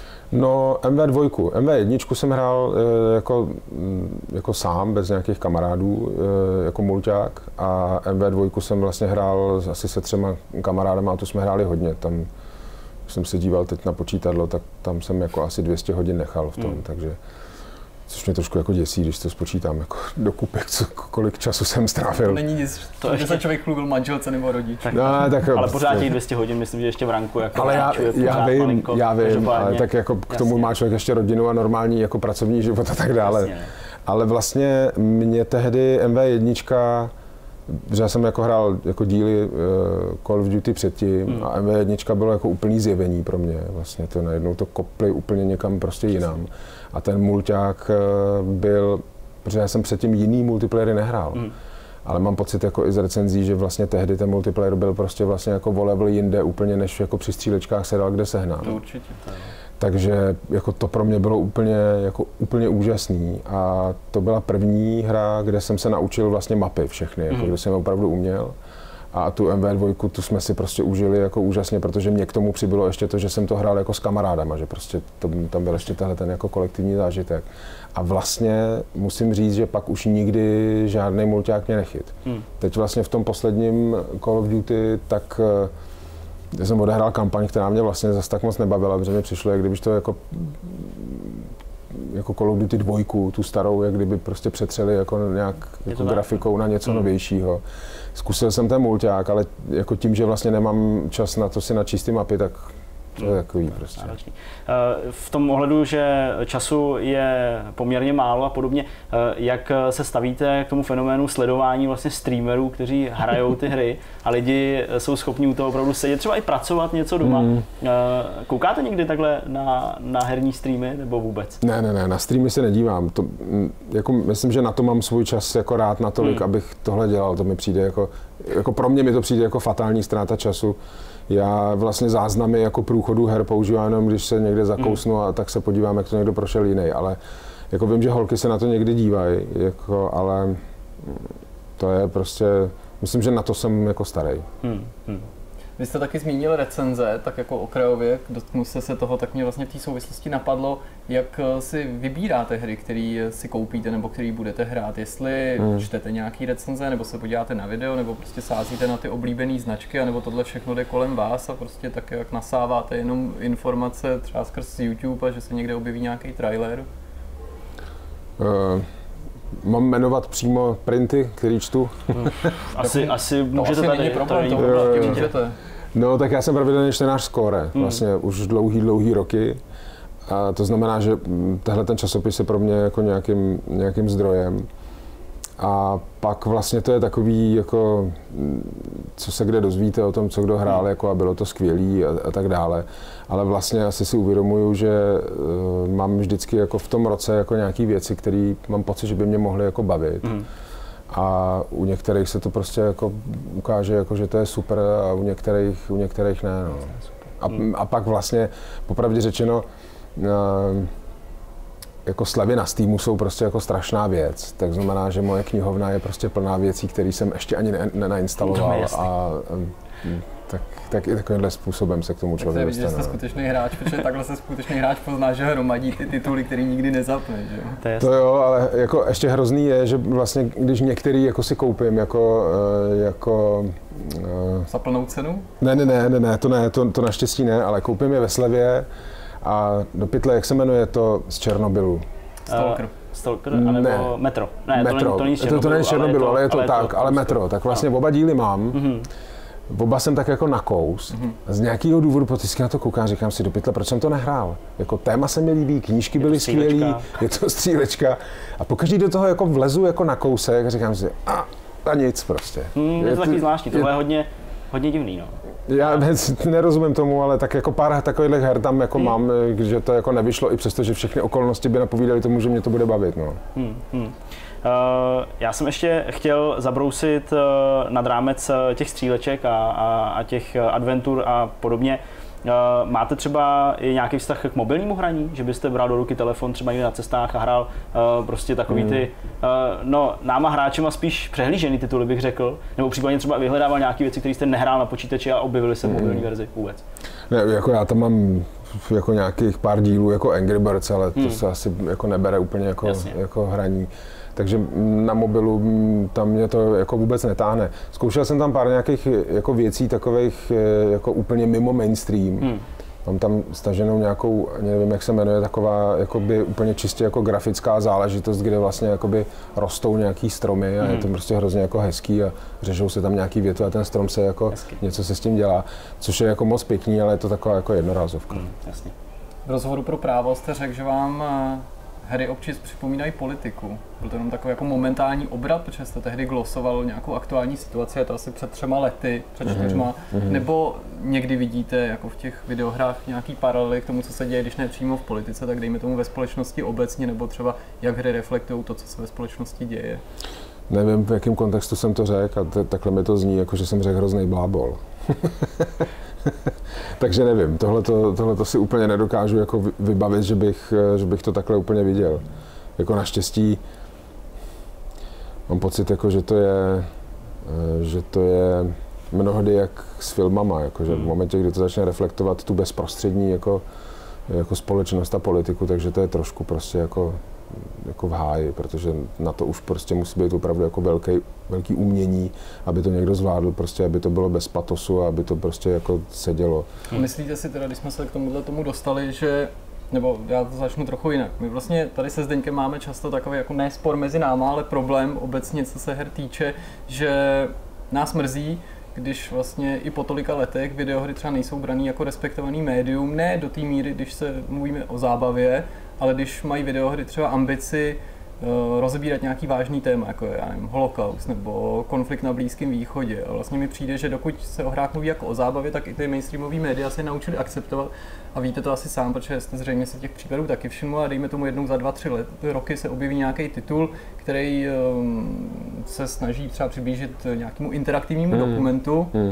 No, M V dva. M V jedna jsem hrál e, jako, jako sám, bez nějakých kamarádů, e, jako mulťák a M V dva jsem vlastně hrál asi se třema kamarádama a tu jsme hráli hodně. Tam jsem se díval teď na počítadlo, tak tam jsem jako asi dvě stě hodin nechal v tom, mm. takže což mě trošku jako děsí, když to spočítám jako do kupek, co, kolik času jsem strávil. To není nic, to ještě se člověk chlubil manželce nebo rodiče. No, tak, ale pořád těch dvě stě hodin, myslím, že ještě v ranku jako ale já, já vím, malinko, já vím, ale tak jako k tomu jasně. Má člověk ještě rodinu a normální jako pracovní život a tak dále. Jasně, ale vlastně mě tehdy M V jedna, protože já jsem jako hrál jako díly uh, Call of Duty předtím hmm. a M V jedna bylo jako úplný zjevení pro mě. Vlastně to najednou to kopli úplně někam prostě jinam. A ten mulťák uh, byl, protože já jsem předtím jiný multiplayery nehrál. Hmm. Ale mám pocit jako i z recenzí, že vlastně tehdy ten multiplayer byl prostě vlastně jako o level jinde úplně, než jako při střílečkách se dal kde sehnat. To určitě. To je. Takže jako to pro mě bylo úplně, jako úplně úžasný a to byla první hra, kde jsem se naučil vlastně mapy všechny, jako mm. kde jsem opravdu uměl. A tu M V dva, tu jsme si prostě užili jako úžasně, protože mě k tomu přibylo ještě to, že jsem to hrál jako s kamarádama, že prostě to, tam byl ještě tenhle ten jako kolektivní zážitek. A vlastně musím říct, že pak už nikdy žádný mulťák mě nechyt. Mm. Teď vlastně v tom posledním Call of Duty, tak já jsem odehrál kampaň, která mě vlastně zase tak moc nebavila, protože mi přišlo, jak kdybyž to jako, jako Call of Duty dva, tu starou, jak kdyby prostě přetřeli jako nějak jako grafikou na něco mm. novějšího. Zkusil jsem ten mulťák, ale jako tím, že vlastně nemám čas na to si načíst ty mapy, tak to je takový prostě. V tom ohledu, že času je poměrně málo a podobně, jak se stavíte k tomu fenoménu sledování vlastně streamerů, kteří hrajou ty hry a lidi jsou schopni u toho opravdu sedět, třeba i pracovat něco doma. Hmm. Koukáte někdy takhle na, na herní streamy nebo vůbec? Ne, ne, ne, na streamy se nedívám. To, jako, myslím, že na to mám svůj čas jako rád natolik, hmm. abych tohle dělal. To mi přijde jako, jako pro mě mi to přijde jako fatální ztráta času. Já vlastně záznamy jako průchodu her používám jenom, když se někde zakousnu a tak se podívám, jak to někdo prošel jiný, ale jako vím, že holky se na to někdy dívají, jako, ale to je prostě, myslím, že na to jsem jako starý. Hmm, hmm. Vy jste taky zmínil recenze, tak jako okrajově, dotknu se se toho, tak mě vlastně v té souvislosti napadlo, jak si vybíráte hry, které si koupíte nebo které budete hrát. Jestli hmm. čtete nějaký recenze, nebo se podíváte na video, nebo prostě sázíte na ty oblíbené značky, nebo tohle všechno jde kolem vás a prostě tak jak nasáváte jenom informace třeba skrz YouTube a že se někde objeví nějaký trailer. Uh. Mám jmenovat přímo printy, který čtu? Hmm. Asi, asi můžete tady. Není problém, to můžete. No tak já jsem pravidelný čtenář Score, vlastně hmm. už dlouhý, dlouhý roky. A to znamená, že tehle ten časopis je pro mě jako nějakým, nějakým zdrojem. A pak vlastně to je takový, jako, co se kde dozvíte o tom, co kdo hrál, hmm. jako, a bylo to skvělý a, a tak dále. Ale vlastně asi si uvědomuju, že uh, mám vždycky jako v tom roce jako nějaký věci, které mám pocit, že by mě mohly jako bavit. Hmm. A u některých se to prostě jako ukáže, jako, že to je super, a u některých, u některých ne. No. A, a pak vlastně, popravdě řečeno, uh, jako slevy na Steamu jsou prostě jako strašná věc. Tak znamená, že moje knihovna je prostě plná věcí, které jsem ještě ani ne, nenainstaloval. A, a tak, tak i takovýmhle způsobem se k tomu člověk dostane. Tak jste skutečný hráč, protože takhle se skutečný hráč pozná, že hromadí ty tituly, který nikdy nezapne, že jo? To jo, ale jako ještě hrozný je, že vlastně, když některý jako si koupím jako... jako za plnou cenu? Ne, ne, ne, ne, ne, to ne, to, to naštěstí ne, ale koupím je ve slevě a do pytle, jak se jmenuje to z Černobylu? Stalker. Uh, Stalker, anebo ne. Metro. Ne, Metro. To není, to není to, to není Černobylu, ale je to, ale je to ale tak, to, ale Metro. Tak vlastně no. Oba díly mám. Mm-hmm. Oba jsem tak jako nakous. Mm-hmm. Z nějakého důvodu potisky na to koukám, říkám si do pytle, proč jsem to nehrál. Jako téma se mi líbí, knížky byly skvělý, je to střílečka. A pokaždý do toho jako vlezu jako na kousek a říkám si, a, a nic prostě. Mm, je, je to taky zvláštní, tohle je, je hodně, hodně divný, no. Já nerozumím tomu, ale tak jako pár takových her tam jako hmm. mám, že to jako nevyšlo, i přesto, že všechny okolnosti by napovídaly tomu, že mě to bude bavit. No. Hmm, hmm. Uh, já jsem ještě chtěl zabrousit uh, nad rámec těch stříleček a, a, a těch adventur a podobně. Uh, máte třeba i nějaký vztah k mobilnímu hraní, že byste bral do ruky telefon třeba někde na cestách a hrál uh, prostě takový hmm. ty, uh, no náma hráčema spíš přehlížený tituly bych řekl, nebo případně třeba vyhledával nějaké věci, které jste nehrál na počítači a objevily se v hmm. mobilní verzi vůbec? Ne, jako já tam mám jako nějakých pár dílů jako Angry Birds, ale to hmm. se asi jako nebere úplně jako, jako hraní. Takže na mobilu tam mě to jako vůbec netáhne. Zkoušel jsem tam pár nějakých jako věcí takových jako úplně mimo mainstream. Hmm. Mám tam staženou nějakou, nevím jak se jmenuje, taková jakoby úplně čistě jako grafická záležitost, kde vlastně jakoby rostou nějaký stromy a hmm. je to prostě hrozně jako hezký a řežou se tam nějaký větve a ten strom se jako hezky. Něco se s tím dělá, což je jako moc pěkný, ale je to taková jako jednorázovka. Hmm. Jasně. V rozhovoru pro Právo jste řekl, že vám hry občas připomínají politiku. Byl to jenom takový jako momentální obrat, protože jste tehdy glosoval nějakou aktuální situaci, je to asi před třema lety, před čtyřma, mm-hmm. nebo někdy vidíte jako v těch videohrách nějaký paralely k tomu, co se děje, když ne přímo v politice, tak dejme tomu ve společnosti obecně, nebo třeba jak hry reflektují to, co se ve společnosti děje. Nevím, v jakém kontextu jsem to řekl a t- takhle mi to zní, jako že jsem řekl hrozný blábol. Takže nevím, tohle si úplně nedokážu jako vybavit, že bych, že bych to takhle úplně viděl. Jako naštěstí mám pocit, jako, že to je, že to je mnohdy jak s filmama, jako, že v momentě, kdy to začne reflektovat tu bezprostřední jako, jako společnost a politiku, takže to je trošku prostě jako jako v háji, protože na to už prostě musí být opravdu jako velký, velký umění, aby to někdo zvládl, prostě, aby to bylo bez patosu a aby to prostě jako sedělo. Hmm. Myslíte si teda, když jsme se k tomuhle tomu dostali, že, nebo já to začnu trochu jinak, my vlastně tady se Zdeňkem máme často takový jako ne spor mezi náma, ale problém obecně, co se her týče, že nás mrzí, když vlastně i po tolika letech videohry třeba nejsou braný jako respektovaný médium, ne do té míry, když se mluvíme o zábavě, ale když mají videohry třeba ambici uh, rozebírat nějaký vážný téma, jako je, já nevím, holokaust nebo konflikt na Blízkém východě. A vlastně mi přijde, že dokud se o hrách mluví jako o zábavě, tak i ty mainstreamové média se naučili akceptovat. A víte to asi sám, protože jste zřejmě se těch případů taky všiml a dejme tomu jednou za dva, tři let, roky se objeví nějaký titul, který um, se snaží třeba přiblížit nějakému interaktivnímu hmm. dokumentu. Hmm.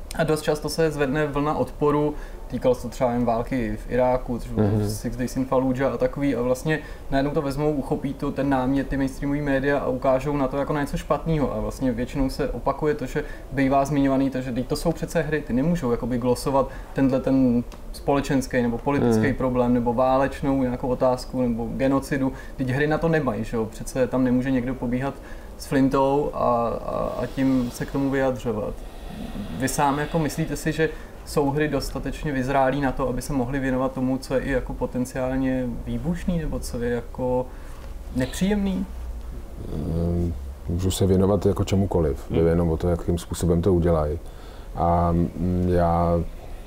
A dost často se zvedne vlna odporu, týkalo se to třeba jen války v Iráku, třeba mm-hmm. Six Days in Fallujah a takový a vlastně najednou to vezmou, uchopí to ten námět, ty mainstreamový média a ukážou na to jako na něco špatného a vlastně většinou se opakuje to, že bývá zmiňovaný to, že teď to jsou přece hry, ty nemůžou jakoby glosovat tenhle ten společenský nebo politický mm. problém nebo válečnou nějakou otázku nebo genocidu, teď hry na to nemají, že jo, přece tam nemůže někdo pobíhat s flintou a, a, a tím se k tomu vyjadřovat. Vy sám jako myslíte si, že jsou hry dostatečně vyzrálí na to, aby se mohly věnovat tomu, co je i jako potenciálně výbušný, nebo co je jako nepříjemný? Můžu se věnovat jako čemukoliv, jde jenom o to, jakým způsobem to udělají. A já,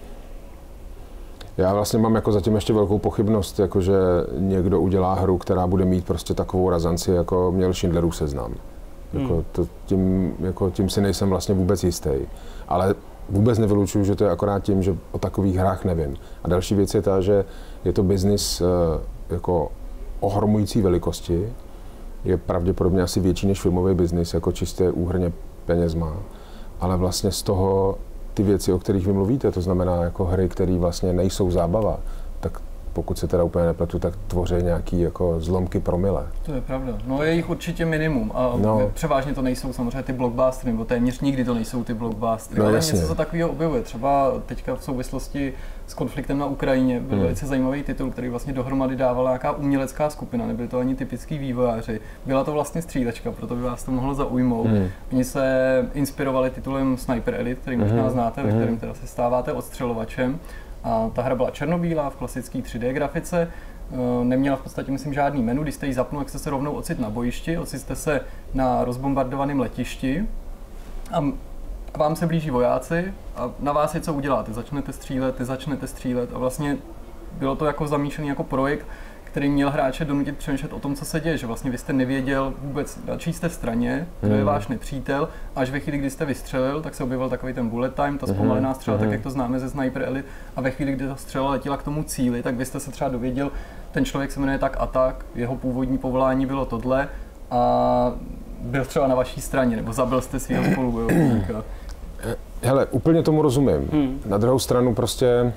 já vlastně mám jako zatím ještě velkou pochybnost, jako že někdo udělá hru, která bude mít prostě takovou razanci, jako měl Schindlerův seznam. Jako hmm. to, tím, jako tím si nejsem vlastně vůbec jistý. Ale vůbec nevylučuju, že to je akorát tím, že o takových hrách nevím. A další věc je ta, že je to biznis jako ohromující velikosti. Je pravděpodobně asi větší než filmový biznis, jako čistě úhrně peněz má. Ale vlastně z toho ty věci, o kterých vy mluvíte, to znamená jako hry, které vlastně nejsou zábava, tak pokud se teda úplně nepletu, tak tvoří nějaký jako zlomky promile. To je pravda. No je jich určitě minimum a no. Převážně to nejsou samozřejmě ty blockbustery, nebo téměř nikdy to nejsou ty blockbustery, no, ale jasně. Něco se takového objevuje. Třeba teďka v souvislosti s konfliktem na Ukrajině byl hmm. velice zajímavý titul, který vlastně dohromady dávala nějaká umělecká skupina, nebyly to ani typický vývojáři. Byla to vlastně střílečka, proto by vás to mohlo zaujmout. Hmm. Oni se inspirovali titulem Sniper Elite, který možná hmm. znáte, hmm. ve kterém teda se stáváte odstřelovačem. A ta hra byla černobílá v klasické tři dé grafice, neměla v podstatě, myslím, žádný menu, když jste ji zapnul, jak jste se rovnou ocit na bojišti, ocit jste se na rozbombardovaném letišti a k vám se blíží vojáci a na vás je co uděláte, začnete střílet, ty začnete střílet a vlastně bylo to jako zamýšlený jako projekt, který měl hráče donutit přemýšlet o tom, co se děje, že vlastně vy jste nevěděl vůbec, na čí jste straně, kdo je váš nepřítel, a až ve chvíli, kdy jste vystřelil, tak se objevil takový ten bullet time, ta zpomalená střela, tak jak to známe ze Sniper Elite, a ve chvíli, kdy ta střela letěla k tomu cíli, tak vy jste se třeba dověděl, ten člověk se jmenuje tak a tak, jeho původní povolání bylo tohle a byl třeba na vaší straně, nebo zabil jste svého spolubojovníka. Hele, úplně tomu rozumím. Hmm. Na druhou stranu prostě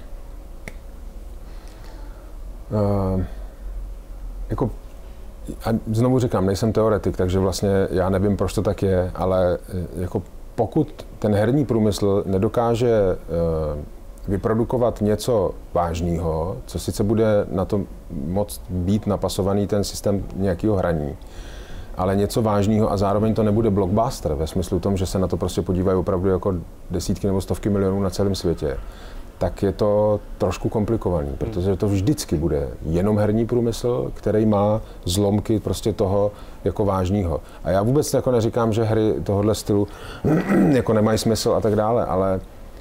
uh, jako, a znovu říkám, nejsem teoretik, takže vlastně já nevím, proč to tak je, ale jako pokud ten herní průmysl nedokáže uh, vyprodukovat něco vážného, co sice bude na to moc být napasovaný ten systém nějakého hraní, ale něco vážného a zároveň to nebude blockbuster ve smyslu tom, že se na to prostě podívají opravdu jako desítky nebo stovky milionů na celém světě, tak je to trošku komplikovaný, protože to vždycky bude jenom herní průmysl, který má zlomky prostě toho jako vážného. A já vůbec jako neříkám, že hry tohohle stylu jako nemají smysl a tak dále, ale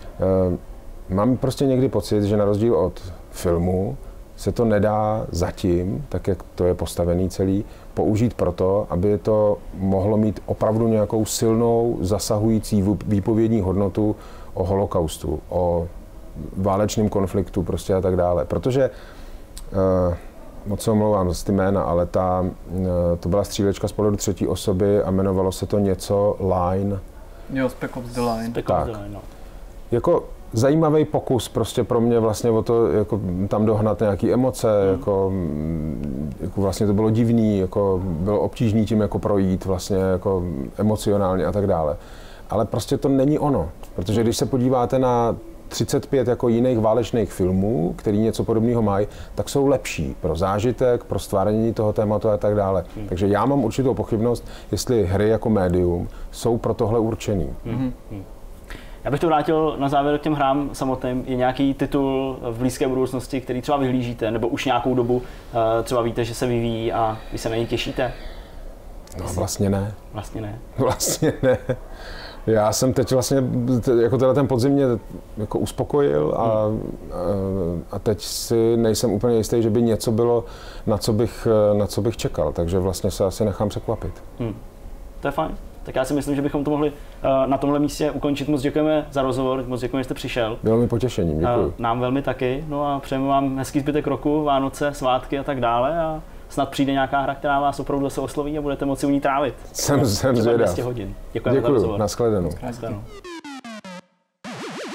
e, mám prostě někdy pocit, že na rozdíl od filmu se to nedá zatím, tak jak to je postavený celý, použít proto, aby to mohlo mít opravdu nějakou silnou, zasahující výpovědní hodnotu o holokaustu, o válečném konfliktu prostě a tak dále. Protože, uh, moc se omlouvám za ty jména, ale ta, uh, to byla střílečka z pohledu třetí osoby a jmenovalo se to něco Line. Jo, Spec Ops The Line. Spec Ops The Line, no. Jako zajímavý pokus prostě pro mě vlastně o to, jako tam dohnat nějaké emoce, hmm. jako, jako vlastně to bylo divný, jako bylo obtížný tím jako projít vlastně jako emocionálně a tak dále. Ale prostě to není ono, protože když se podíváte na třicet pět jako jiných válečných filmů, který něco podobného mají, tak jsou lepší pro zážitek, pro stvárnění toho tématu a tak dále. Hmm. Takže já mám určitou pochybnost, jestli hry jako médium jsou pro tohle určený. Hmm. Hmm. Já bych to vrátil na závěr k těm hrám samotným. Je nějaký titul v blízké budoucnosti, který třeba vyhlížíte, nebo už nějakou dobu třeba víte, že se vyvíjí a vy se na něj těšíte? No vlastně ne. Vlastně ne. Vlastně ne. Já jsem teď vlastně, jako tenhle ten podzim mě jako uspokojil a, hmm. a teď si nejsem úplně jistý, že by něco bylo, na co bych, na co bych čekal, takže vlastně se asi nechám překvapit. Hmm. To je fajn. Tak já si myslím, že bychom to mohli na tomhle místě ukončit. Moc děkujeme za rozhovor, moc děkujeme, že jste přišel. Bylo mi potěšením, děkuji. Nám velmi taky, no a přejeme vám hezký zbytek roku, Vánoce, svátky a tak dále a snad přijde nějaká hra, která vás opravdu zase osloví a budete moci u ní trávit. Jsem, jsem zvědav. dvě stě hodin. Děkujeme Děkuji, za rozhovor. nashledanou. Nashledanou.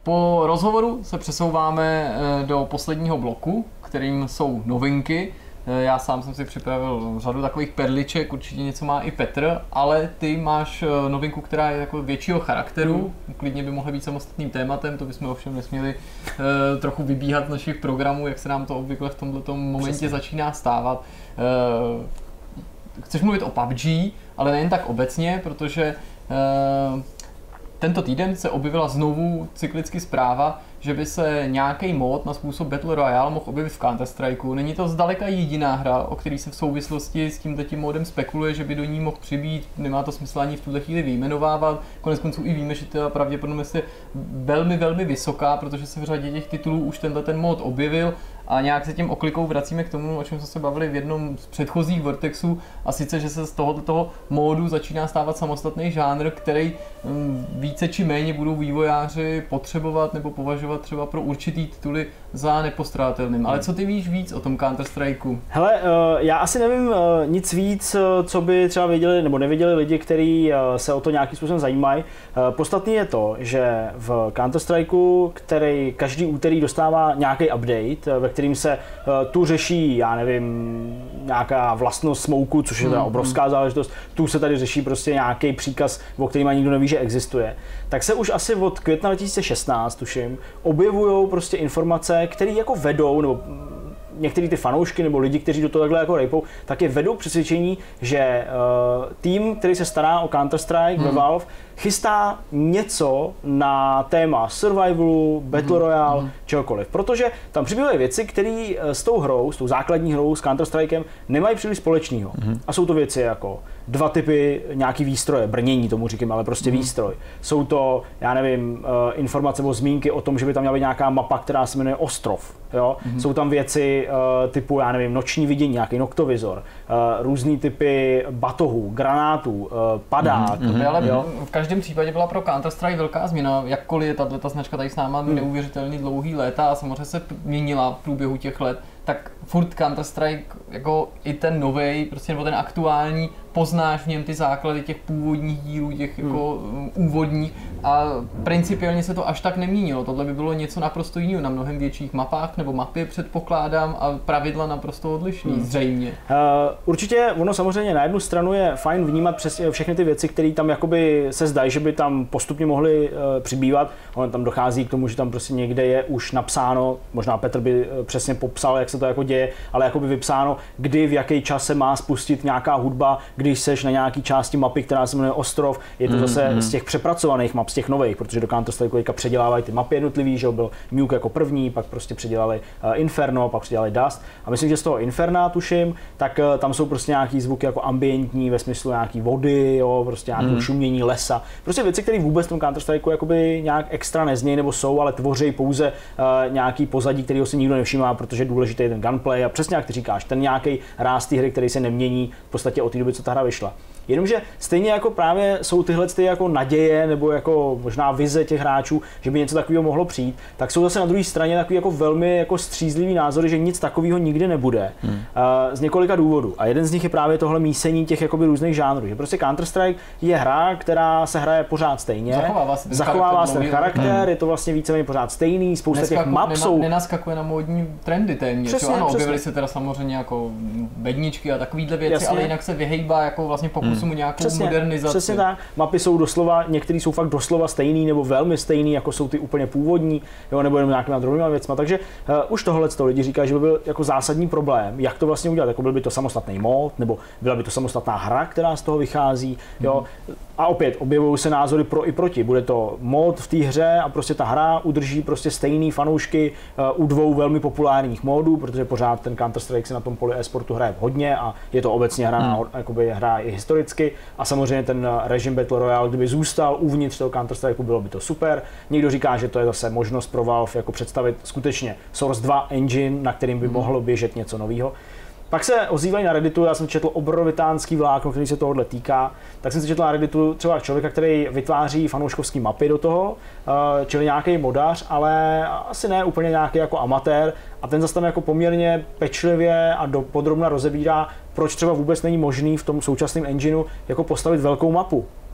Po rozhovoru se přesouváme do posledního bloku, kterým jsou novinky. Já sám jsem si připravil řadu takových perliček, určitě něco má i Petr, ale ty máš novinku, která je jako většího charakteru, mm. klidně by mohla být samostatným tématem, to bychom ovšem nesměli uh, trochu vybíhat z našich programů, jak se nám to obvykle v tomto momentě Přesně. začíná stávat. Uh, chceš mluvit o P U B G, ale nejen tak obecně, protože uh, tento týden se objevila znovu cyklicky zpráva, že by se nějaký mod na způsob Battle Royale mohl objevit v Counter-Strikeu. Není to zdaleka jediná hra, o který se v souvislosti s tímto modem spekuluje, že by do ní mohl přibýt. Nemá to smysl ani v tuhle chvíli vyjmenovávat. Konec konců i víme, že ta pravděpodobnost je velmi, velmi vysoká, protože se v řadě těch titulů už tenhle ten mod objevil a nějak se tím oklikou vracíme k tomu, o čem jsme se bavili v jednom z předchozích Vortexů, a sice, že se z tohoto toho módu začíná stávat samostatný žánr, který více či méně budou vývojáři potřebovat nebo považovat třeba pro určitý tituly za nepostradatelným. Ale co ty víš víc o tom Counter-Strikeu? Hele, já asi nevím nic víc, co by třeba věděli nebo nevěděli lidi, kteří se o to nějakým způsobem zajímají. Podstatné je to, že v Counter-Strikeu, který každý úterý dostává nějaký update, ve kterým se tu řeší, já nevím, nějaká vlastnost smouku, což je teda obrovská záležitost, tu se tady řeší prostě nějaký příkaz, o kterým ani nikdo neví, že existuje. Tak se už asi od května dva tisíce šestnáct, tuším, objevují prostě informace, které jako vedou, nebo některý ty fanoušky nebo lidi, kteří do toho takhle jako rejpou, tak je vedou k přesvědčení, že uh, tým, který se stará o Counter-Strike hmm. ve Valve, chystá něco na téma survivalu, battle royale, hmm. čehokoliv. Protože tam přibývají věci, které s tou hrou, s tou základní hrou, s Counter-Strikem nemají příliš společného. Hmm. A jsou to věci jako dva typy nějaký výstroje, brnění tomu říkám, ale prostě hmm. výstroj. Jsou to, já nevím, informace nebo zmínky o tom, že by tam měla být nějaká mapa, která se jmenuje Ostrov. Jo? Hmm. Jsou tam věci typu, já nevím, noční vidění, nějaký noktovizor, různý typy batohů, granátů, padák. Hmm. Ale jo? V každém případě byla pro Counter-Strike velká změna, jakkoliv je tato značka tady s náma hmm. neuvěřitelně dlouhý léta a samozřejmě se měnila v průběhu těch let, tak furt Counter-Strike, jako i ten novej, prostě nebo ten aktuální, poznáš v něm ty základy těch původních dílů, těch jako hmm. úvodních, a principiálně se to až tak neměnilo. Tohle by bylo něco naprosto jiného na mnohem větších mapách, nebo mapě předpokládám, a pravidla naprosto odlišný, hmm. zřejmě. Uh, určitě ono samozřejmě na jednu stranu je fajn vnímat přes všechny ty věci, které tam jakoby se zdají, že by tam postupně mohly uh, přibývat. On tam dochází k tomu, že tam prostě někde je už napsáno, možná Petr by uh, přesně popsal, jak se to jako děje, ale jakoby vypsáno, kdy v jaký čas se má spustit nějaká hudba, když seš na nějaký části mapy, která se jmenuje Ostrov. Je to zase mm-hmm. z těch přepracovaných map, z těch nových, protože do Counter-Strike předělávají ty mapy jednotlivý, že byl Nuke jako první, pak prostě předělali uh, Inferno, pak předělali Dust. A myslím, že z toho Inferna tuším, tak uh, tam jsou prostě nějaký zvuky jako ambientní ve smyslu nějaký vody, jo, prostě nějaký mm. šumění lesa. Prostě věci, které vůbec v tom Counter-Strike jakoby nějak extra neznějí nebo jsou, ale tvoří pouze uh, nějaký pozadí, kterého si nikdo nevšímá, protože důležitý je ten gunplay a přesně jak ty říkáš, ten nějaký ráz té hry, který se nemění v podstatě od té doby, co ta hra vyšla. Jenomže stejně jako právě jsou tyhle ty jako naděje nebo jako možná vize těch hráčů, že by něco takového mohlo přijít, tak jsou zase na druhé straně takový jako velmi jako střízlivý názory, že nic takového nikdy nebude. Hmm. Z několika důvodů. A jeden z nich je právě tohle mísení těch jakoby různých žánrů. Že prostě Counter-Strike je hra, která se hraje pořád stejně. Zachovává se ten Zachovává charakter, ten charakter hmm. je to vlastně víceméně pořád stejný, spousta Neskaku, těch map nema, jsou... Nenaskakuje na módní trendy téměř. Přesně, ano, přesně. objevily se teda samozřejmě jako bedničky a takovýhle věci, Jasně. ale jinak se vyhejbá jako vlastně pokusu mu nějakou Přesně, modernizaci. Přesně tak. Mapy jsou doslova, některé jsou fakt doslova stejný nebo velmi stejný, jako jsou ty úplně původní, jo, nebo jenom nějakými drobnými věcmi. Takže uh, už tohle to lidi říkají, že by byl jako zásadní problém, jak to vlastně udělat. Jako byl by to samostatný mod, nebo byla by to samostatná hra, která z toho vychází. Jo. Mm. A opět objevují se názory pro i proti. Bude to mod v té hře a prostě ta hra udrží prostě stejný fanoušky uh, u dvou velmi populárních modů, protože pořád ten Counter-Strike se na tom poli e-sportu hraje hodně a je to obecně hra, mm. jakoby hra i historicky. A samozřejmě ten režim Battle Royale, kdyby zůstal uvnitř toho Counter-Strike, bylo by to super. Někdo říká, že to je zase možnost pro Valve jako představit skutečně Source dva engine, na kterým by mm. mohlo běžet něco nového. Pak se ozývají na Redditu, já jsem četl obrovitánský vlákno, který se tohohle týká, tak jsem si četl na Redditu třeba člověka, který vytváří fanouškovský mapy do toho, čili nějaký modař, ale asi ne úplně nějaký jako amatér, a ten zase tam jako poměrně pečlivě a do podrobna rozebírá, proč třeba vůbec není možný v tom současném engineu jako postavit velkou mapu.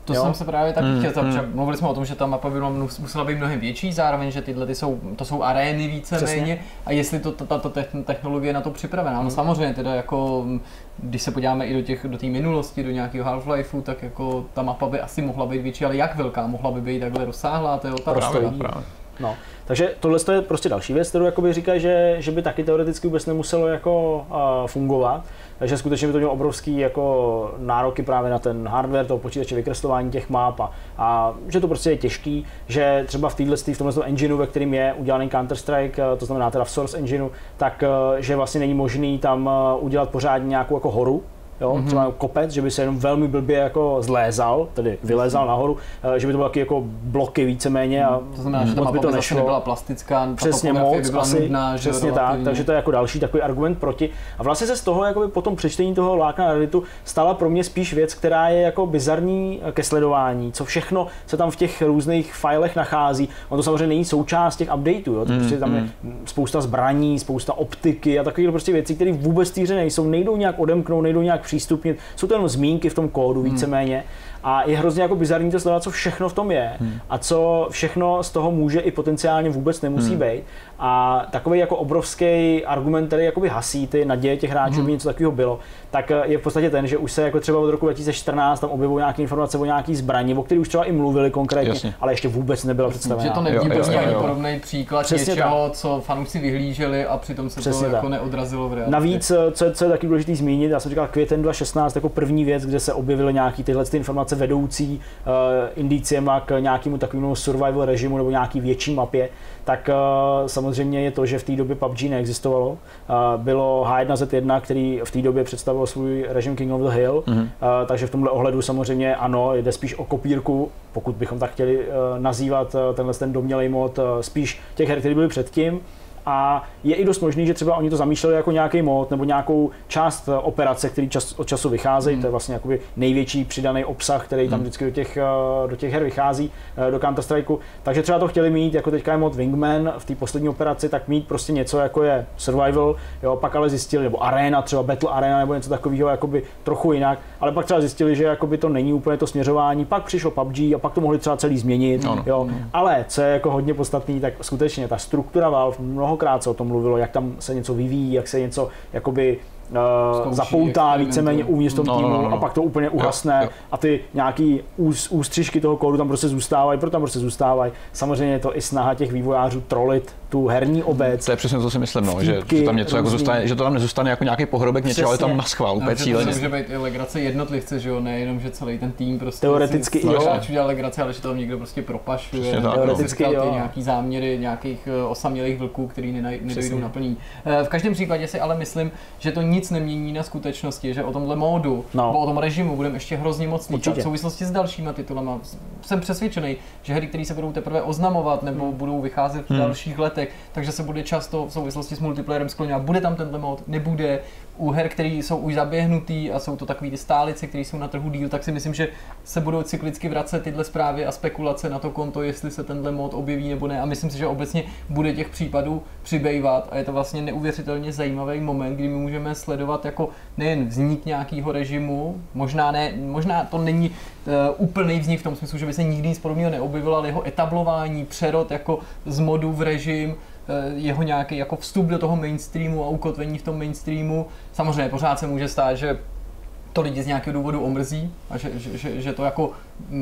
To jo? jsem se právě tak mm, chtěl, mm. mluvili jsme o tom, že ta mapa by musela být mnohem větší, zároveň, že tyhle ty jsou, to jsou arény víceméně a jestli to, tato technologie je na to připravená. Mm. No samozřejmě teda jako, když se podíváme i do těch, do té minulosti, do nějakého Half-Lifeu, tak jako ta mapa by asi mohla být větší, ale jak velká mohla by být takhle rozsáhlá, to je otázka. No, takže tohle je prostě další věc, kterou jakoby říkají, že, že by taky teoreticky vůbec nemuselo jako uh, fungovat, takže skutečně by to mělo obrovský jako nároky právě na ten hardware toho počítače, vykreslování těch map a, a že to prostě je těžký, že třeba v téhle v tomhle engineu, ve kterým je udělaný Counter-Strike, to znamená teda v Source engineu, tak uh, že vlastně není možný tam uh, udělat pořádně nějakou jako horu. Jo, mm-hmm. třeba kopec, že by se jenom velmi blbě jako zlézal, tedy vylézal nahoru, že by to byly taky jako bloky víceméně a to znamená, že ta mapa by to nešlo. Nebyla plastická, přesně moc, by byla asi, nudná, přesně tak, takže to je jako další takový argument proti. A vlastně se z toho jakoby po tom přečtení toho lákna na Redditu stala pro mě spíš věc, která je jako bizarní ke sledování, co všechno se tam v těch různých filech nachází. On to samozřejmě není součást těch updateů, jo, to prostě tam je spousta zbraní, spousta optiky a takové prostě věci, které vůbec v té hře nejsou, nejdou nějak odemknout, nejdou nějak přístupnit, jsou to jenom zmínky v tom kódu víceméně a je hrozně jako bizarní to sledovat, co všechno v tom je hmm. a co všechno z toho může i potenciálně vůbec nemusí hmm. být. A takový jako obrovský argument, který jakoby hasí ty naděje těch hráčů, hmm. by něco takového bylo, tak je v podstatě ten, že už se jako třeba od roku dva tisíce čtrnáct tam objevují nějaké informace o nějaký zbraní, o kterých už třeba i mluvili konkrétně, Jasně. ale ještě vůbec nebyla představená. Že to není prostě podobný příklad Přesně něčeho, tak. co fanoušci vyhlíželi a přitom se Přesně to jako neodrazilo v realitě. Navíc, co je, co je taky důležité zmínit, já jsem říkal květen dva tisíce šestnáct jako první věc, kde se objevily nějaké tyhle ty informace vedoucí uh, indiciema k nějakému takovému survival režimu nebo nějaký větší mapě, tak uh, samozřejmě je to, že v té době P U B G neexistovalo. Uh, bylo H jedna Z jedna, který v té době představil svůj režim King of the Hill, mm-hmm. uh, takže v tomhle ohledu samozřejmě ano, jde spíš o kopírku, pokud bychom tak chtěli uh, nazývat uh, tenhle ten domnělej mod, uh, spíš těch her, které byly předtím. A je i dost možný, že třeba oni to zamýšleli jako nějaký mod nebo nějakou část operace, který čas od času vycházejí. Mm. To je vlastně jakoby největší přidaný obsah, který tam vždycky do těch, do těch her vychází, do Counter-Strikeu. Takže třeba to chtěli mít, jako teďka je mod Wingman v té poslední operaci, tak mít prostě něco jako je survival, jo, pak ale zjistili, nebo arena, třeba Battle Arena nebo něco takového jakoby trochu jinak, ale pak třeba zjistili, že jakoby to není úplně to směřování, pak přišlo P U B G a pak to mohli třeba celý změnit, no, jo. No. Ale co je jako hodně podstatný, tak skutečně ta struktura Valve mnohokrát se o tom mluvilo, jak tam se něco vyvíjí, jak se něco jakoby Uh, zapoutá víceméně uvnitř tom týmu no, no, no, no. a pak to úplně uhasne jo, jo. a ty nějaký ús, ústřižky toho kódu tam prostě zůstávají, proto tam prostě zůstávají. Samozřejmě je to i snaha těch vývojářů trolit tu herní obec. To je přesně to, co si myslím, no, že, že tam něco jako zůstane, že to tam nezůstane jako nějaký pohrobek něčeho, ale tam naschvál, úplně cíleně. To může být i legrace jednotlivce, že jo, nejenom, že celý ten tým prostě teoreticky jo. udělal legrace, ale že to tam někdo prostě propašuje, teoreticky jo. Ty nějaký záměry nějakých osamělých vlků, který nedojdou naplní. V každém případě si ale myslím, že to nic nemění na skutečnosti, že o tomhle módu no. nebo o tom režimu budeme ještě hrozně moc slýchat v souvislosti s dalšíma titulama. Jsem přesvědčený, že hry, které se budou teprve oznamovat nebo hmm. budou vycházet v hmm. dalších letech, takže se bude často v souvislosti s multiplayerem skloňovat. Bude tam tenhle mód, nebude. U her, které jsou už zaběhnutý a jsou to takový ty stálice, které jsou na trhu díl, tak si myslím, že se budou cyklicky vracet tyhle zprávy a spekulace na to konto, jestli se tenhle mod objeví nebo ne. A myslím si, že obecně bude těch případů přibývat a je to vlastně neuvěřitelně zajímavý moment, kdy my můžeme sledovat jako nejen vznik nějakého režimu, možná ne, možná to není uh, úplný vznik v tom smyslu, že by se nikdy nic podobného neobjevilo, ale jeho etablování, přerod jako z modu v režim, jeho nějaký jako vstup do toho mainstreamu a ukotvení v tom mainstreamu. Samozřejmě pořád se může stát, že to lidi z nějakého důvodu omrzí a že, že, že, že to jako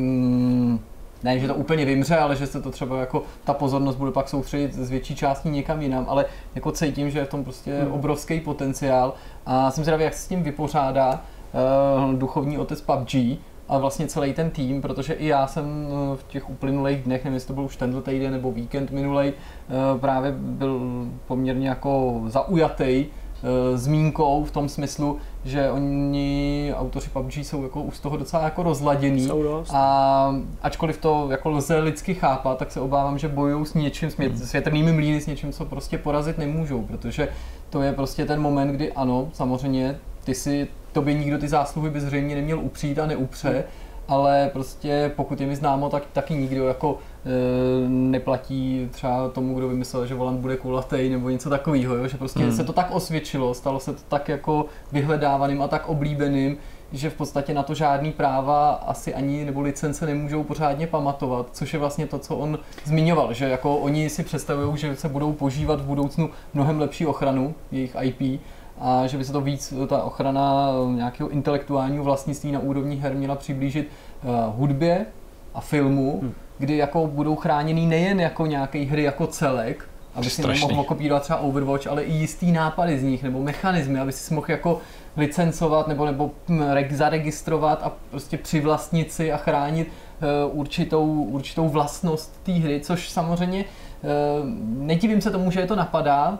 mm, ne, že to úplně vymře, ale že se to třeba jako ta pozornost bude pak soustředit z větší částí někam jinam, ale jako cítím, že je v tom prostě hmm. obrovský potenciál a jsem zvědavý, jak se s tím vypořádá uh, duchovní otec P U B G, a vlastně celý ten tým, protože i já jsem v těch uplynulých dnech, nevím, jestli to byl už tenhle týden nebo víkend minulej, právě byl poměrně jako zaujatý zmínkou v tom smyslu, že oni, autoři P U B G, jsou jako už z toho docela jako rozladěný a ačkoliv to jako lze lidsky chápat, tak se obávám, že bojují s něčím, s větrnými mlýny, s něčím, co prostě porazit nemůžou, protože to je prostě ten moment, kdy ano, samozřejmě ty si, tobě nikdo ty zásluhy by zřejmě neměl upřít a neupře, ale prostě pokud je mi známo, tak taky nikdo jako e, neplatí třeba tomu, kdo vymyslel, že volant bude kulatej nebo něco takového, že prostě hmm. se to tak osvědčilo, stalo se to tak jako vyhledávaným a tak oblíbeným, že v podstatě na to žádný práva asi ani nebo licence nemůžou pořádně pamatovat, což je vlastně to, co on zmiňoval, že jako oni si představují, že se budou požívat v budoucnu mnohem lepší ochranu jejich I P a že by se to víc, ta ochrana nějakého intelektuálního vlastnictví na úrovni her měla přiblížit uh, hudbě a filmu, hmm. kdy jako budou chráněný nejen jako nějaké hry jako celek, aby si nemohl kopírovat třeba Overwatch, ale i jistý nápady z nich nebo mechanismy, aby si mohl jako licencovat nebo, nebo zaregistrovat a prostě přivlastnit si a chránit uh, určitou, určitou vlastnost té hry, což samozřejmě uh, nedivím se tomu, že je to napadá,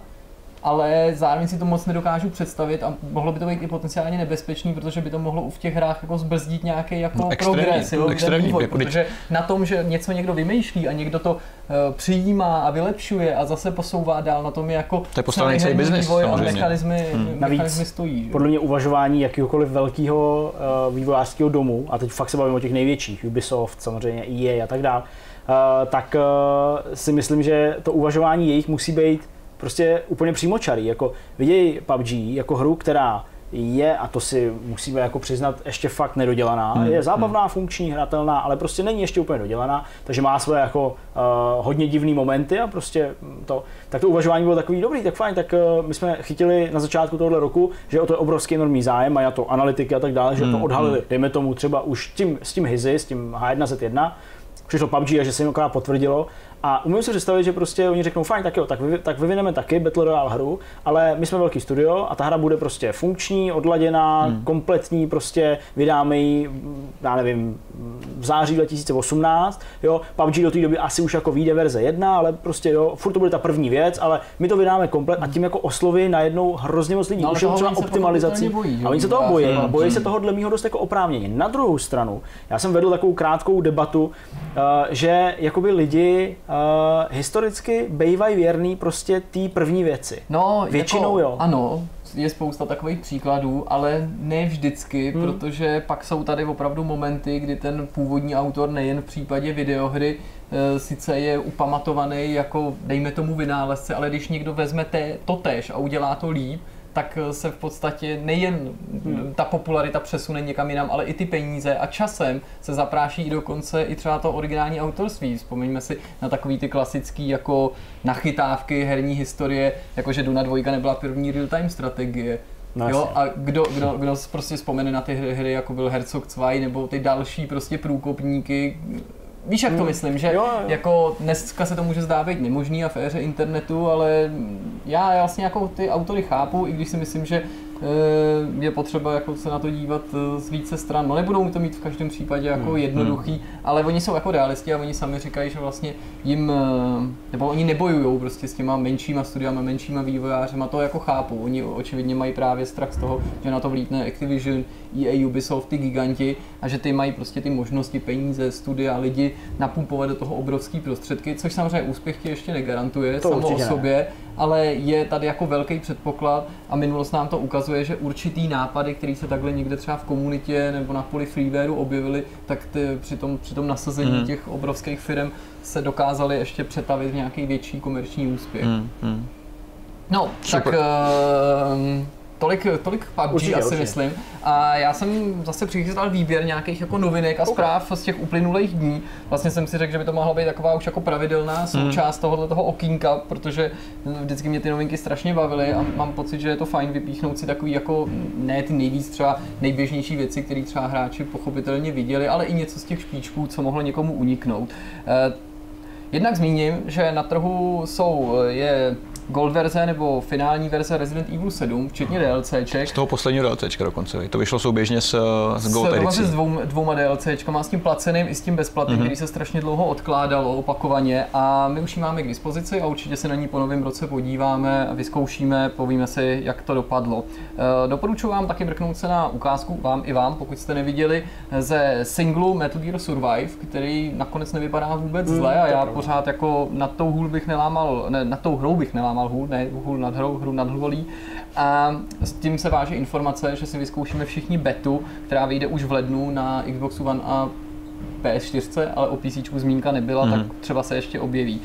ale zároveň si to moc nedokážu představit a mohlo by to být i potenciálně nebezpečný, protože by to mohlo v těch hrách jako zbrzdit nějaký jako no, progres, jo, ten vývoj, protože na tom, že něco někdo vymýšlí a někdo to uh, přijímá a vylepšuje a zase posouvá dál, na tom je jako to je postavený celý biznis, a mechanizmy, hmm. mechanizmy stojí. Že? Podle mě uvažování jakýhokoliv velkého uh, vývojářského domu, a teď fakt se bavím o těch největších, Ubisoft, samozřejmě E A a tak dále, uh, tak uh, si myslím, že to uvažování jejich musí být prostě úplně přímočarý, jako vidějí P U B G jako hru, která je, a to si musíme jako přiznat, ještě fakt nedodělaná, hmm. je zábavná, hmm. funkční, hratelná, ale prostě není ještě úplně dodělaná, takže má své jako uh, hodně divný momenty a prostě to, tak to uvažování bylo takový dobrý, tak fajn, tak uh, my jsme chytili na začátku tohoto roku, že o to je obrovský enormní zájem, mají na to analytiky a tak dále, že hmm. to odhalili, dejme tomu třeba už tím, s tím Hizy, s tím H jedna Z jedna, přišlo P U B G a že se jim akorát potvrdilo. A umím si představit, že prostě oni řeknou, fajn, tak jo, tak, vy, tak vyvineme taky Battle Royale hru, ale my jsme velký studio a ta hra bude prostě funkční, odladěná, hmm. kompletní, prostě vydáme ji, já nevím, v září dva tisíce osmnáct, jo, P U B G do té doby asi už jako vyjde verze jedna, ale prostě jo, furt to bude ta první věc, ale my to vydáme komplet a tím jako osloví najednou hrozně moc lidí, no, už je třeba optimalizací. Bojí, a oni se toho bojí a bojí se toho dle mýho dost jako oprávněně. Na druhou stranu, já jsem vedl takovou krátkou debatu, uh, že jakoby lidi Uh, historicky bývají věrný prostě té první věci. No, většinou jako, jo. Ano, je spousta takových příkladů, ale ne vždycky, hmm. protože pak jsou tady opravdu momenty, kdy ten původní autor nejen v případě videohry e, sice je upamatovaný jako, dejme tomu vynálezce, ale když někdo vezme té, to též a udělá to líp, tak se v podstatě nejen ta popularita přesune někam jinam, ale i ty peníze a časem se zapráší i dokonce i třeba to originální autorství. Vzpomeňme si na takový ty klasický jako nachytávky herní historie, jakože Duna dvojka nebyla první real-time strategie. No, jo, a kdo, kdo, kdo prostě vzpomene na ty hry, hry jako byl Herzog dva nebo ty další prostě průkopníky. Víš, jak to myslím, že jo, jo. jako dneska se to může zdát být nemožný a v éře internetu, ale já vlastně jako ty autory chápu, i když si myslím, že je potřeba jako se na to dívat z více stran. No nebudou to mít v každém případě jako hmm. jednoduchý, ale oni jsou jako realisti a oni sami říkají, že vlastně jim, nebo oni nebojujou prostě s těma menšíma studiama, menšíma vývojářema, to jako chápu. Oni očividně mají právě strach z toho, že na to vlítne Activision, E A, Ubisoft, ty giganti a že ty mají prostě ty možnosti, peníze, studia, lidi napumpovat do toho obrovský prostředky, což samozřejmě úspěch ti ještě negarantuje to samo o sobě, ne. ale je tady jako velký předpoklad a minulost nám to ukazuje, že určitý nápady, které se takhle někde třeba v komunitě nebo na poli freewareu objevily, tak ty při tom, při tom nasazení mm. těch obrovských firm se dokázaly ještě přetavit v nějaký větší komerční úspěch. Mm. Mm. No, super. tak uh, tolik, tolik P U B G určitě, asi určitě. myslím. A já jsem zase přichystal výběr nějakých jako novinek a zpráv z těch uplynulých dní. Vlastně jsem si řekl, že by to mohla být taková už jako pravidelná součást tohoto toho okýnka, protože vždycky mě ty novinky strašně bavily a mám pocit, že je to fajn vypíchnout si takový jako ne ty nejvíc třeba nejběžnější věci, které třeba hráči pochopitelně viděli, ale i něco z těch špičků, co mohlo někomu uniknout. Jednak zmíním, že na trhu jsou je Gold verze nebo finální verze Resident Evil sedm, včetně DLCček. Z toho posledního DLCčka dokonce, to vyšlo souběžně s, s Gold edicí. S dvou, dvouma DLCčkama, s tím placeným i s tím bezplatným, mm-hmm. který se strašně dlouho odkládalo opakovaně a my už ji máme k dispozici a určitě se na ní po novém roce podíváme a vyzkoušíme, povíme si, jak to dopadlo. E, doporučuji vám taky mrknout se na ukázku, vám i vám, pokud jste neviděli, ze singlu Metal Gear Survive, který nakonec nevypadá vůbec mm, zle a já pravda. pořád jako nad tou hůl bych nelámal, ne, nad tou hrou bych nelámal hůl, ne hůl nad hrou, hru nad hrvolí. A s tím se váže informace, že si vyzkoušíme všichni betu, která vyjde už v lednu na Xbox One a P S čtyři, ale o PCčku zmínka nebyla, mm. tak třeba se ještě objeví.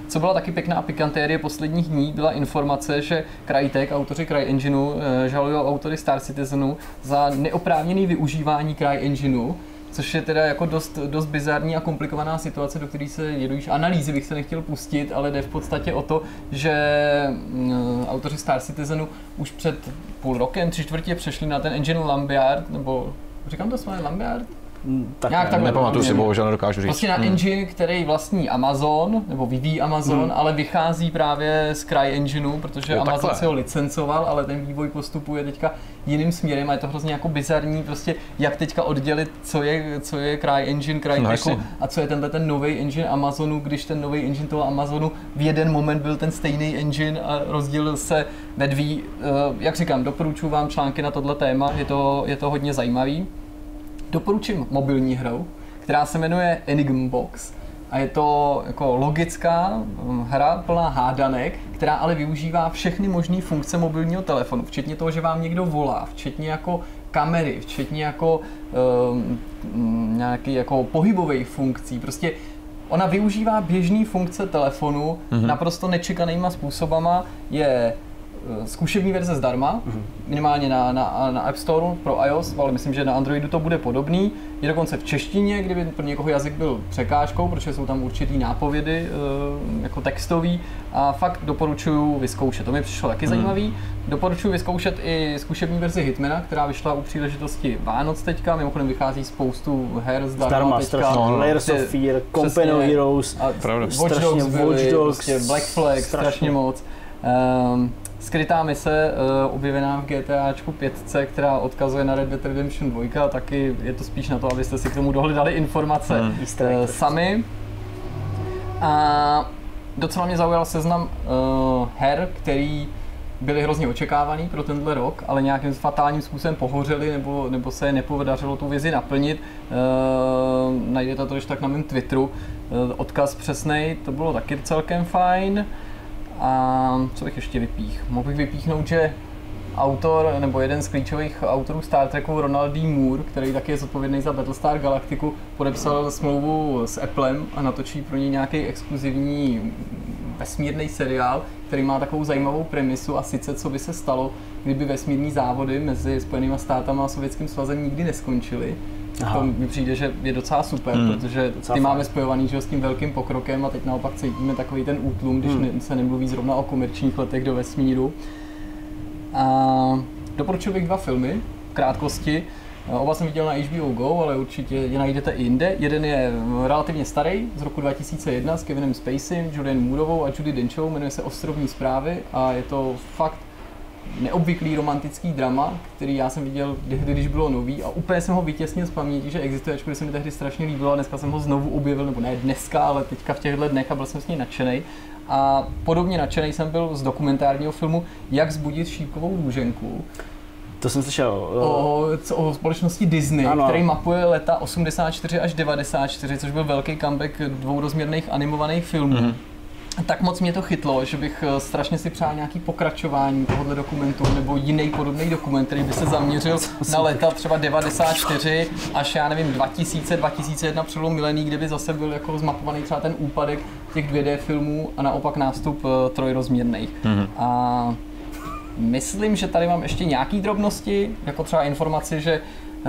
Co byla taky pěkná pikantérie posledních dní, byla informace, že Crytek, autoři CryEngineu, žalují autory Star Citizenu za neoprávněné využívání CryEngineu, což je teda jako dost, dost bizarní a komplikovaná situace, do které se jedujíš analýzy bych se nechtěl pustit, ale jde v podstatě o to, že uh, autoři Star Citizenu už před půl rokem, tři čtvrtě přešli na ten engine Lambert, nebo říkám to svoje Lambert? Tak nějak takhle nepamatuju si, bohužel nedokážu říct. Prostě na hmm. engine, který vlastní Amazon, nebo vyvíjí Amazon, hmm. ale vychází právě z CryEngineu, protože jo, Amazon si ho licencoval, ale ten vývoj postupuje teďka jiným směrem a je to hrozně jako bizarní, prostě jak teďka oddělit, co je, co je CryEngine, Cryteku no, a co je tenhle ten nový engine Amazonu, když ten nový engine toho Amazonu v jeden moment byl ten stejný engine a rozdělil se ve dví. Jak říkám, doporučuji vám články na tohle téma, je to, je to hodně zajímavý. Doporučím mobilní hru, která se jmenuje Enigma Box a je to jako logická hra plná hádanek, která ale využívá všechny možné funkce mobilního telefonu, včetně toho, že vám někdo volá, včetně jako kamery, včetně jako um, nějaký jako pohybových funkcí, prostě ona využívá běžné funkce telefonu mm-hmm. naprosto nečekanýma způsobama, je zkušební verze zdarma, minimálně na, na, na App Store pro iOS, ale myslím, že na Androidu to bude podobný. Je dokonce v češtině, kdyby pro někoho jazyk byl překážkou, protože jsou tam určitý nápovědy jako textový a fakt doporučuji vyzkoušet. To mi přišlo taky hmm. zajímavý. Doporučuji vyzkoušet i zkušební verzi Hitmana, která vyšla u příležitosti Vánoc teďka. Mimochodem vychází spoustu her zdarma teďka. No, Layers of Fear, Companion Heroes, Watch Dogs, Watch Dogs, Black Flag, strašně, strašně moc. Um, Skrytá mise uh, objevená v GTAčku pět, která odkazuje na Red Dead Redemption dva, taky je to spíš na to, abyste si k tomu dohledali informace hmm. uh, sami. A docela mě zaujal seznam uh, her, který byly hrozně očekávaný pro tenhle rok, ale nějakým fatálním způsobem pohořeli nebo, nebo se nepodařilo tu vizi naplnit. Uh, najdete to ještě tak na mém Twitteru. Uh, odkaz přesnej, to bylo taky celkem fajn. A co bych ještě vypích? Mohl bych vypíchnout, že autor, nebo jeden z klíčových autorů Star Treku, Ronald D. Moore, který taky je zodpovědný za Battlestar Galactiku, podepsal smlouvu s Applem a natočí pro něj nějaký exkluzivní vesmírný seriál, který má takovou zajímavou premisu a sice co by se stalo, kdyby vesmírní závody mezi Spojenými státama a Sovětským svazem nikdy neskončily. To mi přijde, že je docela super, hmm. protože docela ty fajn. Máme spojovaný že, s tím velkým pokrokem a teď naopak cítíme takový ten útlum, když hmm. ne, se nemluví zrovna o komerčních letech do vesmíru. A doporučil bych dva filmy, v krátkosti. Oba jsem viděl na H B O Go, ale určitě je najdete i jinde. Jeden je relativně starý, z roku dva tisíce jedna s Kevinem Spaceym, Julianne Mooreovou a Judi Denchovou, jmenuje se Ostrovní zprávy a je to fakt neobvyklý romantický drama, který já jsem viděl tehdy, když bylo nový a úplně jsem ho vytěsnil z paměti, že existuje, ačkoliv se mi tehdy strašně líbilo a dneska jsem ho znovu objevil, nebo ne dneska, ale teďka v těchto dnech a byl jsem s ní nadšenej. A podobně nadšenej jsem byl z dokumentárního filmu Jak zbudit šípkovou růženku. To jsem slyšel. O, o společnosti Disney, ano. který mapuje leta osmdesát čtyři až devadesát čtyři, což byl velký comeback dvourozměrných animovaných filmů. Mm-hmm. Tak moc mě to chytlo, že bych strašně si přál nějaký pokračování tohohle dokumentu nebo jiný podobný dokument, který by se zaměřil na léta třeba devadesát čtyři až já nevím dva tisíce, dva tisíce jedna přelom milénií, kde by zase byl jako zmapovaný třeba ten úpadek těch dvě dé filmů a naopak nástup trojrozměrných. Mm-hmm. A myslím, že tady mám ještě nějaký drobnosti, jako třeba informaci, že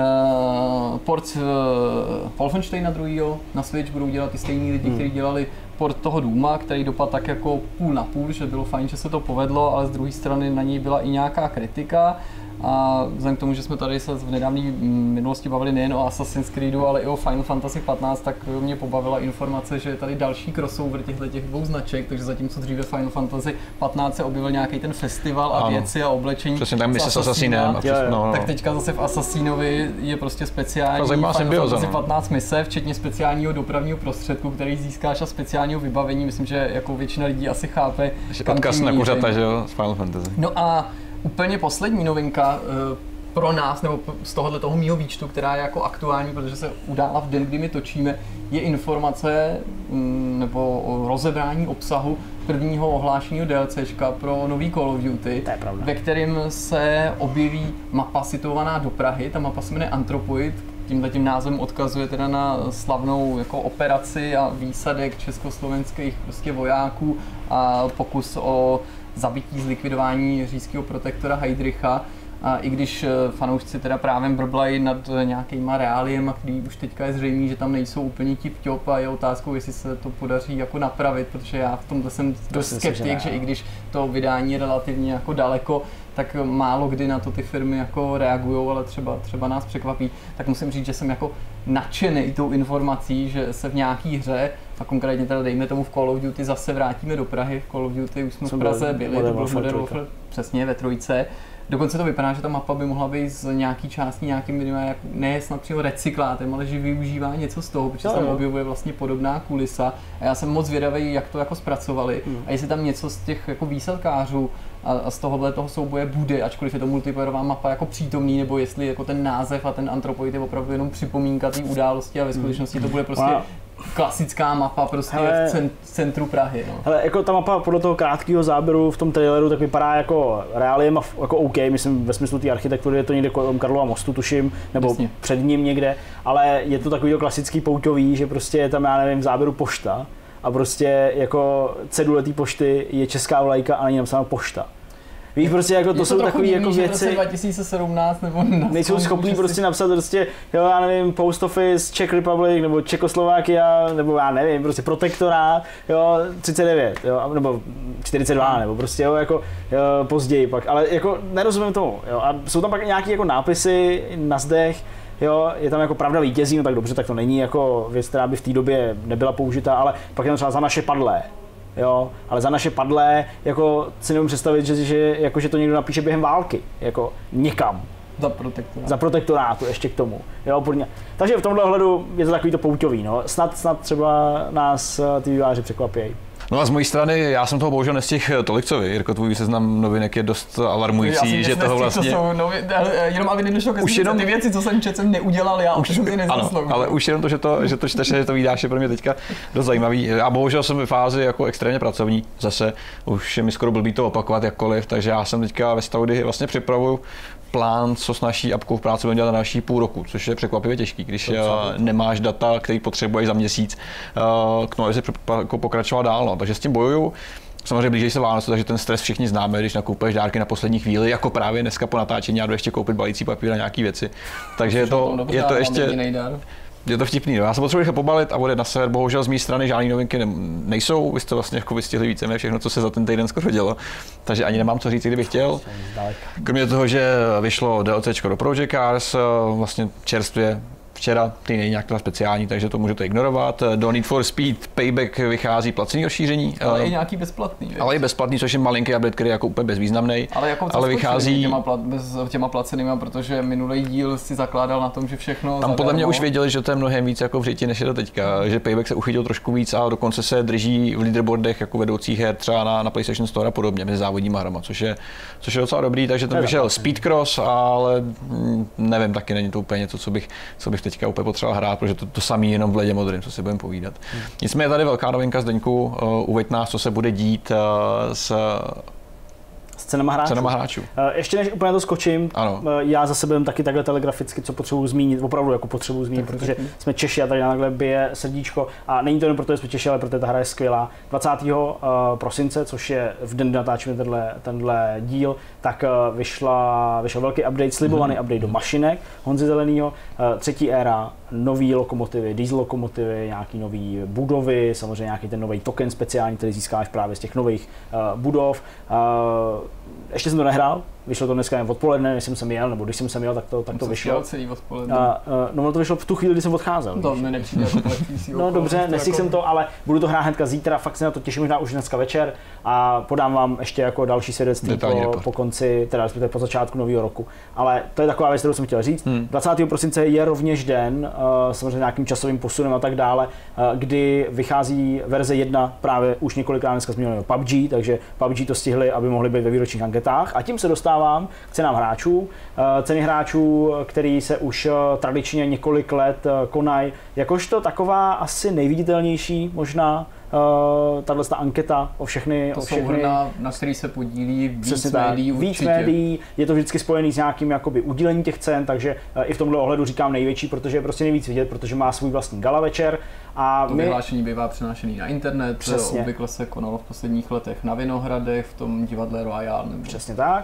Uh, port uh, Wolfensteina druhýho na Switch budou dělat ty stejní lidi, hmm. kteří dělali port toho Dooma, který dopadl tak jako půl na půl, že bylo fajn, že se to povedlo, ale z druhé strany na něj byla i nějaká kritika. A vzhledem k tomu, že jsme tady se v nedávné minulosti bavili nejen o Assassin's Creedu, ale i o Final Fantasy patnáct, tak mě pobavila informace, že je tady další crossover těchto těch dvou značek, takže zatímco dříve Final Fantasy patnáct se objevil nějaký ten festival a ano. věci a oblečení. Přesně tam mise s Assassinem. No, no. Tak teďka zase v Assassinovi je prostě speciální Final Fantasy patnáct mise, včetně speciálního dopravního prostředku, který získáš a speciálního vybavení. Myslím, že jako většina lidí asi chápe. Ještě odkaz na kuřata, že jo, z Final Fantasy. No a úplně poslední novinka uh, pro nás, nebo z tohohle toho mýho výčtu, která je jako aktuální, protože se udála v den, kdy my točíme, je informace um, nebo o rozebrání obsahu prvního ohlášeného DLCčka pro nový Call of Duty, ve kterém se objeví mapa situovaná do Prahy. Ta mapa se jmenuje Anthropoid, tímhletím názvem odkazuje teda na slavnou jako operaci a výsadek československých prostě vojáků a pokus o zabití, zlikvidování říšského protektora Heydricha. A i když fanoušci teda právě brblají nad nějakýma reáliema, který už teďka je zřejmý, že tam nejsou úplně tip-top a je otázkou, jestli se to podaří jako napravit, protože já v tomhle jsem dost skeptik, že i když to vydání je relativně jako daleko, tak málo kdy na to ty firmy jako reagujou, ale třeba, třeba nás překvapí, tak musím říct, že jsem jako nadšený tou informací, že se v nějaký hře, a konkrétně teda dejme tomu v Call of Duty zase vrátíme do Prahy, v Call of Duty už jsme v Praze byli, to byl Modern Warfare, přesně ve trojce. Dokonce to vypadá, že ta mapa by mohla být z nějaký části nějakým minimálně, ne snad přímo recyklátem, ale že využívá něco z toho, protože no, tam no. objevuje vlastně podobná kulisa a já jsem moc zvědavý, jak to jako zpracovali mm. a jestli tam něco z těch jako výsadkářů a, a z tohohle toho souboje bude, ačkoliv je to multiplayerová mapa jako přítomný, nebo jestli jako ten název a ten antropoid je opravdu jenom připomínka té události a ve skutečnosti to bude prostě wow. klasická mapa prostě hele, v centru Prahy. No. Hele, jako ta mapa podle toho krátkého záběru v tom traileru tak vypadá jako reáliem a jako OK, myslím ve smyslu té architektury je to někde kolem Karlova mostu, tuším, nebo Jasně. před ním někde, ale je to takový klasický pouťový, že prostě je tam, já nevím, v záběru pošta a prostě jako cedule té pošty je česká vlajka a není napsána pošta. Víš, prostě jako to, to jsou takové jako věci, dva tisíce sedmnáct nebo nejsou schopní prostě napsat prostě, jo, já nevím, Post Office, Czech Republic, nebo Čekoslovákia, nebo já nevím, prostě protektorát, jo, třicet devět, jo, nebo čtyřicet dva, nebo prostě, jo, jako jo, později pak, ale jako nerozumím tomu, jo, a jsou tam pak nějaký jako nápisy na zdech, jo, je tam jako pravda vítězí, no tak dobře, tak to není jako věc, která by v té době nebyla použitá, ale pak je tam třeba za naše padlé. Jo, ale za naše padlé, jako si nemůžu představit, že, že, jako, že to někdo napíše během války, jako někam. Za protektorátu. Za protektorátu ještě k tomu. Jo, podně. Takže v tomhle ohledu je to takový to pouťový, no. Snad, snad třeba nás ty vývojáři překvapějí. No a z mojí strany, já jsem toho bohužel nestihl tolik, co vy. Jirko, tvůj seznam novinek je dost alarmující, že toho vlastně... To novi... Jenom aby nedošlo ke jenom... ty věci, co jsem četl, jsem neudělal, já už si nezasloužil. Ano, ale už jenom to, že to, že to čteš, že to vydáš, je pro mě teďka dost zajímavý. A bohužel jsem ve fázi jako extrémně pracovní, zase už je mi skoro blbý to opakovat jakkoliv, takže já jsem teďka ve stavu, kdy vlastně připravuju plán, co s naší apkou v práci budeme dělat na další půl roku, což je překvapivě těžký, když uh, nemáš data, který potřebuješ za měsíc, uh, k tomu, aby si pokračoval dál. No. Takže s tím bojuju. Samozřejmě blíží se Vánoce, takže ten stres všichni známe, když nakupuješ dárky na poslední chvíli, jako právě dneska po natáčení já jdu ještě koupit balící papír a nějaký věci. Takže je to, je to ještě... Je to vtipný, no. Já jsem potřebuji pobalit a odjet na sever. Bohužel z mé strany žádné novinky ne, nejsou. Vy jste vlastně jako vystihli víceméně všechno, co se za ten týden skoro dělo. Takže ani nemám co říct, kdybych chtěl. Kromě toho, že vyšlo DLCčko do Project Cars, vlastně čerstvě včera, ty není nějak speciální, takže to můžete ignorovat. Do Need for Speed Payback vychází placený rozšíření. Ale i nějaký bezplatný. Věc. Ale i bezplatný, což je malinký update, který je jako úplně bezvýznamný. Ale jako ale vychází těma, plat, bez, těma placenýma, protože minulý díl si zakládal na tom, že všechno tam podle mě už věděli, že to je mnohem víc jako v řiti, než je to teďka. Že Payback se uchytil trošku víc a dokonce se drží v leaderboardech jako vedoucích her třeba na, na PlayStation Store a podobně mezi závodníma hrama, což je, což je docela dobrý. Takže tam vyšel Speedcross, ale nevím, taky není to úplně něco, co bych, co bych teďka úplně potřeboval hrát, protože to, to samý jenom v ledě modrým, co si budeme povídat. Hmm. Nicméně tady velká novinka, Zdeňku, uh, uveď nás, co se bude dít uh, s s cenama hráčů. cenama hráčů. Ještě než úplně to skočím, ano. Já za sebe taky takhle telegraficky, co potřebuji zmínit, opravdu jako potřebuji zmínit, tak, protože tak. jsme Češi a tady takhle bije srdíčko a není to jen proto, že jsme Češi, ale protože ta hra je skvělá. dvacátého prosince, což je v den, kdy natáčíme tenhle, tenhle díl, tak vyšla, vyšel velký update, slibovaný hmm. update do mašinek Honzy Zelenýho, třetí éra, nový lokomotivy, diesel lokomotivy, nějaký nový budovy, samozřejmě nějaký ten nový token speciální, který získáš právě z těch nových uh, budov. Uh, ještě jsem to nehrál, vyšlo to dneska odpoledne, než jsem sem jel, nebo když jsem sem jel, tak to, tak to vyšlo. Celý odpoledne. Uh, uh, no to vyšlo v tu chvíli, kdy jsem odcházel. To mi nepřijde jako pletící. No dobře, nestihl jsem to, ale budu to hrát hnedka zítra, fakt se na to těším, možná už dneska večer a podám vám ještě jako další svědectví po, po konci, teda po začátku nového roku. Ale to je taková věc, kterou jsem chtěl říct. Hmm. dvacátého prosince je rovněž den, uh, samozřejmě nějakým časovým posunem a tak dále, uh, kdy vychází verze jedna právě už několikrát dneska zmíněného P U B G, takže P U B G to stihli, aby mohli být ve výročních anketách a tím se dostávám k cenám hráčů. Uh, ceny hráčů, který se už uh, tradičně několik let uh, konají, jakožto taková asi nejviditelnější možná uh, tahle anketa o všechny... To o všechny, jsou na, na který se podílí víc tak, médií určitě. Víc médií, je to vždycky spojený s nějakým jakoby udílením těch cen, takže uh, i v tomhle ohledu říkám největší, protože je prostě nejvíc vidět, protože má svůj vlastní gala večer. A to my... vyhlášení bývá přenášený na internet, přesně. Obvykle se konalo v posledních letech na Vinohradech, v tom divadle Royal. Nebo... Přesně tak.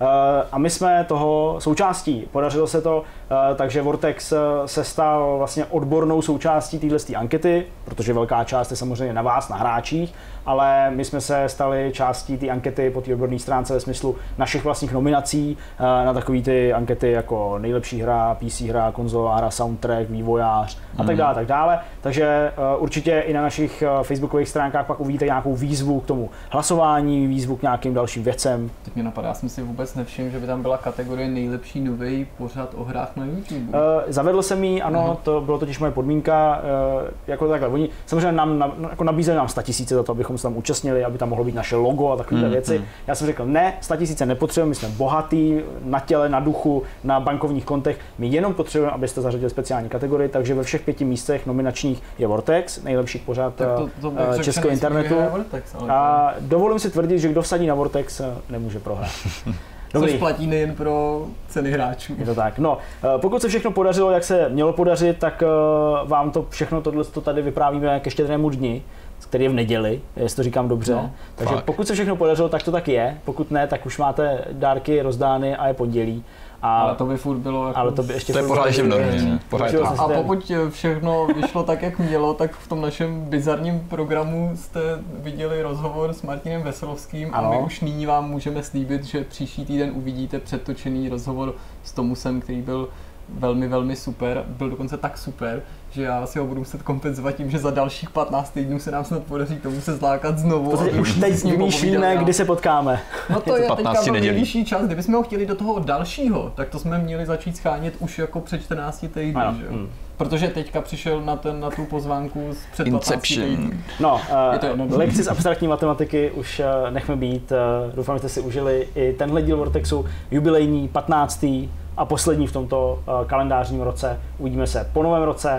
A my jsme toho součástí. Podařilo se to, takže Vortex se stal vlastně odbornou součástí téhle ankety, protože velká část je samozřejmě na vás, na hráčích, ale my jsme se stali částí té ankety po té odborné stránce ve smyslu našich vlastních nominací na takové ty ankety jako nejlepší hra, P C hra, konzolová hra, soundtrack, vývojář a tak dále, tak dále. Takže určitě i na našich facebookových stránkách pak uvidíte nějakou výzvu k tomu hlasování, výzvu k nějakým dalším věcem. Teď mě napadá, já jsem si vůbec nevšiml, že by tam byla kategorie nejlepší nový pořad o hrách na YouTube. Uh, zavedl jsem ji, ano, uh-huh. To bylo totiž moje podmínka, uh, jako takhle. Oni samozřejmě nám na, jako nabízeli nám sto tisíce za to, abychom se tam účastnili, aby tam mohlo být naše logo a takové mm, věci. Mm. Já jsem řekl, ne, sto tisíce nepotřebujeme, my jsme bohatý na těle, na duchu, na bankovních kontech, my jenom potřebujeme, abyste zařadili speciální kategorii, takže ve všech pěti místech nominačních je Vortex, nejlepší pořad to, to uh, českého internetu. Vortex, a dovolím si tvrdit, že kdo vsadí na Vortex, nemůže prohrát. Dobrý. Což platí nejen pro ceny hráčů. Je to tak. No, pokud se všechno podařilo, jak se mělo podařit, tak vám to všechno tohle to tady vyprávíme ke Štědrému dni, který je v neděli, jestli to říkám dobře. No, takže fakt. Pokud se všechno podařilo, tak to tak je. Pokud ne, tak už máte dárky rozdány a je pondělí. A, ale to by furt bylo jako... Ale to by ještě to je pořád ještě v normě. A, a pokud všechno vyšlo tak, jak mělo, tak v tom našem bizarním programu jste viděli rozhovor s Martinem Veselovským ano. A my už nyní vám můžeme slíbit, že příští týden uvidíte předtočený rozhovor s Tomusem, který byl velmi, velmi super. Byl dokonce tak super, že já si ho budu muset kompenzovat tím, že za dalších patnáct týdnů se nám snad podaří tomu se zlákat znovu. To už teď vymýšlíme, kdy se potkáme. No to je teďka byl nejvyšší čas. Kdybychom ho chtěli do toho dalšího, tak to jsme měli začít schánět už jako před čtrnácti týdny, že jo? Hmm. Protože teďka přišel na, ten, na tu pozvánku z před patnácti týdny. No, uh, lekci z abstraktní matematiky už uh, nechme být. Uh, doufám, že jste si užili i tenhle díl Vortexu, jubilejní patnáctý a poslední v tomto uh, kalendářním roce. Uvidíme se po novém roce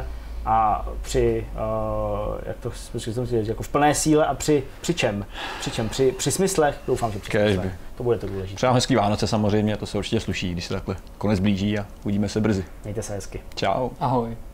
a při, uh, jak to říct, jako v plné síle a při, při čem? Při čem? Při, při smyslech? Doufám, že při smyslech. To bude to důležité. Třeba hezký Vánoce samozřejmě, to se určitě sluší, když se takhle konec blíží a uvidíme se brzy. Mějte se hezky. Čau. Ahoj.